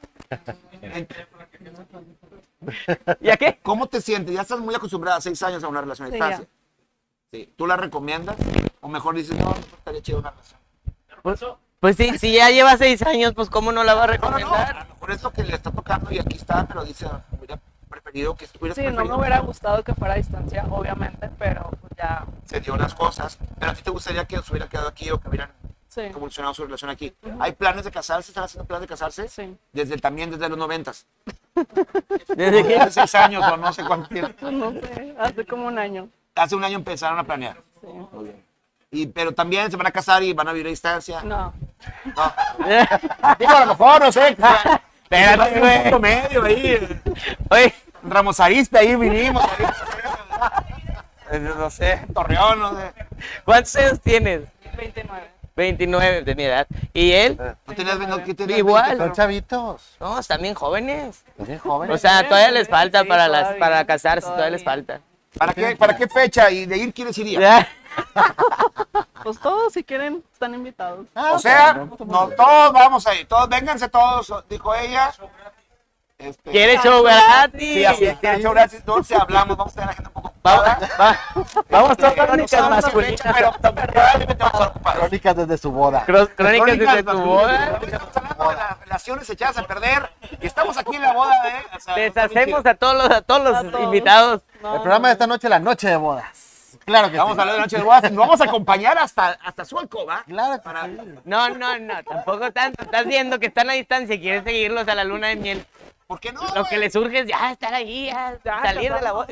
¿Ya qué? ¿Cómo te sientes? Ya estás muy acostumbrada a seis años a una relación a Sí, distancia. Sí. ¿Tú la recomiendas? O mejor dices, no, no estaría chido una relación. Pues, pues sí, si ya lleva seis años, pues ¿cómo no la va a No, no, no, recomendar? a lo mejor es lo que le está tocando y aquí está, pero dice, hubiera preferido que estuviera. Sí, no me hubiera gustado que fuera a distancia, obviamente, pero pues ya, Se dio las cosas, pero a ti te gustaría que se hubiera quedado aquí o que hubieran sí, convulsionado su relación aquí. ¿Hay planes de casarse? ¿Están haciendo planes de casarse? sí. Desde también desde los noventas. Desde que Hace seis años o no sé cuánto tiempo. Pues no sé, hace como un año. Hace un año empezaron a planear. Sí. Muy bien. Y, pero también se van a casar y van a vivir a distancia. No, No. Digo, a lo mejor, no sé. Espérate, un güey. punto medio ahí. Oye, Ramos Arizpe, ahí vinimos. Ahí, eh, no sé, Torreón, no sé. ¿cuántos años tienes? veintinueve. veintinueve de mi edad. ¿Y él? ¿No tenías, no, ¿qué tenías Igual. veinte, Son chavitos. No, están bien jóvenes. Bien jóvenes. O sea, todavía les falta Sí, para las todavía, para casarse, todavía les todavía. falta. ¿Para qué, ¿Para qué fecha? ¿Y de ir quiénes irían? Ya. Pues todos, si quieren, están invitados. Ah, O sea, bueno. no, todos vamos ahí, todos, vénganse todos, dijo ella. Este, ¿Quiere show gratis? Sí, así es, quiere show gratis, entonces hablamos, vamos a tener a la gente un poco Vamos, ocupada. va- vamos todas No crónicas sabemos la masculinas. fecha, pero probablemente vamos a estar ocupados. Crónicas desde su boda. Cro- Crónicas desde tu masculinas. boda. Estamos hablando de las relaciones echadas a perder y estamos aquí en la boda de... O sea, Deshacemos a todos los, a todos los A todos. invitados. No, El programa de esta noche, la noche de bodas. Claro que Vamos sí. a hablar de noche de bodas y nos vamos a acompañar hasta, hasta su alcoba. Claro que Para- sí. No, no, no, tampoco tanto. Estás viendo que están a distancia y quieres seguirlos a la luna de miel. ¿Por qué no? Lo que les surge es ya estar ahí, ya Ya, salir de la boda.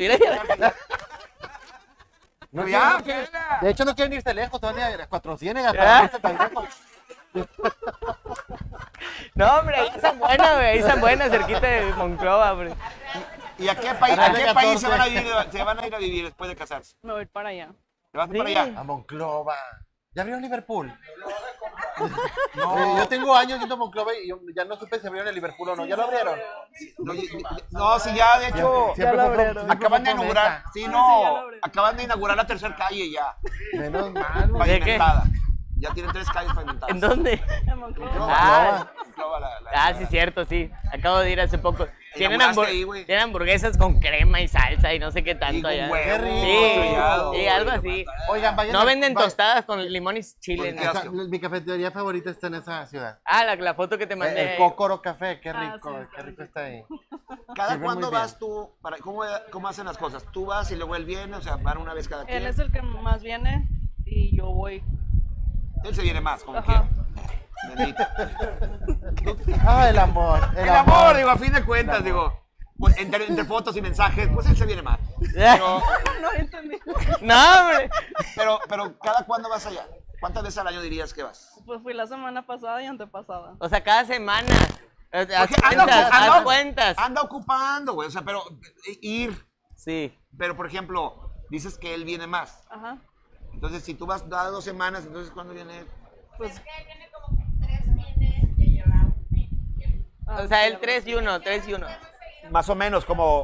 No, ya, De hecho, no quieren irse lejos, todavía a las cuatro ciénegas Ya. para irse tan lejos. No, hombre, ahí están buenas, güey. Ahí están buenas, cerquita de Monclova, hombre. ¿Y a qué país, a qué país se van a, vivir, se van a ir a vivir después de casarse? me voy para allá. ¿Te vas Sí. para allá? A Monclova. ¿Ya abrieron Liverpool? No. Yo tengo años yendo a Monclova y yo ya no supe si abrieron el Liverpool o no. ¿Ya lo abrieron? No, no, sí, ya, de hecho, Siempre, siempre fue pro- siempre acaban de fue inaugurar. promesa. Sí, Ah, no, sí, ya lo abrieron. acaban de inaugurar la tercera calle ya. Menos mal. güey. ¿De qué? Pavimentada. Ya tienen tres calles pavimentadas. ¿En dónde? En Monclova. Ah, Monclova, la- la- ah, la- sí, cierto, sí. Acabo de ir hace poco. Tienen, inauguraste hambur- ahí, güey. tienen hamburguesas con crema y salsa y no sé qué Y tanto con allá. huevo, Qué rico. Sí, estrellado, sí, güey, algo la así. patada. Oigan, vayan. No a- venden va- tostadas con limón y chile. Porque ¿no? Esa- mi cafetería favorita está en esa ciudad. Ah, la, la foto que te mandé. El Cócoro Café, qué Ah, rico, sí, qué está rico rico. está ahí. ¿Cada Sirve cuándo muy bien. vas tú? Para, ¿cómo, ¿Cómo hacen las cosas? ¿Tú vas y luego él viene? O sea, van una vez cada quien. Él es el que más viene y yo voy. Él se viene más, como Ajá. quiera. Bendito. Ah, el amor. El, El amor, digo, a fin de cuentas, digo. Pues, entre, entre fotos y mensajes, pues él se viene más. Pero, No entendí. No, hombre. pero, pero ¿cada cuándo vas allá? ¿Cuántas veces al año dirías que vas? Pues fui la semana pasada y antepasada. O sea, cada semana. Haz Porque cuentas, anda- haz cuentas. Anda ocupando, güey. O sea, pero eh, ir. Sí. Pero, por ejemplo, dices que él viene más. Ajá. Entonces, si tú vas cada dos semanas, entonces, ¿cuándo viene él? Pues. O sea, el tres y uno, tres y uno. Más o menos como...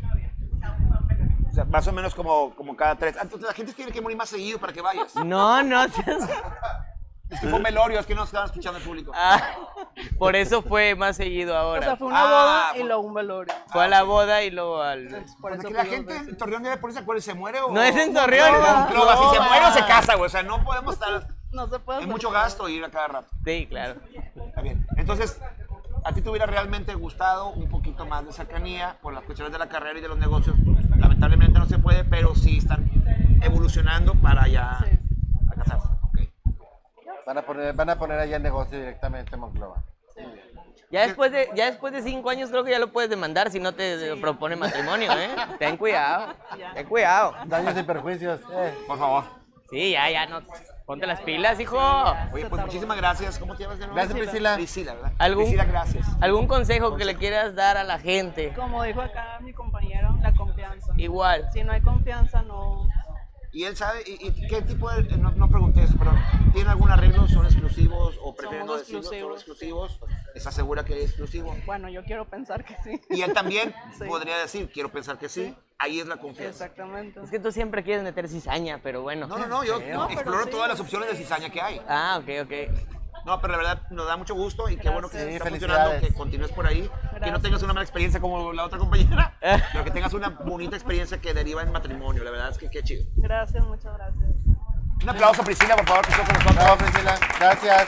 O sea, más o menos como, como cada tres. Ah, entonces, la gente tiene que morir más seguido para que vayas. No, no seas... Es que fue un velorio, es que no estaban escuchando el público. Ah, por eso fue más seguido O ahora. sea, fue una Ah, boda y fue- luego un velorio. Fue a la boda y luego al... Por Porque eso la fui dos gente veces. en Torreón debe ponerse de acuerdo si se muere o... No es en Torreón, No, no. Monclova, si se No, muere o se va. casa, güey. O sea, no podemos estar... No se puede Es hacer mucho todo. gasto ir a cada rato. Sí, claro. Está bien. Entonces, ¿a ti te hubiera realmente gustado un poquito más de cercanía por las cuestiones de la carrera y de los negocios? Lamentablemente no se puede, pero sí están evolucionando para ya Sí. a casarse. Ok. Van a poner, van a poner allá el negocio directamente en Monclova. Ya después de, ya después de cinco años creo que ya lo puedes demandar si no te propone matrimonio, ¿eh? Ten cuidado, ten cuidado. Daños y perjuicios. eh. Por favor. Sí, ya, ya, no. Ponte las pilas, hijo. Oye, pues muchísimas gracias. ¿Cómo te llamas de nuevo? Gracias, Priscila. Priscila, ¿verdad? ¿Algún- Priscila, gracias. ¿Algún consejo que le quieras dar a la gente? Como dijo acá mi compañero, la confianza. Igual. Si no hay confianza, no. ¿Y él sabe y, y qué tipo de, no, no pregunté eso, pero ¿tienen algún arreglo? ¿Son exclusivos o prefieren no Somos decirlo? ¿Son exclusivos. exclusivos? ¿Estás segura que es exclusivo? Bueno, yo quiero pensar que sí. Y él también Sí. podría decir, quiero pensar que sí. Sí. Ahí es la confianza. Exactamente. Es que tú siempre quieres meter cizaña, pero bueno. No, no, no, yo No, pero exploro sí. todas las opciones de cizaña que hay. Ah, ok, ok. No, pero la verdad nos da mucho gusto y qué bueno que Gracias. está Sí, funcionando, felicidades. que continúes por ahí, que no Gracias. tengas una mala experiencia como la otra compañera, pero que tengas una bonita experiencia que deriva en matrimonio. La verdad es que qué chido. Gracias, muchas gracias. Un aplauso a Priscila, por favor, que estuvo con nosotros. No, Priscila, gracias.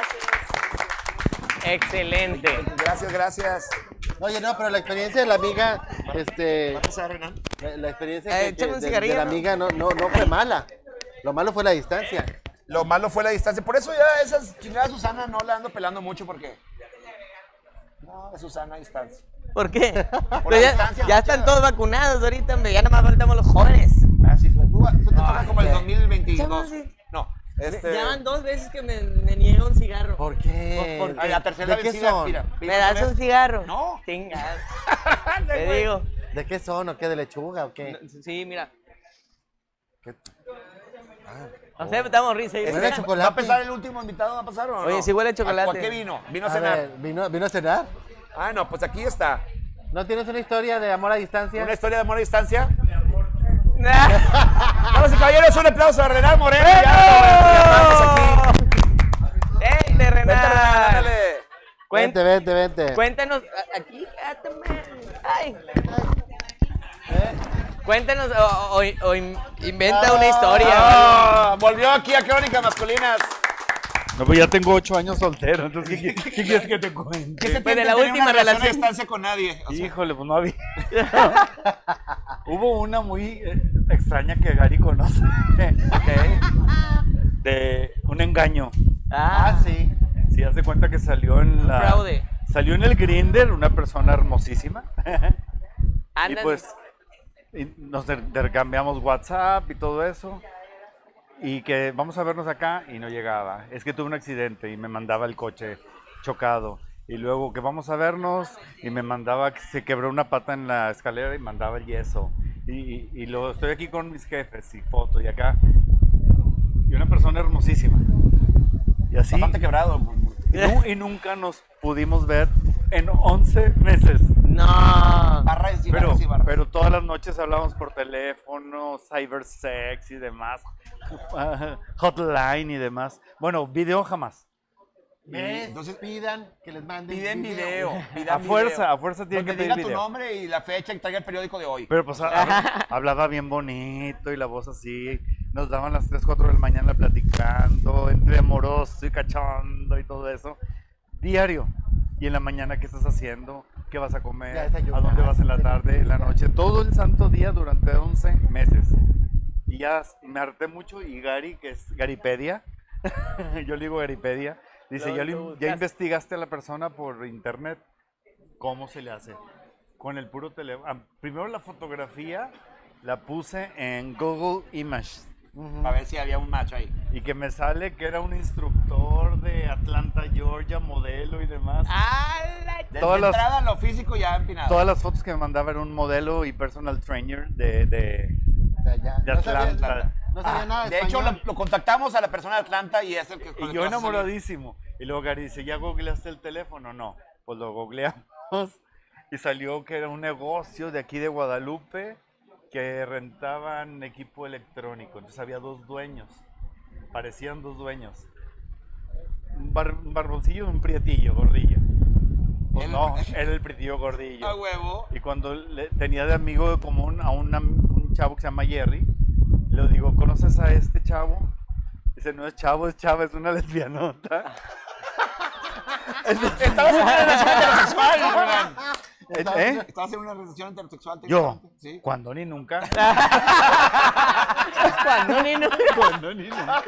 Excelente. Gracias, gracias. Oye, no, pero la experiencia de la amiga, este, ¿Va a pasar, Renan? la, la experiencia Eh, que- échame que un de, cigarrillo, de la ¿no? amiga no, no, no fue mala. Lo malo fue la distancia. Lo malo fue la distancia. Por eso ya esas chingadas Susana no la ando pelando mucho porque... No, es Susana a distancia. ¿Por qué? Por Pero la ya, distancia, ya mucha- están todos vacunados ahorita, hombre. Ya nada más faltamos los jóvenes. Así es. Tú, tú te tomas como el ¿qué? dos mil veintidós. Chama, No, este... Ya van dos veces que me, me niega un cigarro. ¿Por qué? ¿Por- por Ay, la tercera ¿De qué vencida, son? mira. ¿Me das un cigarro? No. Chingada. Te digo. ¿De qué son o qué? ¿De lechuga o qué? Sí, mira. ¿Qué? O sea, estamos risa. y Huele risa. a chocolate. ¿Va a pasar el último invitado? ¿Va a pasar o no? Oye, sí huele a chocolate. ¿A qué vino? ¿Vino a A cenar? ver, ¿vino, ¿vino a cenar? Ah, no, pues aquí está. ¿No tienes una historia de amor a distancia? Una historia de amor a distancia. Damas y caballeros, un aplauso a Renan Moreno. Ya, ¡Ey, de Vente, Renan! Renan, ándale. Cuen- Vente, vente, vente. Cuéntanos, a- aquí, quédate, ay. Cuéntanos o, o- o in- inventa una historia. Ah, volvió aquí a Crónicas Masculinas. No, pues ya tengo ocho años soltero, entonces ¿qué, qué- qué quieres que te cuente? ¿Qué se Pues de siente la tener última una relación relación. a distancia con nadie? O sea, Híjole, pues no había. Hubo una muy eh, extraña que Gary conoce. De un engaño. Ah, sí. Sí, hace cuenta que salió en la. fraude. Salió en el Grindr una persona hermosísima. Y Andan- pues y nos inter- intercambiamos WhatsApp y todo eso. Y que vamos a vernos acá y no llegaba. Es que tuve un accidente y me mandaba el coche chocado. Y luego que vamos a vernos y me mandaba que se quebró una pata en la escalera y mandaba el yeso. Y, y, y luego estoy aquí con mis jefes y foto y acá. Y una persona hermosísima. Y así. Bastante quebrado. Y, nu- y nunca nos pudimos ver en once meses. No. Barras y Pero, barras y barras. pero todas las noches hablábamos por teléfono, cybersex y demás, hotline y demás. Bueno, video jamás. ¿Ves? Entonces, pidan que les manden Piden video. pidan A fuerza, video. a fuerza tienen Donde que pedir diga tu video. nombre y la fecha y traiga el periódico de hoy. Pero pues habla- hablaba bien bonito y la voz así. Nos daban las tres, cuatro de la mañana platicando, entre amoroso y cachondo y todo eso. Diario. Y en la mañana, ¿qué estás haciendo? ¿Qué vas a Ya comer? desayunaste. ¿A dónde vas en la tarde, en la noche? Todo el santo día durante once meses. Y ya me harté mucho. Y Gary, que es Garipedia, yo le digo Garipedia, dice, Lo- ¿ya, lo le- buscaste. ya investigaste a la persona por internet? ¿Cómo se le hace? Con el puro teléfono. Primero la fotografía la puse en Google Images. A ver si había un macho ahí. Y que me sale que era un instructor de Atlanta, Georgia, modelo y demás. ¡Hala! De, Todas de las- entrada, lo físico ya empinado. Todas las fotos que me mandaba era un modelo y personal trainer de, de, De allá. de No sabía- Atlanta. No sabía nada de De hecho, español. lo, lo contactamos a la persona de Atlanta y es el que... con el Y que yo vas a salir. enamoradísimo. Y luego Gary dice, ¿ya googleaste el teléfono? No. Pues lo googleamos. Y salió que era un negocio de aquí de Guadalupe que rentaban equipo electrónico. Entonces había dos dueños. Parecían dos dueños. Un, bar- un barboncillo y un prietillo, gordillo. Pues El- no, era el prietillo gordillo. A huevo. Y cuando le- tenía de amigo de común a una- un chavo que se llama Jerry, le digo, ¿conoces a este chavo? Dice, no es chavo, es chava, es una lesbianota. Estabas en una relación heterosexual, ¿verdad? ¿Eh? Estabas en una relación heterosexual. Yo, técnicamente, ¿sí? cuando ni nunca. Cuando ni nunca. Cuando ni nunca.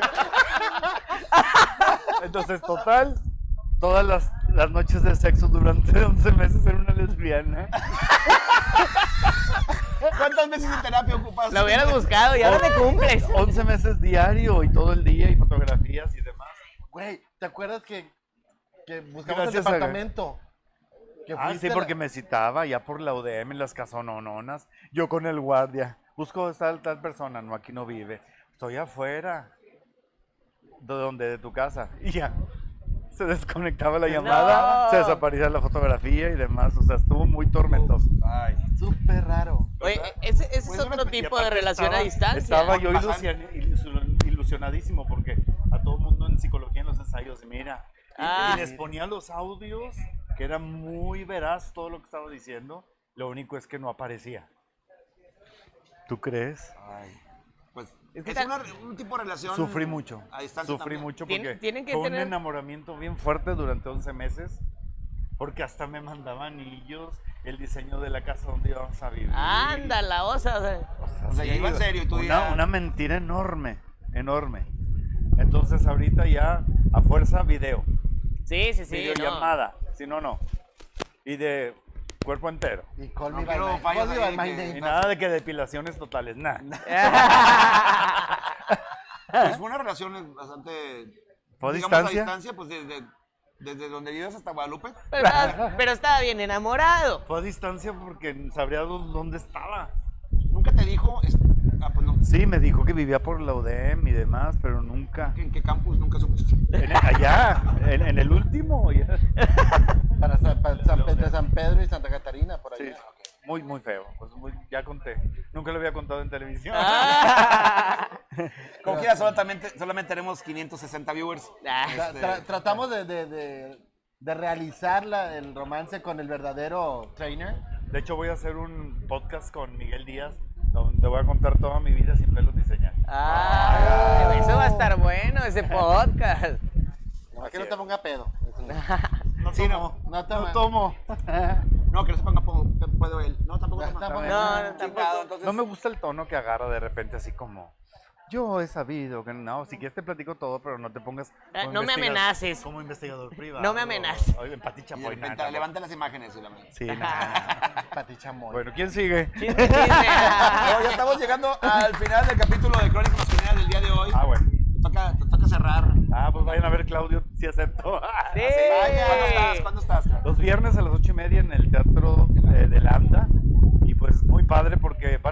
Entonces, total, todas las, las noches de sexo durante once meses era una lesbiana. ¿Cuántas veces en terapia ocupaste? Lo hubieras buscado y ahora te cumples. once meses diario y todo el día y fotografías y demás. Güey, ¿te acuerdas que, que buscamos Gracias el a- departamento? Que Ah, fuiste sí, a porque la- me citaba ya por la U D M en las casonononas. Yo con el guardia. Busco esta tal persona, no, aquí no vive. Estoy afuera. ¿De dónde? De tu casa. Y ya. Se desconectaba la llamada, No. se desaparecía la fotografía y demás. O sea, estuvo muy tormentoso. Ay. Súper raro. Oye, ese, ese Pues es una otro pe- Y tipo de aparte relación estaba- a distancia. Estaba yo Pasan- ilusion- ilusion- ilusionadísimo porque a todo el mundo en psicología en los ensayos, mira, y- Ah. y les ponía los audios, que era muy veraz todo lo que estaba diciendo, lo único es que no aparecía. ¿Tú crees? Ay. Pues Es que es tal- una- un tipo de relación... Sufrí mucho, A distancia sufrí también. mucho Tien- porque tienen que fue tener- un enamoramiento bien fuerte durante once meses, porque hasta me mandaban anillos, el diseño de la casa donde íbamos a vivir. Anda, la osa. O sea, O sea, ya iba en serio y tú una, ya- una mentira enorme, enorme. Entonces ahorita ya a fuerza video, sí, sí, sí. no. videollamada, si no, no. Y de cuerpo entero. Y Call No Me By quiero My, fallas Call Me ahí By My que- Name. Y nada de que depilaciones totales, nada. Pues fue una relación bastante... ¿Fue a digamos, distancia? a distancia, pues desde, desde donde vives hasta Guadalupe. Pero, estaba- pero estaba bien enamorado. Fue a distancia porque sabría dó- dónde estaba. Nunca te dijo... es- Ah, pues no. Sí, me dijo que vivía por la U D M y demás, pero nunca. ¿En qué campus? Nunca supiste. En- allá, en, en el último. ya. Para, San, para San Pedro, San Pedro y Santa Catarina, por Sí, allá. muy, muy feo. Pues muy- ya conté. Nunca lo había contado en televisión. Ah. Como quiera, solamente, solamente tenemos quinientos sesenta viewers. Ah. Tra- Este, tra- tratamos de, de, de, de realizar la- el romance con el verdadero trainer. De hecho, voy a hacer un podcast con Miguel Díaz, donde voy a contar toda mi vida sin pelos ni señal. Ah, eso va a estar bueno, ese podcast. No, que no te ponga pedo. Eso no. No Sí, tomo. no, no toma. No tomo. No, que no se ponga po- puedo él. No, tampoco toma. Tampoco. No, no, Chingado, tampoco. entonces- No me gusta el tono que agarra de repente así como... Yo he sabido que no, si quieres te platico todo, pero no te pongas... Ah, como no me investiga- amenaces. Como investigador privado. No me amenaces. Oye, Pati Y de Chapoy, repente, nada, levanta las imágenes y la verdad. Sí, nada. Pati Chamoy. Bueno, ¿quién sigue? Chisme, chisme. No, ya estamos llegando al final del capítulo de Crónicas Masculinas del día de hoy. Ah, bueno. Te toca, te toca cerrar. Ah, pues vayan a ver Claudio, si acepto. Sí. Vaya, ¿cuándo estás? ¿Cuándo estás? Los viernes a las ocho y media en el Teatro eh, de Landa. Y pues muy padre porque van a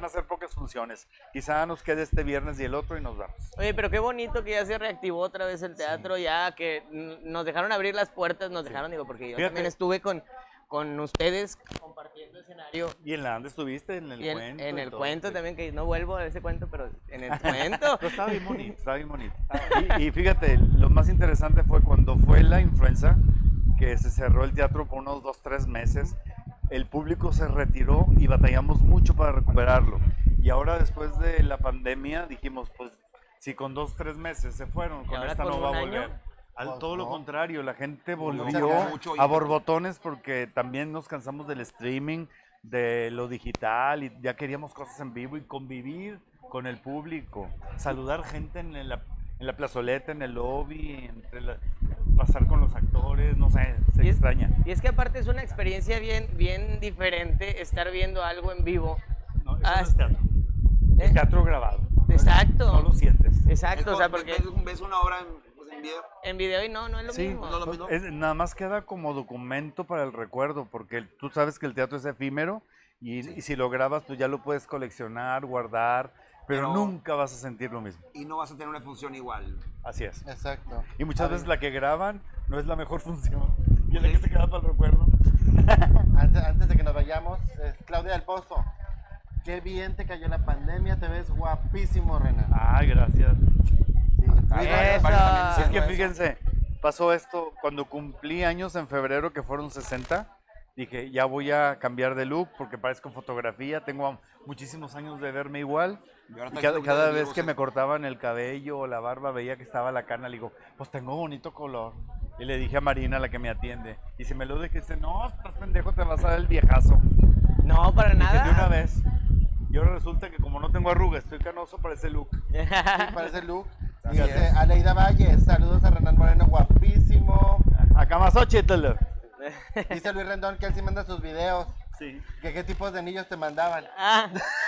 a ser pocas funciones. Quizá nos quede este viernes y el otro y nos vamos. Oye, pero qué bonito que ya se reactivó otra vez el teatro, ya que n- nos dejaron abrir las puertas, nos dejaron, digo, porque yo Fíjate. también estuve con, con ustedes compartiendo escenario. ¿Y en la dónde estuviste? En el Y en, cuento. en y el todo, cuento sí. también, que no vuelvo a ese cuento, pero en el cuento. Pero estaba bien bonito, estaba bien bonito. Y, y fíjate, lo más interesante fue cuando fue la influenza, que se cerró el teatro por unos dos, tres meses, el público se retiró y batallamos mucho para recuperarlo. Y ahora después de la pandemia dijimos, pues si con dos, tres meses se fueron, con ahora esta con no va un a año? volver. Al Pues todo lo no. contrario, la gente Volvió volvió a mucho a ímpetu. borbotones porque también nos cansamos del streaming, de lo digital y ya queríamos cosas en vivo y convivir con el público, saludar gente en la, en la plazoleta, en el lobby, entre la- pasar con los actores, no sé, se Y es- extraña. Y es que aparte es una experiencia bien, bien diferente estar viendo algo en vivo. No, eso Ah, no es teatro, ¿eh? es teatro grabado. Exacto. No lo sientes. Exacto, o sea, Ves- porque ves, ves una obra en, pues, en video. en video y no, no es lo Sí, mismo. No lo mismo. Es- nada más queda como documento para el recuerdo, porque el- tú sabes que el teatro es efímero y, y si lo grabas tú ya lo puedes coleccionar, guardar, pero, Pero- nunca vas a sentir lo mismo. Y no vas a tener una función igual. Así es. Exacto. Y muchas A veces ver, la que graban no es la mejor función y es la que se queda para el recuerdo. Antes, antes de que nos vayamos, eh, Claudia del Pozo, qué bien te cayó la pandemia, te ves guapísimo, Renan. Ay, gracias. Sí. Ay, Eso. varios también Es diciendo que eso. fíjense, pasó esto cuando cumplí años en febrero, que fueron sesenta. Dije, ya voy a cambiar de look porque parezco fotografía. Tengo muchísimos años de verme igual. Y ahora Y estás cada, diciendo cada que vez Diego que se- me cortaban el cabello o la barba, veía que estaba la cana. Le digo, pues tengo bonito color. Y le dije a Marina, la que me atiende. Y si me lo dijiste, no, estás pendejo, te vas a dar el viejazo. No, para Dije, nada. de una vez. Y ahora resulta que como no tengo arrugas, estoy canoso para ese look. Sí, parece Luke. Así Dice es. Aleida Valle, saludos a Renan Moreno, guapísimo. Acá más ochítelo. Dice Luis Rendón que él sí manda sus videos. Sí. Que qué tipos de anillos te mandaban. Ah,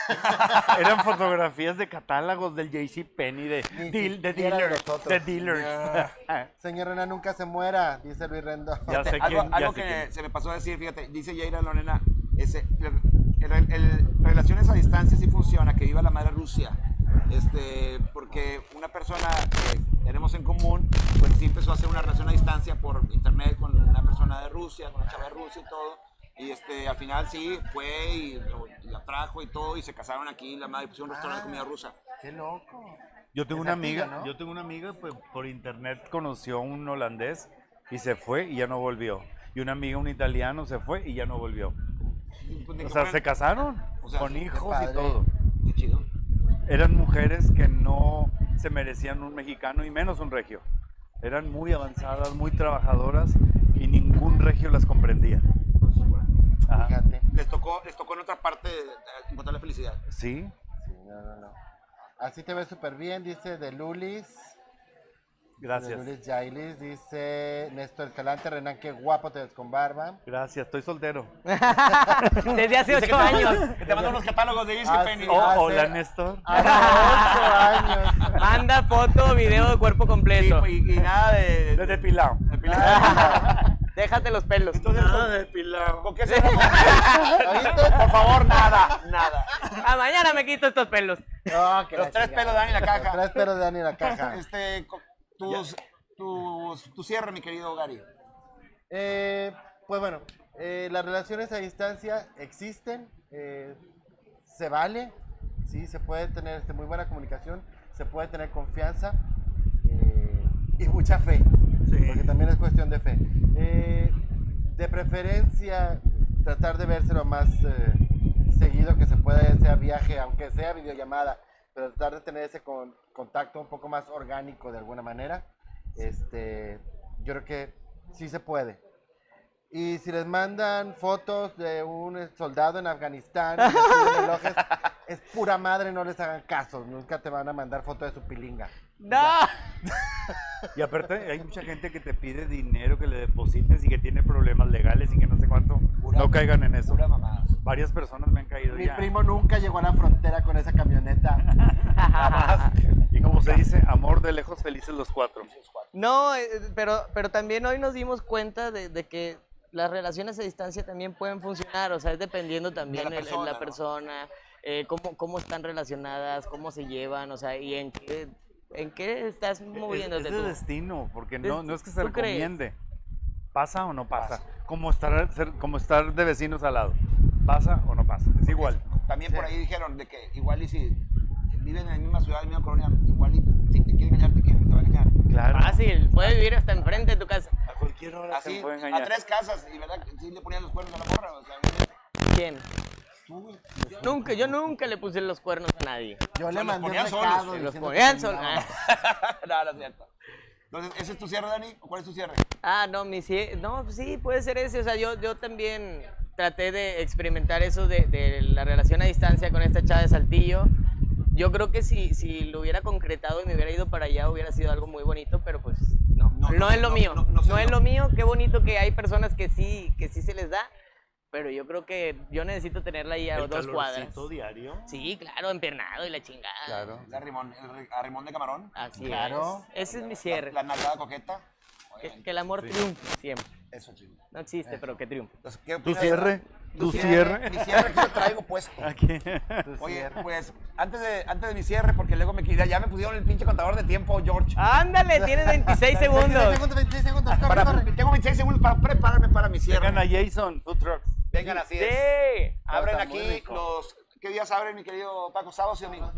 Eran fotografías de catálogos del JCPenney, de, Ni deal- de siquiera de dealers. nosotros. De dealers. Señor Renan nunca se muera, dice Luis Rendón. Ya sé algo quién, ya algo sé que quién. se me pasó a decir, fíjate, dice Yaira Lorena, ese, el, el- el- relaciones a distancia sí funciona, que viva la madre Rusia. Este, porque una persona que tenemos en común, pues sí empezó a hacer una relación a distancia por internet con una persona de Rusia, con una chava de Rusia y todo. Y este, al final sí fue y, lo- y la trajo y todo, y se casaron aquí, la madre pusieron un restaurante de comida rusa. Qué loco. Yo tengo Es una amiga, amiga, ¿no? yo tengo una amiga, pues por internet conoció a un holandés y se fue y ya no volvió. Y una amiga, un italiano, se fue y ya no volvió. Y, pues, de O que sea, fueran- se casaron O sea, con qué hijos padre. y todo. Qué chido. Eran mujeres que no se merecían un mexicano y menos un regio. Eran muy avanzadas, muy trabajadoras y ningún regio las comprendía. Ajá. Fíjate. Les tocó, les tocó en otra parte eh, encontrar la felicidad. Sí, Sí, no, no, no. Así te ves súper bien, dice de Lulis. De gracias. Lulis Jailis, dice Néstor Escalante, Renan, qué guapo te ves con barba. Gracias, estoy soltero. desde hace Dice que ocho te años. manda- Que te manda unos catálogos de Ah, Penny. sí. Oh, hace- hola, Néstor. Hace ocho años. Manda foto, video de cuerpo completo. y, y nada de. Desde Pilao. Déjate los pelos. Entonces, Nada de Pilao. ¿con qué se Por favor, nada, nada. A mañana me quito estos pelos. No, que Los la tres chingada. pelos de Dani en la caja. Los tres pelos de Dani en la caja. Este, co- tus, tus, tu cierre, mi querido Gary. Eh, pues bueno, eh, las relaciones a distancia existen, eh, se vale, sí, se puede tener este, muy buena comunicación, se puede tener confianza eh, y mucha fe, porque también es cuestión de fe. Eh, de preferencia, tratar de verse lo más eh, seguido que se pueda, ya sea viaje, aunque sea videollamada, pero tratar de tener ese con- contacto un poco más orgánico de alguna manera. Este, yo creo que sí se puede. Y si les mandan fotos de un soldado en Afganistán, y les piden relojes, es pura madre, no les hagan caso. Nunca te van a mandar foto de su pilinga. No. Y aparte hay mucha gente que te pide dinero que le deposites y que tiene problemas legales y que no sé cuánto. Pura- No caigan en eso. Pura mamada. Varias personas me han caído Mi ya. primo nunca llegó a la frontera con esa camioneta. Jamás. Y como se dice, amor de lejos, felices los cuatro. No, eh, pero, pero también hoy nos dimos cuenta de, de que las relaciones a distancia también pueden funcionar, o sea, es dependiendo también De la el- el- persona, la ¿no? persona, eh, cómo, cómo están relacionadas, cómo se llevan, o sea, y en qué, en qué estás Es, moviéndote es de tú. destino, porque Es- no, no es que se ¿tú crees? recomiende. ¿Pasa o no pasa? Como estar, ser- como estar de vecinos al lado. ¿Pasa o no pasa? Es igual. También por ahí dijeron de que igual y si viven en la misma ciudad, en la misma colonia, igual y si te quiere engañar, te, quiere, te va a engañar. Claro. Fácil, puede vivir hasta enfrente de tu casa. A cualquier hora Así, se puede a engañar. tres casas, y verdad, que sí le ponían los cuernos a la morra, o sea, ¿Quién? Nunca, yo nunca le puse los cuernos a nadie. Yo le los mandé un ponían solos, recado. sí, Los diciendo que ponían se solos. miraba. no, no es cierto. Entonces, ¿ese es tu cierre, Dani? ¿O cuál es tu cierre? Ah, no, mi cie- no, pues sí, puede ser ese. O sea, yo, yo también traté de experimentar eso de, de la relación a distancia con esta chava de Saltillo. Yo creo que si, si lo hubiera concretado y me hubiera ido para allá hubiera sido algo muy bonito, pero pues no, no, No, no, es lo no, mío. no, No, no se es dio. lo mío. Qué bonito que hay personas que sí, que sí se les da, pero yo creo que yo necesito tenerla ahí a El dos cuadras. calorcito diario. Sí, claro, empiernado y la chingada. Claro. El arrimón, el ri- arrimón de camarón. Así Claro. es. Ese es mi cierre. La nalgada coqueta. Que, que el amor triunfe siempre. Eso, chido. No existe, pero que triunfe. Entonces, ¿qué ¿Tu opinas? cierre? Tu ¿Tu cierre? Mi cierre aquí lo traigo puesto. Aquí. Oye, pues, antes de, antes de mi cierre, porque luego me quita, ya me pusieron el pinche contador de tiempo, George. Ándale, tienes veintiséis segundos. veintiséis segundos, veintiséis segundos, corre, Para- corre. tengo veintiséis segundos para prepararme para mi cierre. Vengan a Jason, Food Trucks. Vengan, así es. Sí. Abren Está muy aquí rico. los... ¿Qué días abren, mi querido Paco? ¿Sábados y domingos?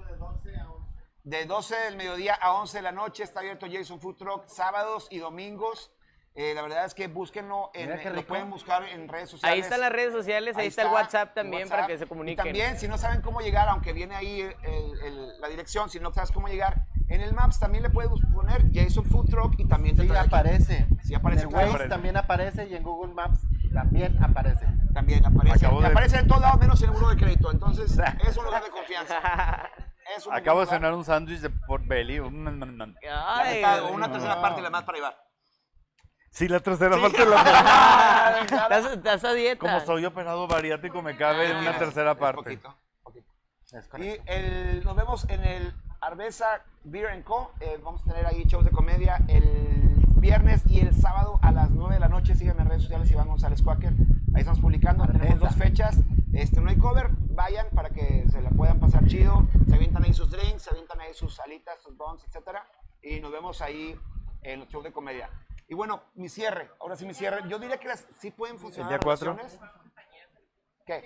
De doce del mediodía a once de la noche está abierto Jason Food Truck, sábados y domingos. Eh, la verdad es que búsquenlo, en, Mira qué lo rico. pueden buscar en redes sociales. Ahí están las redes sociales, ahí, está, el WhatsApp también para que se comuniquen. Y también, si no saben cómo llegar, aunque viene ahí el- el- la dirección, si no sabes cómo llegar, en el Maps también le puedes poner Jason Food Truck y también te Sí, trae aquí. aparece. Sí, aparece, En el claro. Waze también aparece y en Google Maps también aparece. También aparece. Acabo Y de- aparece en todos lados menos en el buro de crédito. Entonces, es un lugar de confianza. Es un Acabo de lugar- cenar un sándwich de Port Belly. un- La Ay, mitad, o una no. tercera parte y la más para llevar. Sí, la tercera parte la ¿Estás, estás a dieta? Como soy operado bariátrico, me cabe en una Es- tercera es parte. poquito, poquito. Es Y correcto. el, nos vemos en el Arbeza Beer and Co. Eh, vamos a tener ahí shows de comedia el viernes y el sábado a las nueve de la noche. Síganme en redes sociales, Iván González Quaker. Ahí estamos publicando. Tenemos dos fechas. Este, no hay cover. Vayan para que se la puedan pasar chido. Se avientan ahí sus drinks, se avientan ahí sus alitas, sus buns, etcétera. Y nos vemos ahí en los shows de comedia. Y bueno, mi cierre. Ahora sí, mi cierre. Yo diría que las, sí pueden funcionar ¿El día las cuatro? relaciones. ¿Qué?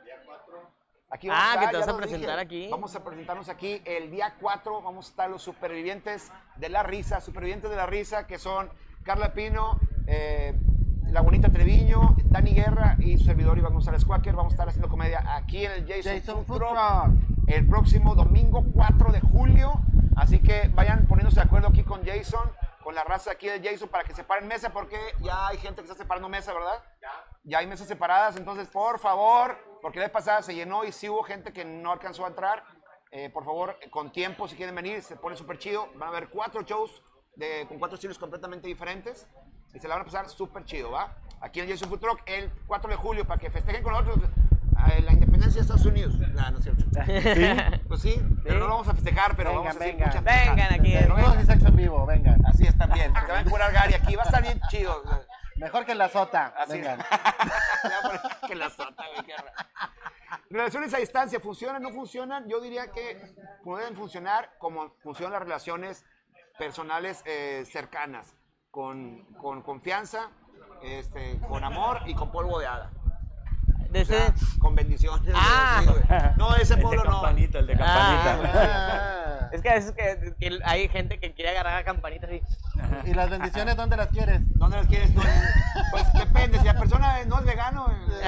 Aquí Ah, estar, que te ya vas a lo presentar aquí. Vamos a presentarnos aquí el día cuatro. Vamos a estar los supervivientes de la risa. Supervivientes de la risa que son Carla Pino, eh, La Bonita Treviño, Dani Guerra y su servidor Iván González Quaker. Vamos a estar haciendo comedia aquí en el Jason, Jason Food Food Truck Truck. el próximo domingo cuatro de julio. Así que vayan poniéndose de acuerdo aquí con Jason, con la raza aquí de Jason para que separen mesa, porque ya hay gente que está separando mesa, ¿verdad? Ya. Ya hay mesas separadas, entonces por favor, porque la vez pasada se llenó y sí hubo gente que no alcanzó a entrar. Eh, por favor, con tiempo, si quieren venir, se pone súper chido. Van a haber cuatro shows de, con cuatro estilos completamente diferentes y se la van a pasar súper chido, ¿va? Aquí en Jason Food Truck el cuatro de julio para que festejen con nosotros eh, la independencia de Estados Unidos. No, no es cierto. ¿Sí? Pues sí, pero no lo vamos a festejar, pero Vengan, vamos a hacer vengan. mucha Vengan aquí. Pero Todos vengan. y sexo en vivo, vengan. Así es también. Se va a encurar Gary aquí, va a estar bien chido. Mejor que en la sota. Así Vengan. Ya por- que la sota, güey, qué raro. Relaciones a distancia, ¿funcionan o no funcionan? Yo diría que pueden funcionar como funcionan las relaciones personales eh, cercanas, con, con confianza, este, con amor y con polvo de hada. De O sea, ese- con bendiciones. Ah. así, güey. No, ese El de pueblo no. campanita, el de campanita. Ah. Es que a veces que, que hay gente que quiere agarrar a campanitas y... ¿Y las bendiciones dónde las quieres? ¿Dónde las quieres? No, pues depende, si la persona no es vegano. eh,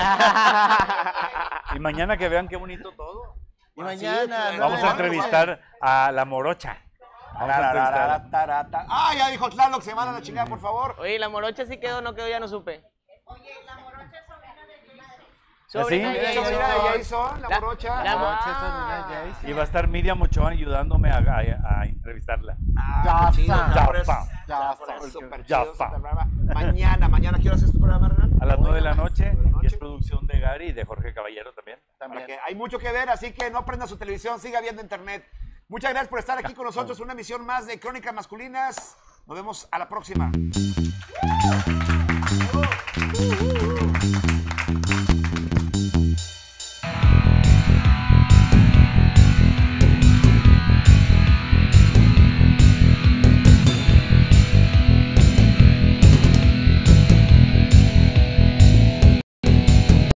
Y mañana que vean qué bonito todo. Y Así mañana. es, no Vamos me- a entrevistar a la morocha. Vamos a entrevistar. Tarata. Ah, ya dijo Tlaloc, se manda la chingada, por favor. Oye, la morocha sí quedó, no quedó, ya no supe. ¿Ah, Sobrina sí? de Esa Jason. sobrina de Jason, la La- morocha. la- Morocha, esa es una Jason. Y va a estar Miriam Ochoa ayudándome a, a- a entrevistarla. Ah, Ya qué chido, está. ya por Ya eso- está. ya Ya por está. eso, súper Ya chido, está. súper brava. Mañana, mañana, ¿qué hora haces tu programa, Hernán? A las nueve de la noche. nueve de la Y noche. es producción de Gary y de Jorge Caballero también. Para que hay mucho que ver, así que no prenda su televisión, siga viendo internet. Muchas gracias por estar aquí con nosotros. Una emisión más de Crónicas Masculinas. Nos vemos a la próxima.